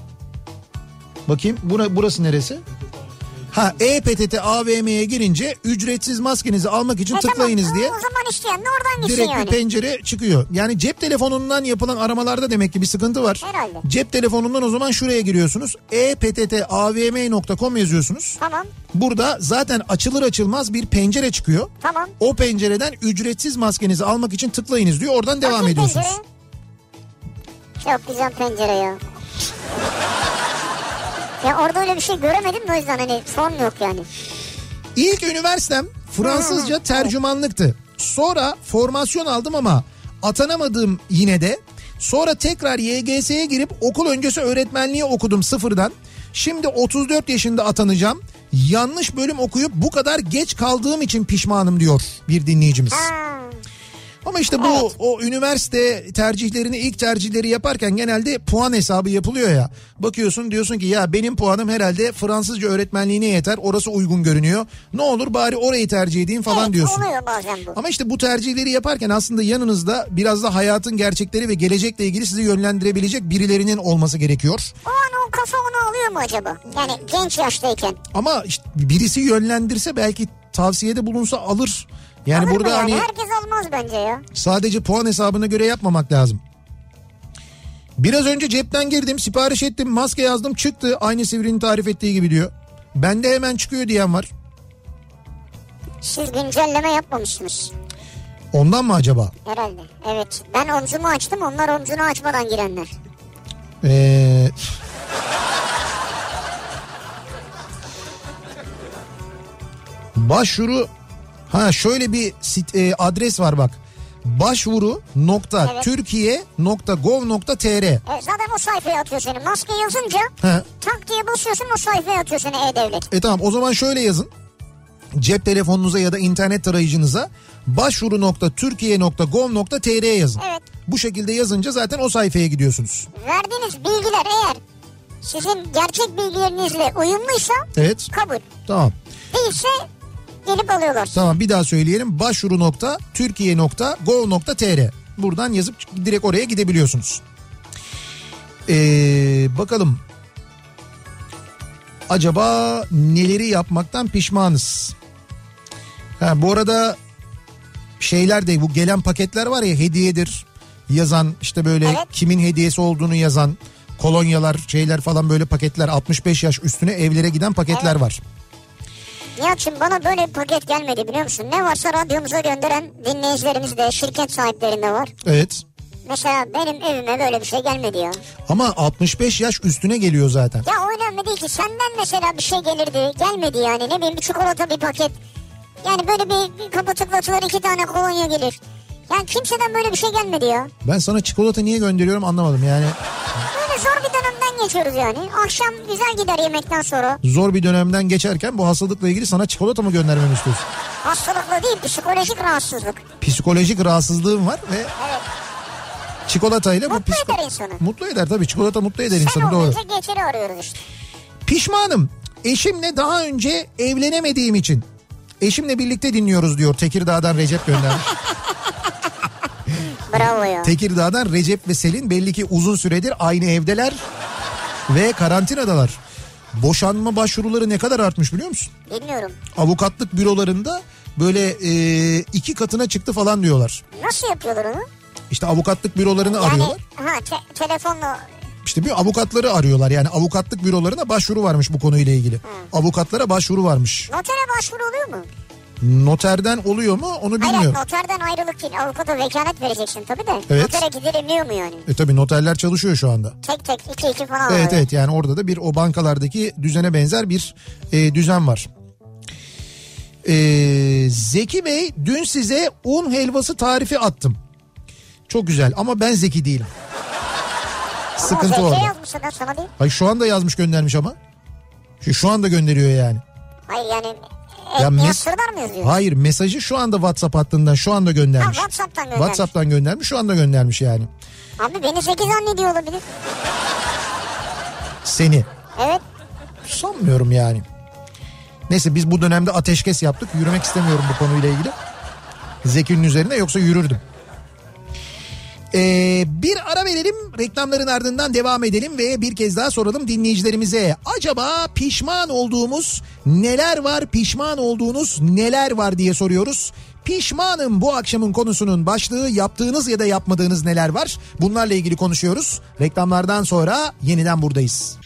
Bakayım bura, burası neresi? Ha, E P T T A V M'ye girince ücretsiz maskenizi almak için e tıklayınız tamam, diye. O zaman isteyen de oradan gitsin direkt yani. bir pencere çıkıyor. Yani cep telefonundan yapılan aramalarda demek ki bir sıkıntı var. Herhalde. Cep telefonundan o zaman şuraya giriyorsunuz. e p t t a v m nokta com yazıyorsunuz. Tamam. Burada zaten açılır açılmaz bir pencere çıkıyor. Tamam. O pencereden ücretsiz maskenizi almak için tıklayınız diyor. Oradan devam Bakın ediyorsunuz. Pencere. Çok güzel pencere ya. Ya orada öyle bir şey göremedim mi, o yüzden hani form yok yani. İlk üniversitem Fransızca tercümanlıktı. Sonra formasyon aldım ama atanamadım yine de. Sonra tekrar Y G S'ye girip okul öncesi öğretmenliği okudum sıfırdan. Şimdi otuz dört yaşında atanacağım. Yanlış bölüm okuyup bu kadar geç kaldığım için pişmanım diyor bir dinleyicimiz. Ha. Ama işte bu evet. O üniversite tercihlerini, ilk tercihleri yaparken genelde puan hesabı yapılıyor ya. Bakıyorsun diyorsun ki ya benim puanım herhalde Fransızca öğretmenliğine yeter. Orası uygun görünüyor. Ne olur bari orayı tercih edeyim falan evet, diyorsun. Oluyor bazen bu. Ama işte bu tercihleri yaparken aslında yanınızda biraz da hayatın gerçekleri ve gelecekle ilgili sizi yönlendirebilecek birilerinin olması gerekiyor. O an o kafa onu alıyor mu acaba? Yani genç yaştayken. Ama işte birisi yönlendirse belki tavsiyede bulunsa alır. Yani alır burada yani? hani Herkes almaz bence ya. Sadece puan hesabına göre yapmamak lazım. Biraz önce cepten girdim, sipariş ettim, maske yazdım, çıktı. Aynı Sivri'nin tarif ettiği gibi diyor. Bende hemen çıkıyor diyen var. Siz güncelleme yapmamışsınız. Ondan mı acaba? Herhalde. Evet. Ben omzumu açtım, onlar omzunu açmadan girenler. Eee... Başvuru... Ha şöyle bir sit, e, adres var bak. başvuru nokta türkiye nokta gov nokta tr. Evet, zaten o sayfaya atıyor seni. Maske yazınca He. tak diye basıyorsun, o sayfaya atıyor seni E-Devlet. E tamam, o zaman şöyle yazın. Cep telefonunuza ya da internet tarayıcınıza başvuru nokta türkiye nokta gov nokta tr yazın. Evet. Bu şekilde yazınca zaten o sayfaya gidiyorsunuz. Verdiğiniz bilgiler eğer sizin gerçek bilgilerinizle uyumluysa evet. kabul. Tamam. Değilse gelip alıyorlar. Tamam, bir daha söyleyelim. başvuru nokta türkiye nokta gov nokta tr. Buradan yazıp direkt oraya gidebiliyorsunuz. Ee, bakalım. Acaba neleri yapmaktan pişmanız? Ha, bu arada şeyler de bu gelen paketler var ya, hediyedir yazan, işte böyle Evet. kimin hediyesi olduğunu yazan kolonyalar, şeyler falan, böyle paketler, altmış beş yaş üstüne evlere giden paketler Evet. var. Nihat'cığım bana böyle bir paket gelmedi biliyor musun? Ne varsa radyomuza gönderen dinleyicilerimiz de, şirket sahiplerinde var. Evet. Mesela benim evime böyle bir şey gelmedi ya. Ama altmış beş yaş üstüne geliyor zaten. Ya o önemli değil ki, senden mesela bir şey gelirdi, gelmedi yani, ne bileyim bir çikolata, bir paket. Yani böyle bir, bir kapı tıklatılır, iki tane kolonya gelir. Yani kimseden böyle bir şey gelmedi ya. Ben sana çikolata niye gönderiyorum anlamadım yani. Böyle zor bir dönemden geçiyoruz yani. Akşam güzel gider yemekten sonra. Zor bir dönemden geçerken bu hastalıkla ilgili sana çikolata mı göndermemi istiyorsun? Hastalıkla değil, psikolojik rahatsızlık. Psikolojik rahatsızlığım var ve Evet. çikolatayla bu Mutlu psiko- eder insanı. Mutlu eder tabii, çikolata mutlu eder Sen insanı, doğru. olunca geçeri arıyoruz işte. Pişmanım. Eşimle daha önce evlenemediğim için. Eşimle birlikte dinliyoruz diyor. Tekirdağ'dan Recep göndermiş. Bravo ya. Tekirdağ'dan Recep ve Selin belli ki uzun süredir aynı evdeler ve karantinadalar. Boşanma başvuruları ne kadar artmış biliyor musun? Bilmiyorum. Avukatlık bürolarında böyle e, iki katına çıktı falan diyorlar. Nasıl yapıyorlar onu? İşte avukatlık bürolarını Yani arıyorlar. ha te- telefonla. İşte bir avukatları arıyorlar. Yani avukatlık bürolarına başvuru varmış bu konuyla ilgili. Avukatlara başvuru varmış. Notere başvuru oluyor mu? Noterden oluyor mu onu Hayır, bilmiyorum. noterden ayrılık değil. Avukata vekalet vereceksin tabii de. Evet. Notere gidilmiyor mu yani? E tabii noterler çalışıyor şu anda. Tek tek iki iki falan Evet oluyor. evet, yani orada da bir o bankalardaki düzene benzer bir e, düzen var. E, Zeki Bey, dün size un helvası tarifi attım. Çok güzel ama ben zeki değilim. Sıkıntı Ama orada. Zeki yazmışsın da sana değil. Hayır, şu anda yazmış göndermiş ama. Şu, şu anda gönderiyor yani. Hayır yani. Ya Ya mes- sırdar mı yazıyor? Hayır, mesajı şu anda WhatsApp hattından şu anda Ha, göndermiş. WhatsApp'tan göndermiş. WhatsApp'tan göndermiş, şu anda göndermiş yani. Abi beni Zeki zannediyor olabilir. Seni. Evet. Sanmıyorum yani. Neyse, biz bu dönemde ateşkes yaptık. Yürümek istemiyorum bu konuyla ilgili. Zeki'nin üzerine, yoksa yürürdüm. Ee, bir ara verelim, reklamların ardından devam edelim ve bir kez daha soralım dinleyicilerimize. Acaba pişman olduğumuz neler var, pişman olduğunuz neler var diye soruyoruz. Pişmanım bu akşamın konusunun başlığı. Yaptığınız ya da yapmadığınız neler var? Bunlarla ilgili konuşuyoruz. Reklamlardan sonra yeniden buradayız.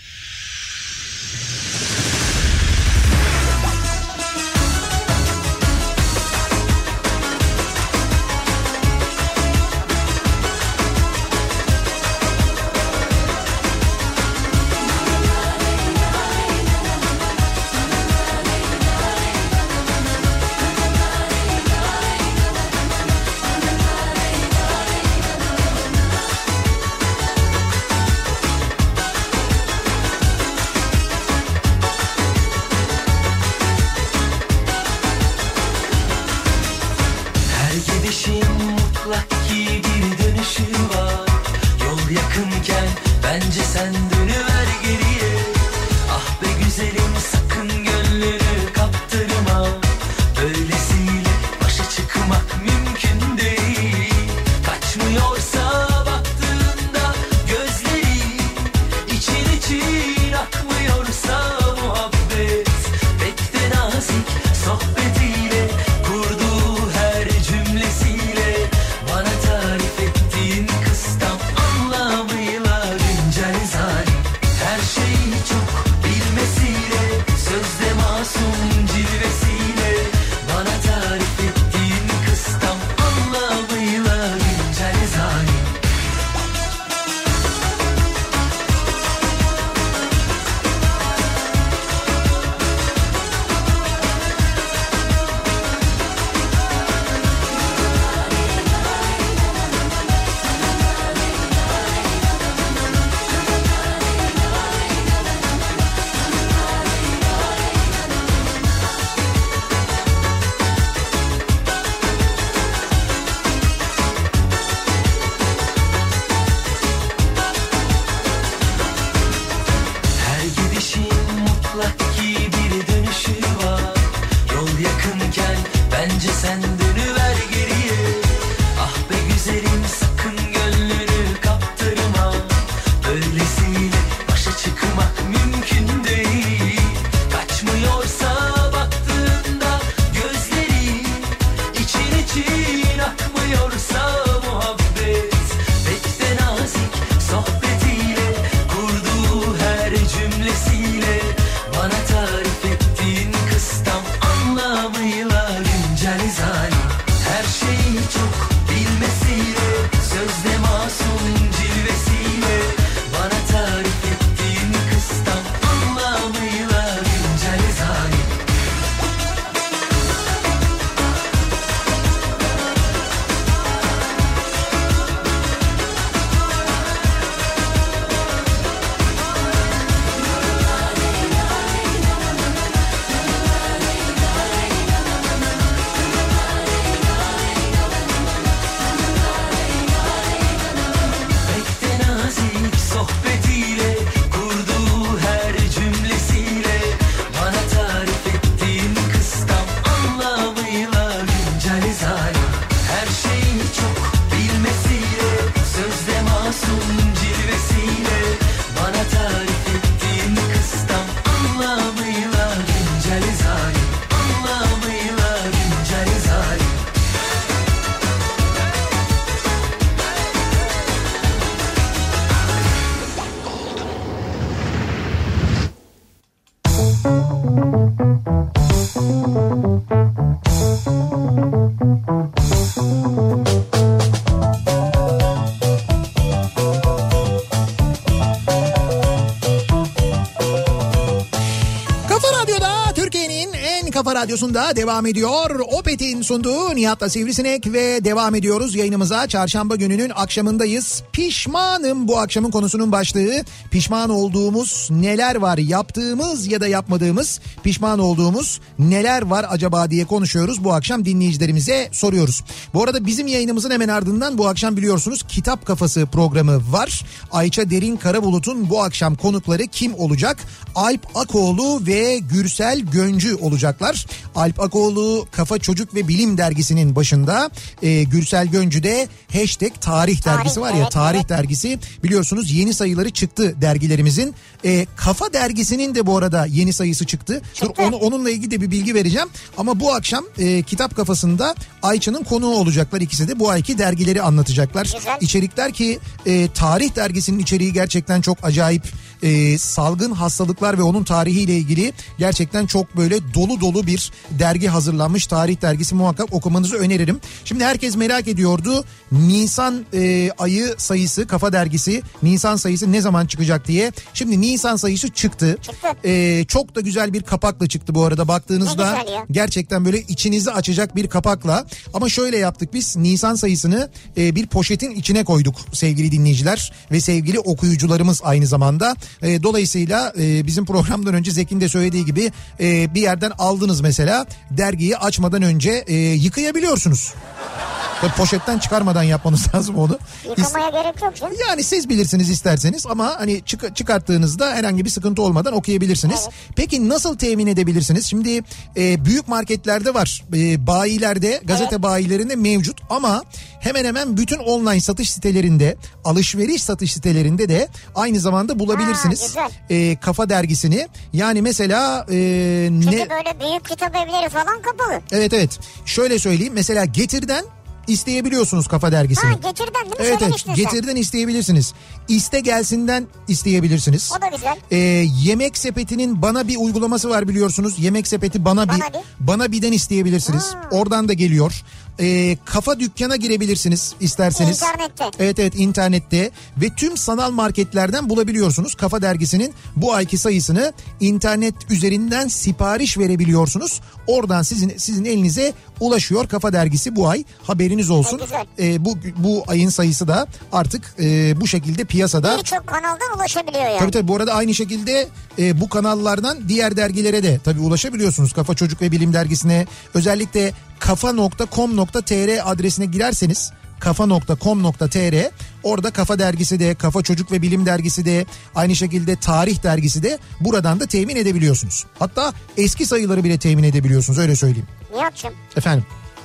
Kafa Radyosu'nda devam ediyor. Opet'in sunduğu Nihat'la Sivrisinek ve devam ediyoruz yayınımıza. Çarşamba gününün akşamındayız. Pişmanım bu akşamın konusunun başlığı. Pişman olduğumuz neler var, yaptığımız ya da yapmadığımız, pişman olduğumuz neler var acaba diye konuşuyoruz. Bu akşam dinleyicilerimize soruyoruz. Bu arada bizim yayınımızın hemen ardından bu akşam biliyorsunuz Kitap Kafası programı var. Ayça Derin Karabulut'un bu akşam konukları kim olacak? Alp Akoğlu ve Gürsel Göncü olacaklar. Alp Akoğlu Kafa Çocuk ve Bilim dergisinin başında, e, Gürsel Göncü de hashtag Tarih dergisi tarih, var ya evet, Tarih evet. dergisi biliyorsunuz yeni sayıları çıktı dergilerimizin. E, Kafa dergisinin de bu arada yeni sayısı çıktı. çıktı. Dur, onu, onunla ilgili de bir bilgi vereceğim ama bu akşam e, Kitap Kafası'nda Ayça'nın konuğu olacaklar, ikisi de bu ayki dergileri anlatacaklar. Güzel. İçerikler ki e, Tarih dergisinin içeriği gerçekten çok acayip. E, salgın hastalıklar ve onun tarihiyle ilgili gerçekten çok böyle dolu dolu bir dergi hazırlanmış. Tarih dergisi, muhakkak okumanızı öneririm. Şimdi herkes merak ediyordu Nisan e, ayı sayısı, Kafa dergisi Nisan sayısı ne zaman çıkacak diye. Şimdi Nisan sayısı çıktı. çıktı. E, çok da güzel bir kapakla çıktı bu arada, baktığınızda gerçekten böyle içinizi açacak bir kapakla. Ama şöyle yaptık biz, Nisan sayısını e, bir poşetin içine koyduk sevgili dinleyiciler ve sevgili okuyucularımız aynı zamanda. E, dolayısıyla e, bizim programdan önce Zeki'nin de söylediği gibi e, bir yerden aldınız mesela, dergiyi açmadan önce e, yıkayabiliyorsunuz. Tabii poşetten çıkarmadan yapmanız lazım onu. Yıkamaya İst- gerek yok canım. Yani siz bilirsiniz isterseniz ama hani çık- çıkarttığınızda herhangi bir sıkıntı olmadan okuyabilirsiniz. Evet. Peki nasıl temin edebilirsiniz? Şimdi e, büyük marketlerde var, e, bayilerde, gazete evet. bayilerinde mevcut ama hemen hemen bütün online satış sitelerinde, alışveriş satış sitelerinde de aynı zamanda bulabilirsiniz. Ha, e, Kafa dergisini. Yani mesela e, Çünkü ne... böyle büyük kitap evleri falan kapalı. Evet evet. Şöyle söyleyeyim, mesela Getir'den İsteyebiliyorsunuz Kafa dergisini. Ha, Getir'den değil mi? Evet evet, Getir'den sen. isteyebilirsiniz. İste Gelsin'den isteyebilirsiniz. O da güzel. Ee, Yemek Sepeti'nin Bana Bir uygulaması var biliyorsunuz. Yemek Sepeti Bana, bana Bir. bir. Bana Bir'den isteyebilirsiniz. Ha. Oradan da geliyor. Ee, Kafa Dükkan'a girebilirsiniz isterseniz. İnternette. Evet evet, internette ve tüm sanal marketlerden bulabiliyorsunuz. Kafa dergisinin bu ayki sayısını internet üzerinden sipariş verebiliyorsunuz. Oradan sizin sizin elinize ulaşıyor Kafa dergisi bu ay. Haberiniz olsun. Ee, bu bu ayın sayısı da artık e, bu şekilde piyasada. Birçok kanaldan ulaşabiliyor yani. Tabii tabii, bu arada aynı şekilde e, bu kanallardan diğer dergilere de tabii ulaşabiliyorsunuz. Kafa Çocuk ve Bilim dergisine, özellikle kafa nokta com nokta tr adresine girerseniz, kafa nokta com nokta tr, orada Kafa dergisi de, Kafa Çocuk ve Bilim dergisi de, aynı şekilde Tarih dergisi de, buradan da temin edebiliyorsunuz. Hatta eski sayıları bile temin edebiliyorsunuz, öyle söyleyeyim. Nihat'cığım. Efendim?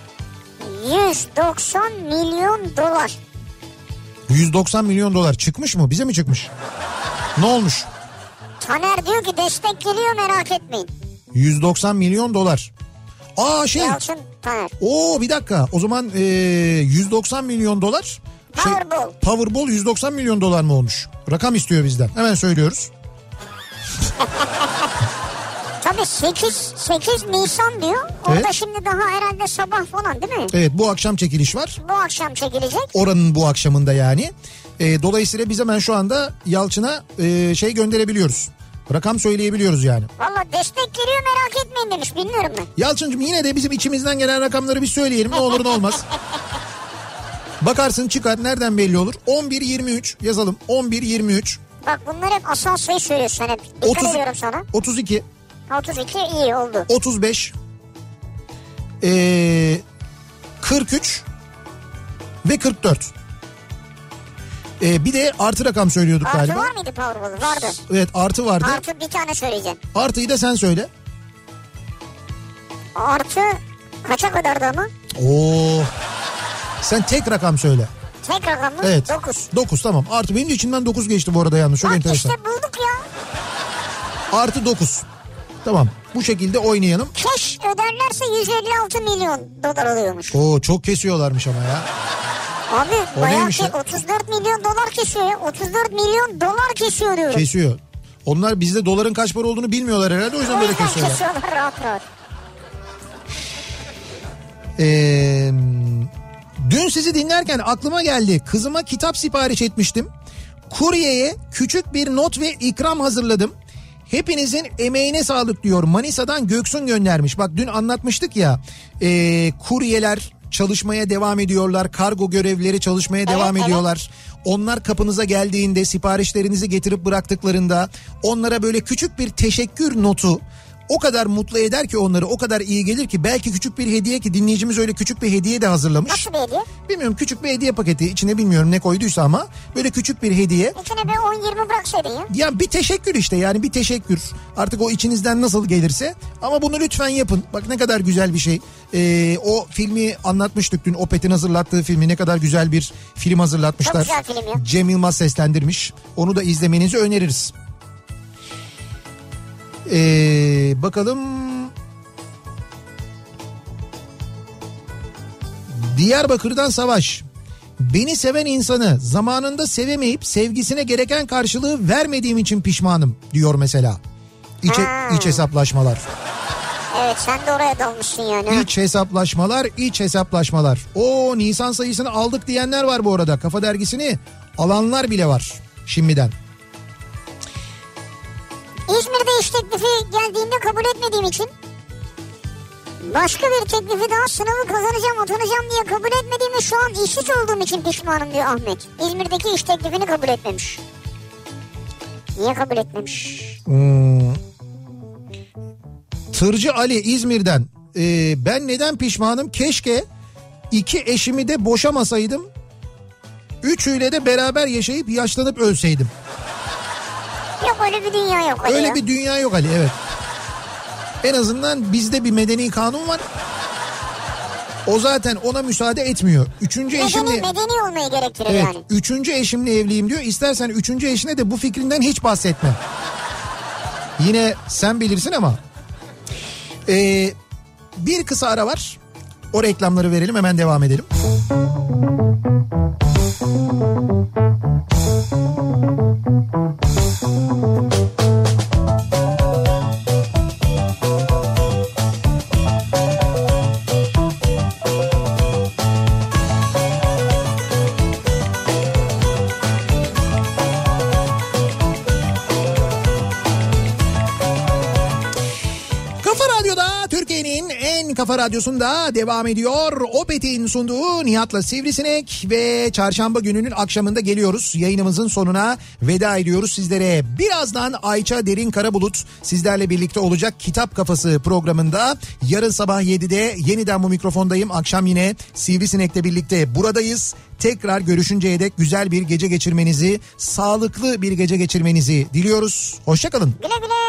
yüz doksan milyon dolar. yüz doksan milyon dolar çıkmış mı? Bize mi çıkmış? Ne olmuş? Taner diyor ki destek geliyor, merak etmeyin. yüz doksan milyon dolar. Aa şey. Yalçın Taner. Oo bir dakika. O zaman e, yüz doksan milyon dolar. Şey, Powerball. Powerball yüz doksan milyon dolar mı olmuş? Rakam istiyor bizden. Hemen söylüyoruz. Tabii sekiz, sekiz Nisan diyor. Orada evet. Şimdi daha herhalde sabah falan değil mi? Evet, bu akşam çekiliş var. Bu akşam çekilecek. Oranın bu akşamında yani. E, dolayısıyla biz hemen şu anda Yalçın'a e, şey gönderebiliyoruz. Rakam söyleyebiliyoruz yani. Valla destek geliyor, merak etmeyin demiş, bilmiyorum ben. Yalçıncığım yine de bizim içimizden gelen rakamları bir söyleyelim, ne olur ne olmaz. Bakarsın çıkar, nereden belli olur. on bir yirmi üç yazalım, on bir yirmi üç. Bak bunlar hep asal sayı söylüyorsun hep. Dikkat otuz, ediyorum sana. otuz iki. otuz iki iyi oldu. otuz beş. Ee, kırk üç. Ve kırk dört. Ee, bir de artı rakam söylüyorduk artı galiba. Artı var mıydı Powerball'u? Vardı. Evet, artı vardı. Artı bir tane söyleyeceğim. Artıyı da sen söyle. Artı kaça kadardı ama? Oo. Sen tek rakam söyle. Tek rakam mı? Evet. dokuz. dokuz tamam. Artı benim de içimden dokuz geçti bu arada yalnız. Çok bak enteresan. işte bulduk ya. Artı dokuz. Tamam. Bu şekilde oynayalım. Keş öderlerse yüz elli altı milyon dolar alıyormuş. Oo, çok kesiyorlarmış ama ya. Abi o bayağı ki otuz dört milyon dolar kesiyor ya. otuz dört milyon dolar kesiyor diyorum. Kesiyor. Onlar bizde doların kaç para olduğunu bilmiyorlar herhalde, o yüzden böyle kesiyorlar. Kesiyorlar rahat rahat. Ee, dün sizi dinlerken aklıma geldi. Kızıma kitap sipariş etmiştim. Kuryeye küçük bir not ve ikram hazırladım. Hepinizin emeğine sağlık diyor. Manisa'dan Göksun göndermiş. Bak dün anlatmıştık ya. E, kuryeler çalışmaya devam ediyorlar. Kargo görevlileri çalışmaya evet, devam evet. ediyorlar. Onlar kapınıza geldiğinde, siparişlerinizi getirip bıraktıklarında onlara böyle küçük bir teşekkür notu o kadar mutlu eder ki onları, o kadar iyi gelir ki, belki küçük bir hediye, ki dinleyicimiz öyle küçük bir hediye de hazırlamış. Nasıl bir hediye? Bilmiyorum, küçük bir hediye paketi, içine bilmiyorum ne koyduysa ama böyle küçük bir hediye. İçine bir on yirmi bıraksaydın ya. Ya bir teşekkür işte, yani bir teşekkür. Artık o içinizden nasıl gelirse, ama bunu lütfen yapın. Bak ne kadar güzel bir şey. Ee, o filmi anlatmıştık dün, Opet'in hazırlattığı filmi, ne kadar güzel bir film hazırlatmışlar. Çok güzel film ya. Cem Yılmaz seslendirmiş. Onu da izlemenizi öneririz. Ee, bakalım. Diyarbakır'dan Savaş. Beni seven insanı zamanında sevemeyip sevgisine gereken karşılığı vermediğim için pişmanım diyor mesela. İç, iç hesaplaşmalar. Evet, sen de oraya dalmışsın yani. İç hesaplaşmalar, iç hesaplaşmalar. O Nisan sayısını aldık diyenler var bu arada. Kafa Dergisi'ni alanlar bile var şimdiden. İzmir'de iş teklifi geldiğinde kabul etmediğim için, başka bir teklifi daha, sınavı kazanacağım, atanacağım diye kabul etmediğim ve şu an işsiz olduğum için pişmanım diyor Ahmet. İzmir'deki iş teklifini kabul etmemiş. Niye kabul etmemiş? Hmm. Tırcı Ali İzmir'den. Ee, ben neden pişmanım? Keşke iki eşimi de boşamasaydım. Üçüyle de beraber yaşayıp yaşlanıp ölseydim. Yok, öyle bir dünya yok Ali. Öyle ya. bir dünya yok Ali, evet. En azından bizde bir medeni kanun var. O zaten ona müsaade etmiyor. Üçüncü Medeni, eşimle... medeni olmayı gerektirir evet, yani. Üçüncü eşimle evliyim diyor. İstersen üçüncü eşine de bu fikrinden hiç bahsetme. Yine sen bilirsin ama. Ee, bir kısa ara var. O reklamları verelim, hemen devam edelim. Kafa Radyosu'nda devam ediyor. Opet'in sunduğu Nihat'la Sivrisinek ve çarşamba gününün akşamında geliyoruz. Yayınımızın sonuna veda ediyoruz sizlere. Birazdan Ayça Derin Karabulut sizlerle birlikte olacak Kitap Kafası programında. Yarın sabah yedide yeniden bu mikrofondayım. Akşam yine Sivrisinek'le birlikte buradayız. Tekrar görüşünceye dek güzel bir gece geçirmenizi, sağlıklı bir gece geçirmenizi diliyoruz. Hoşça kalın. Güle güle.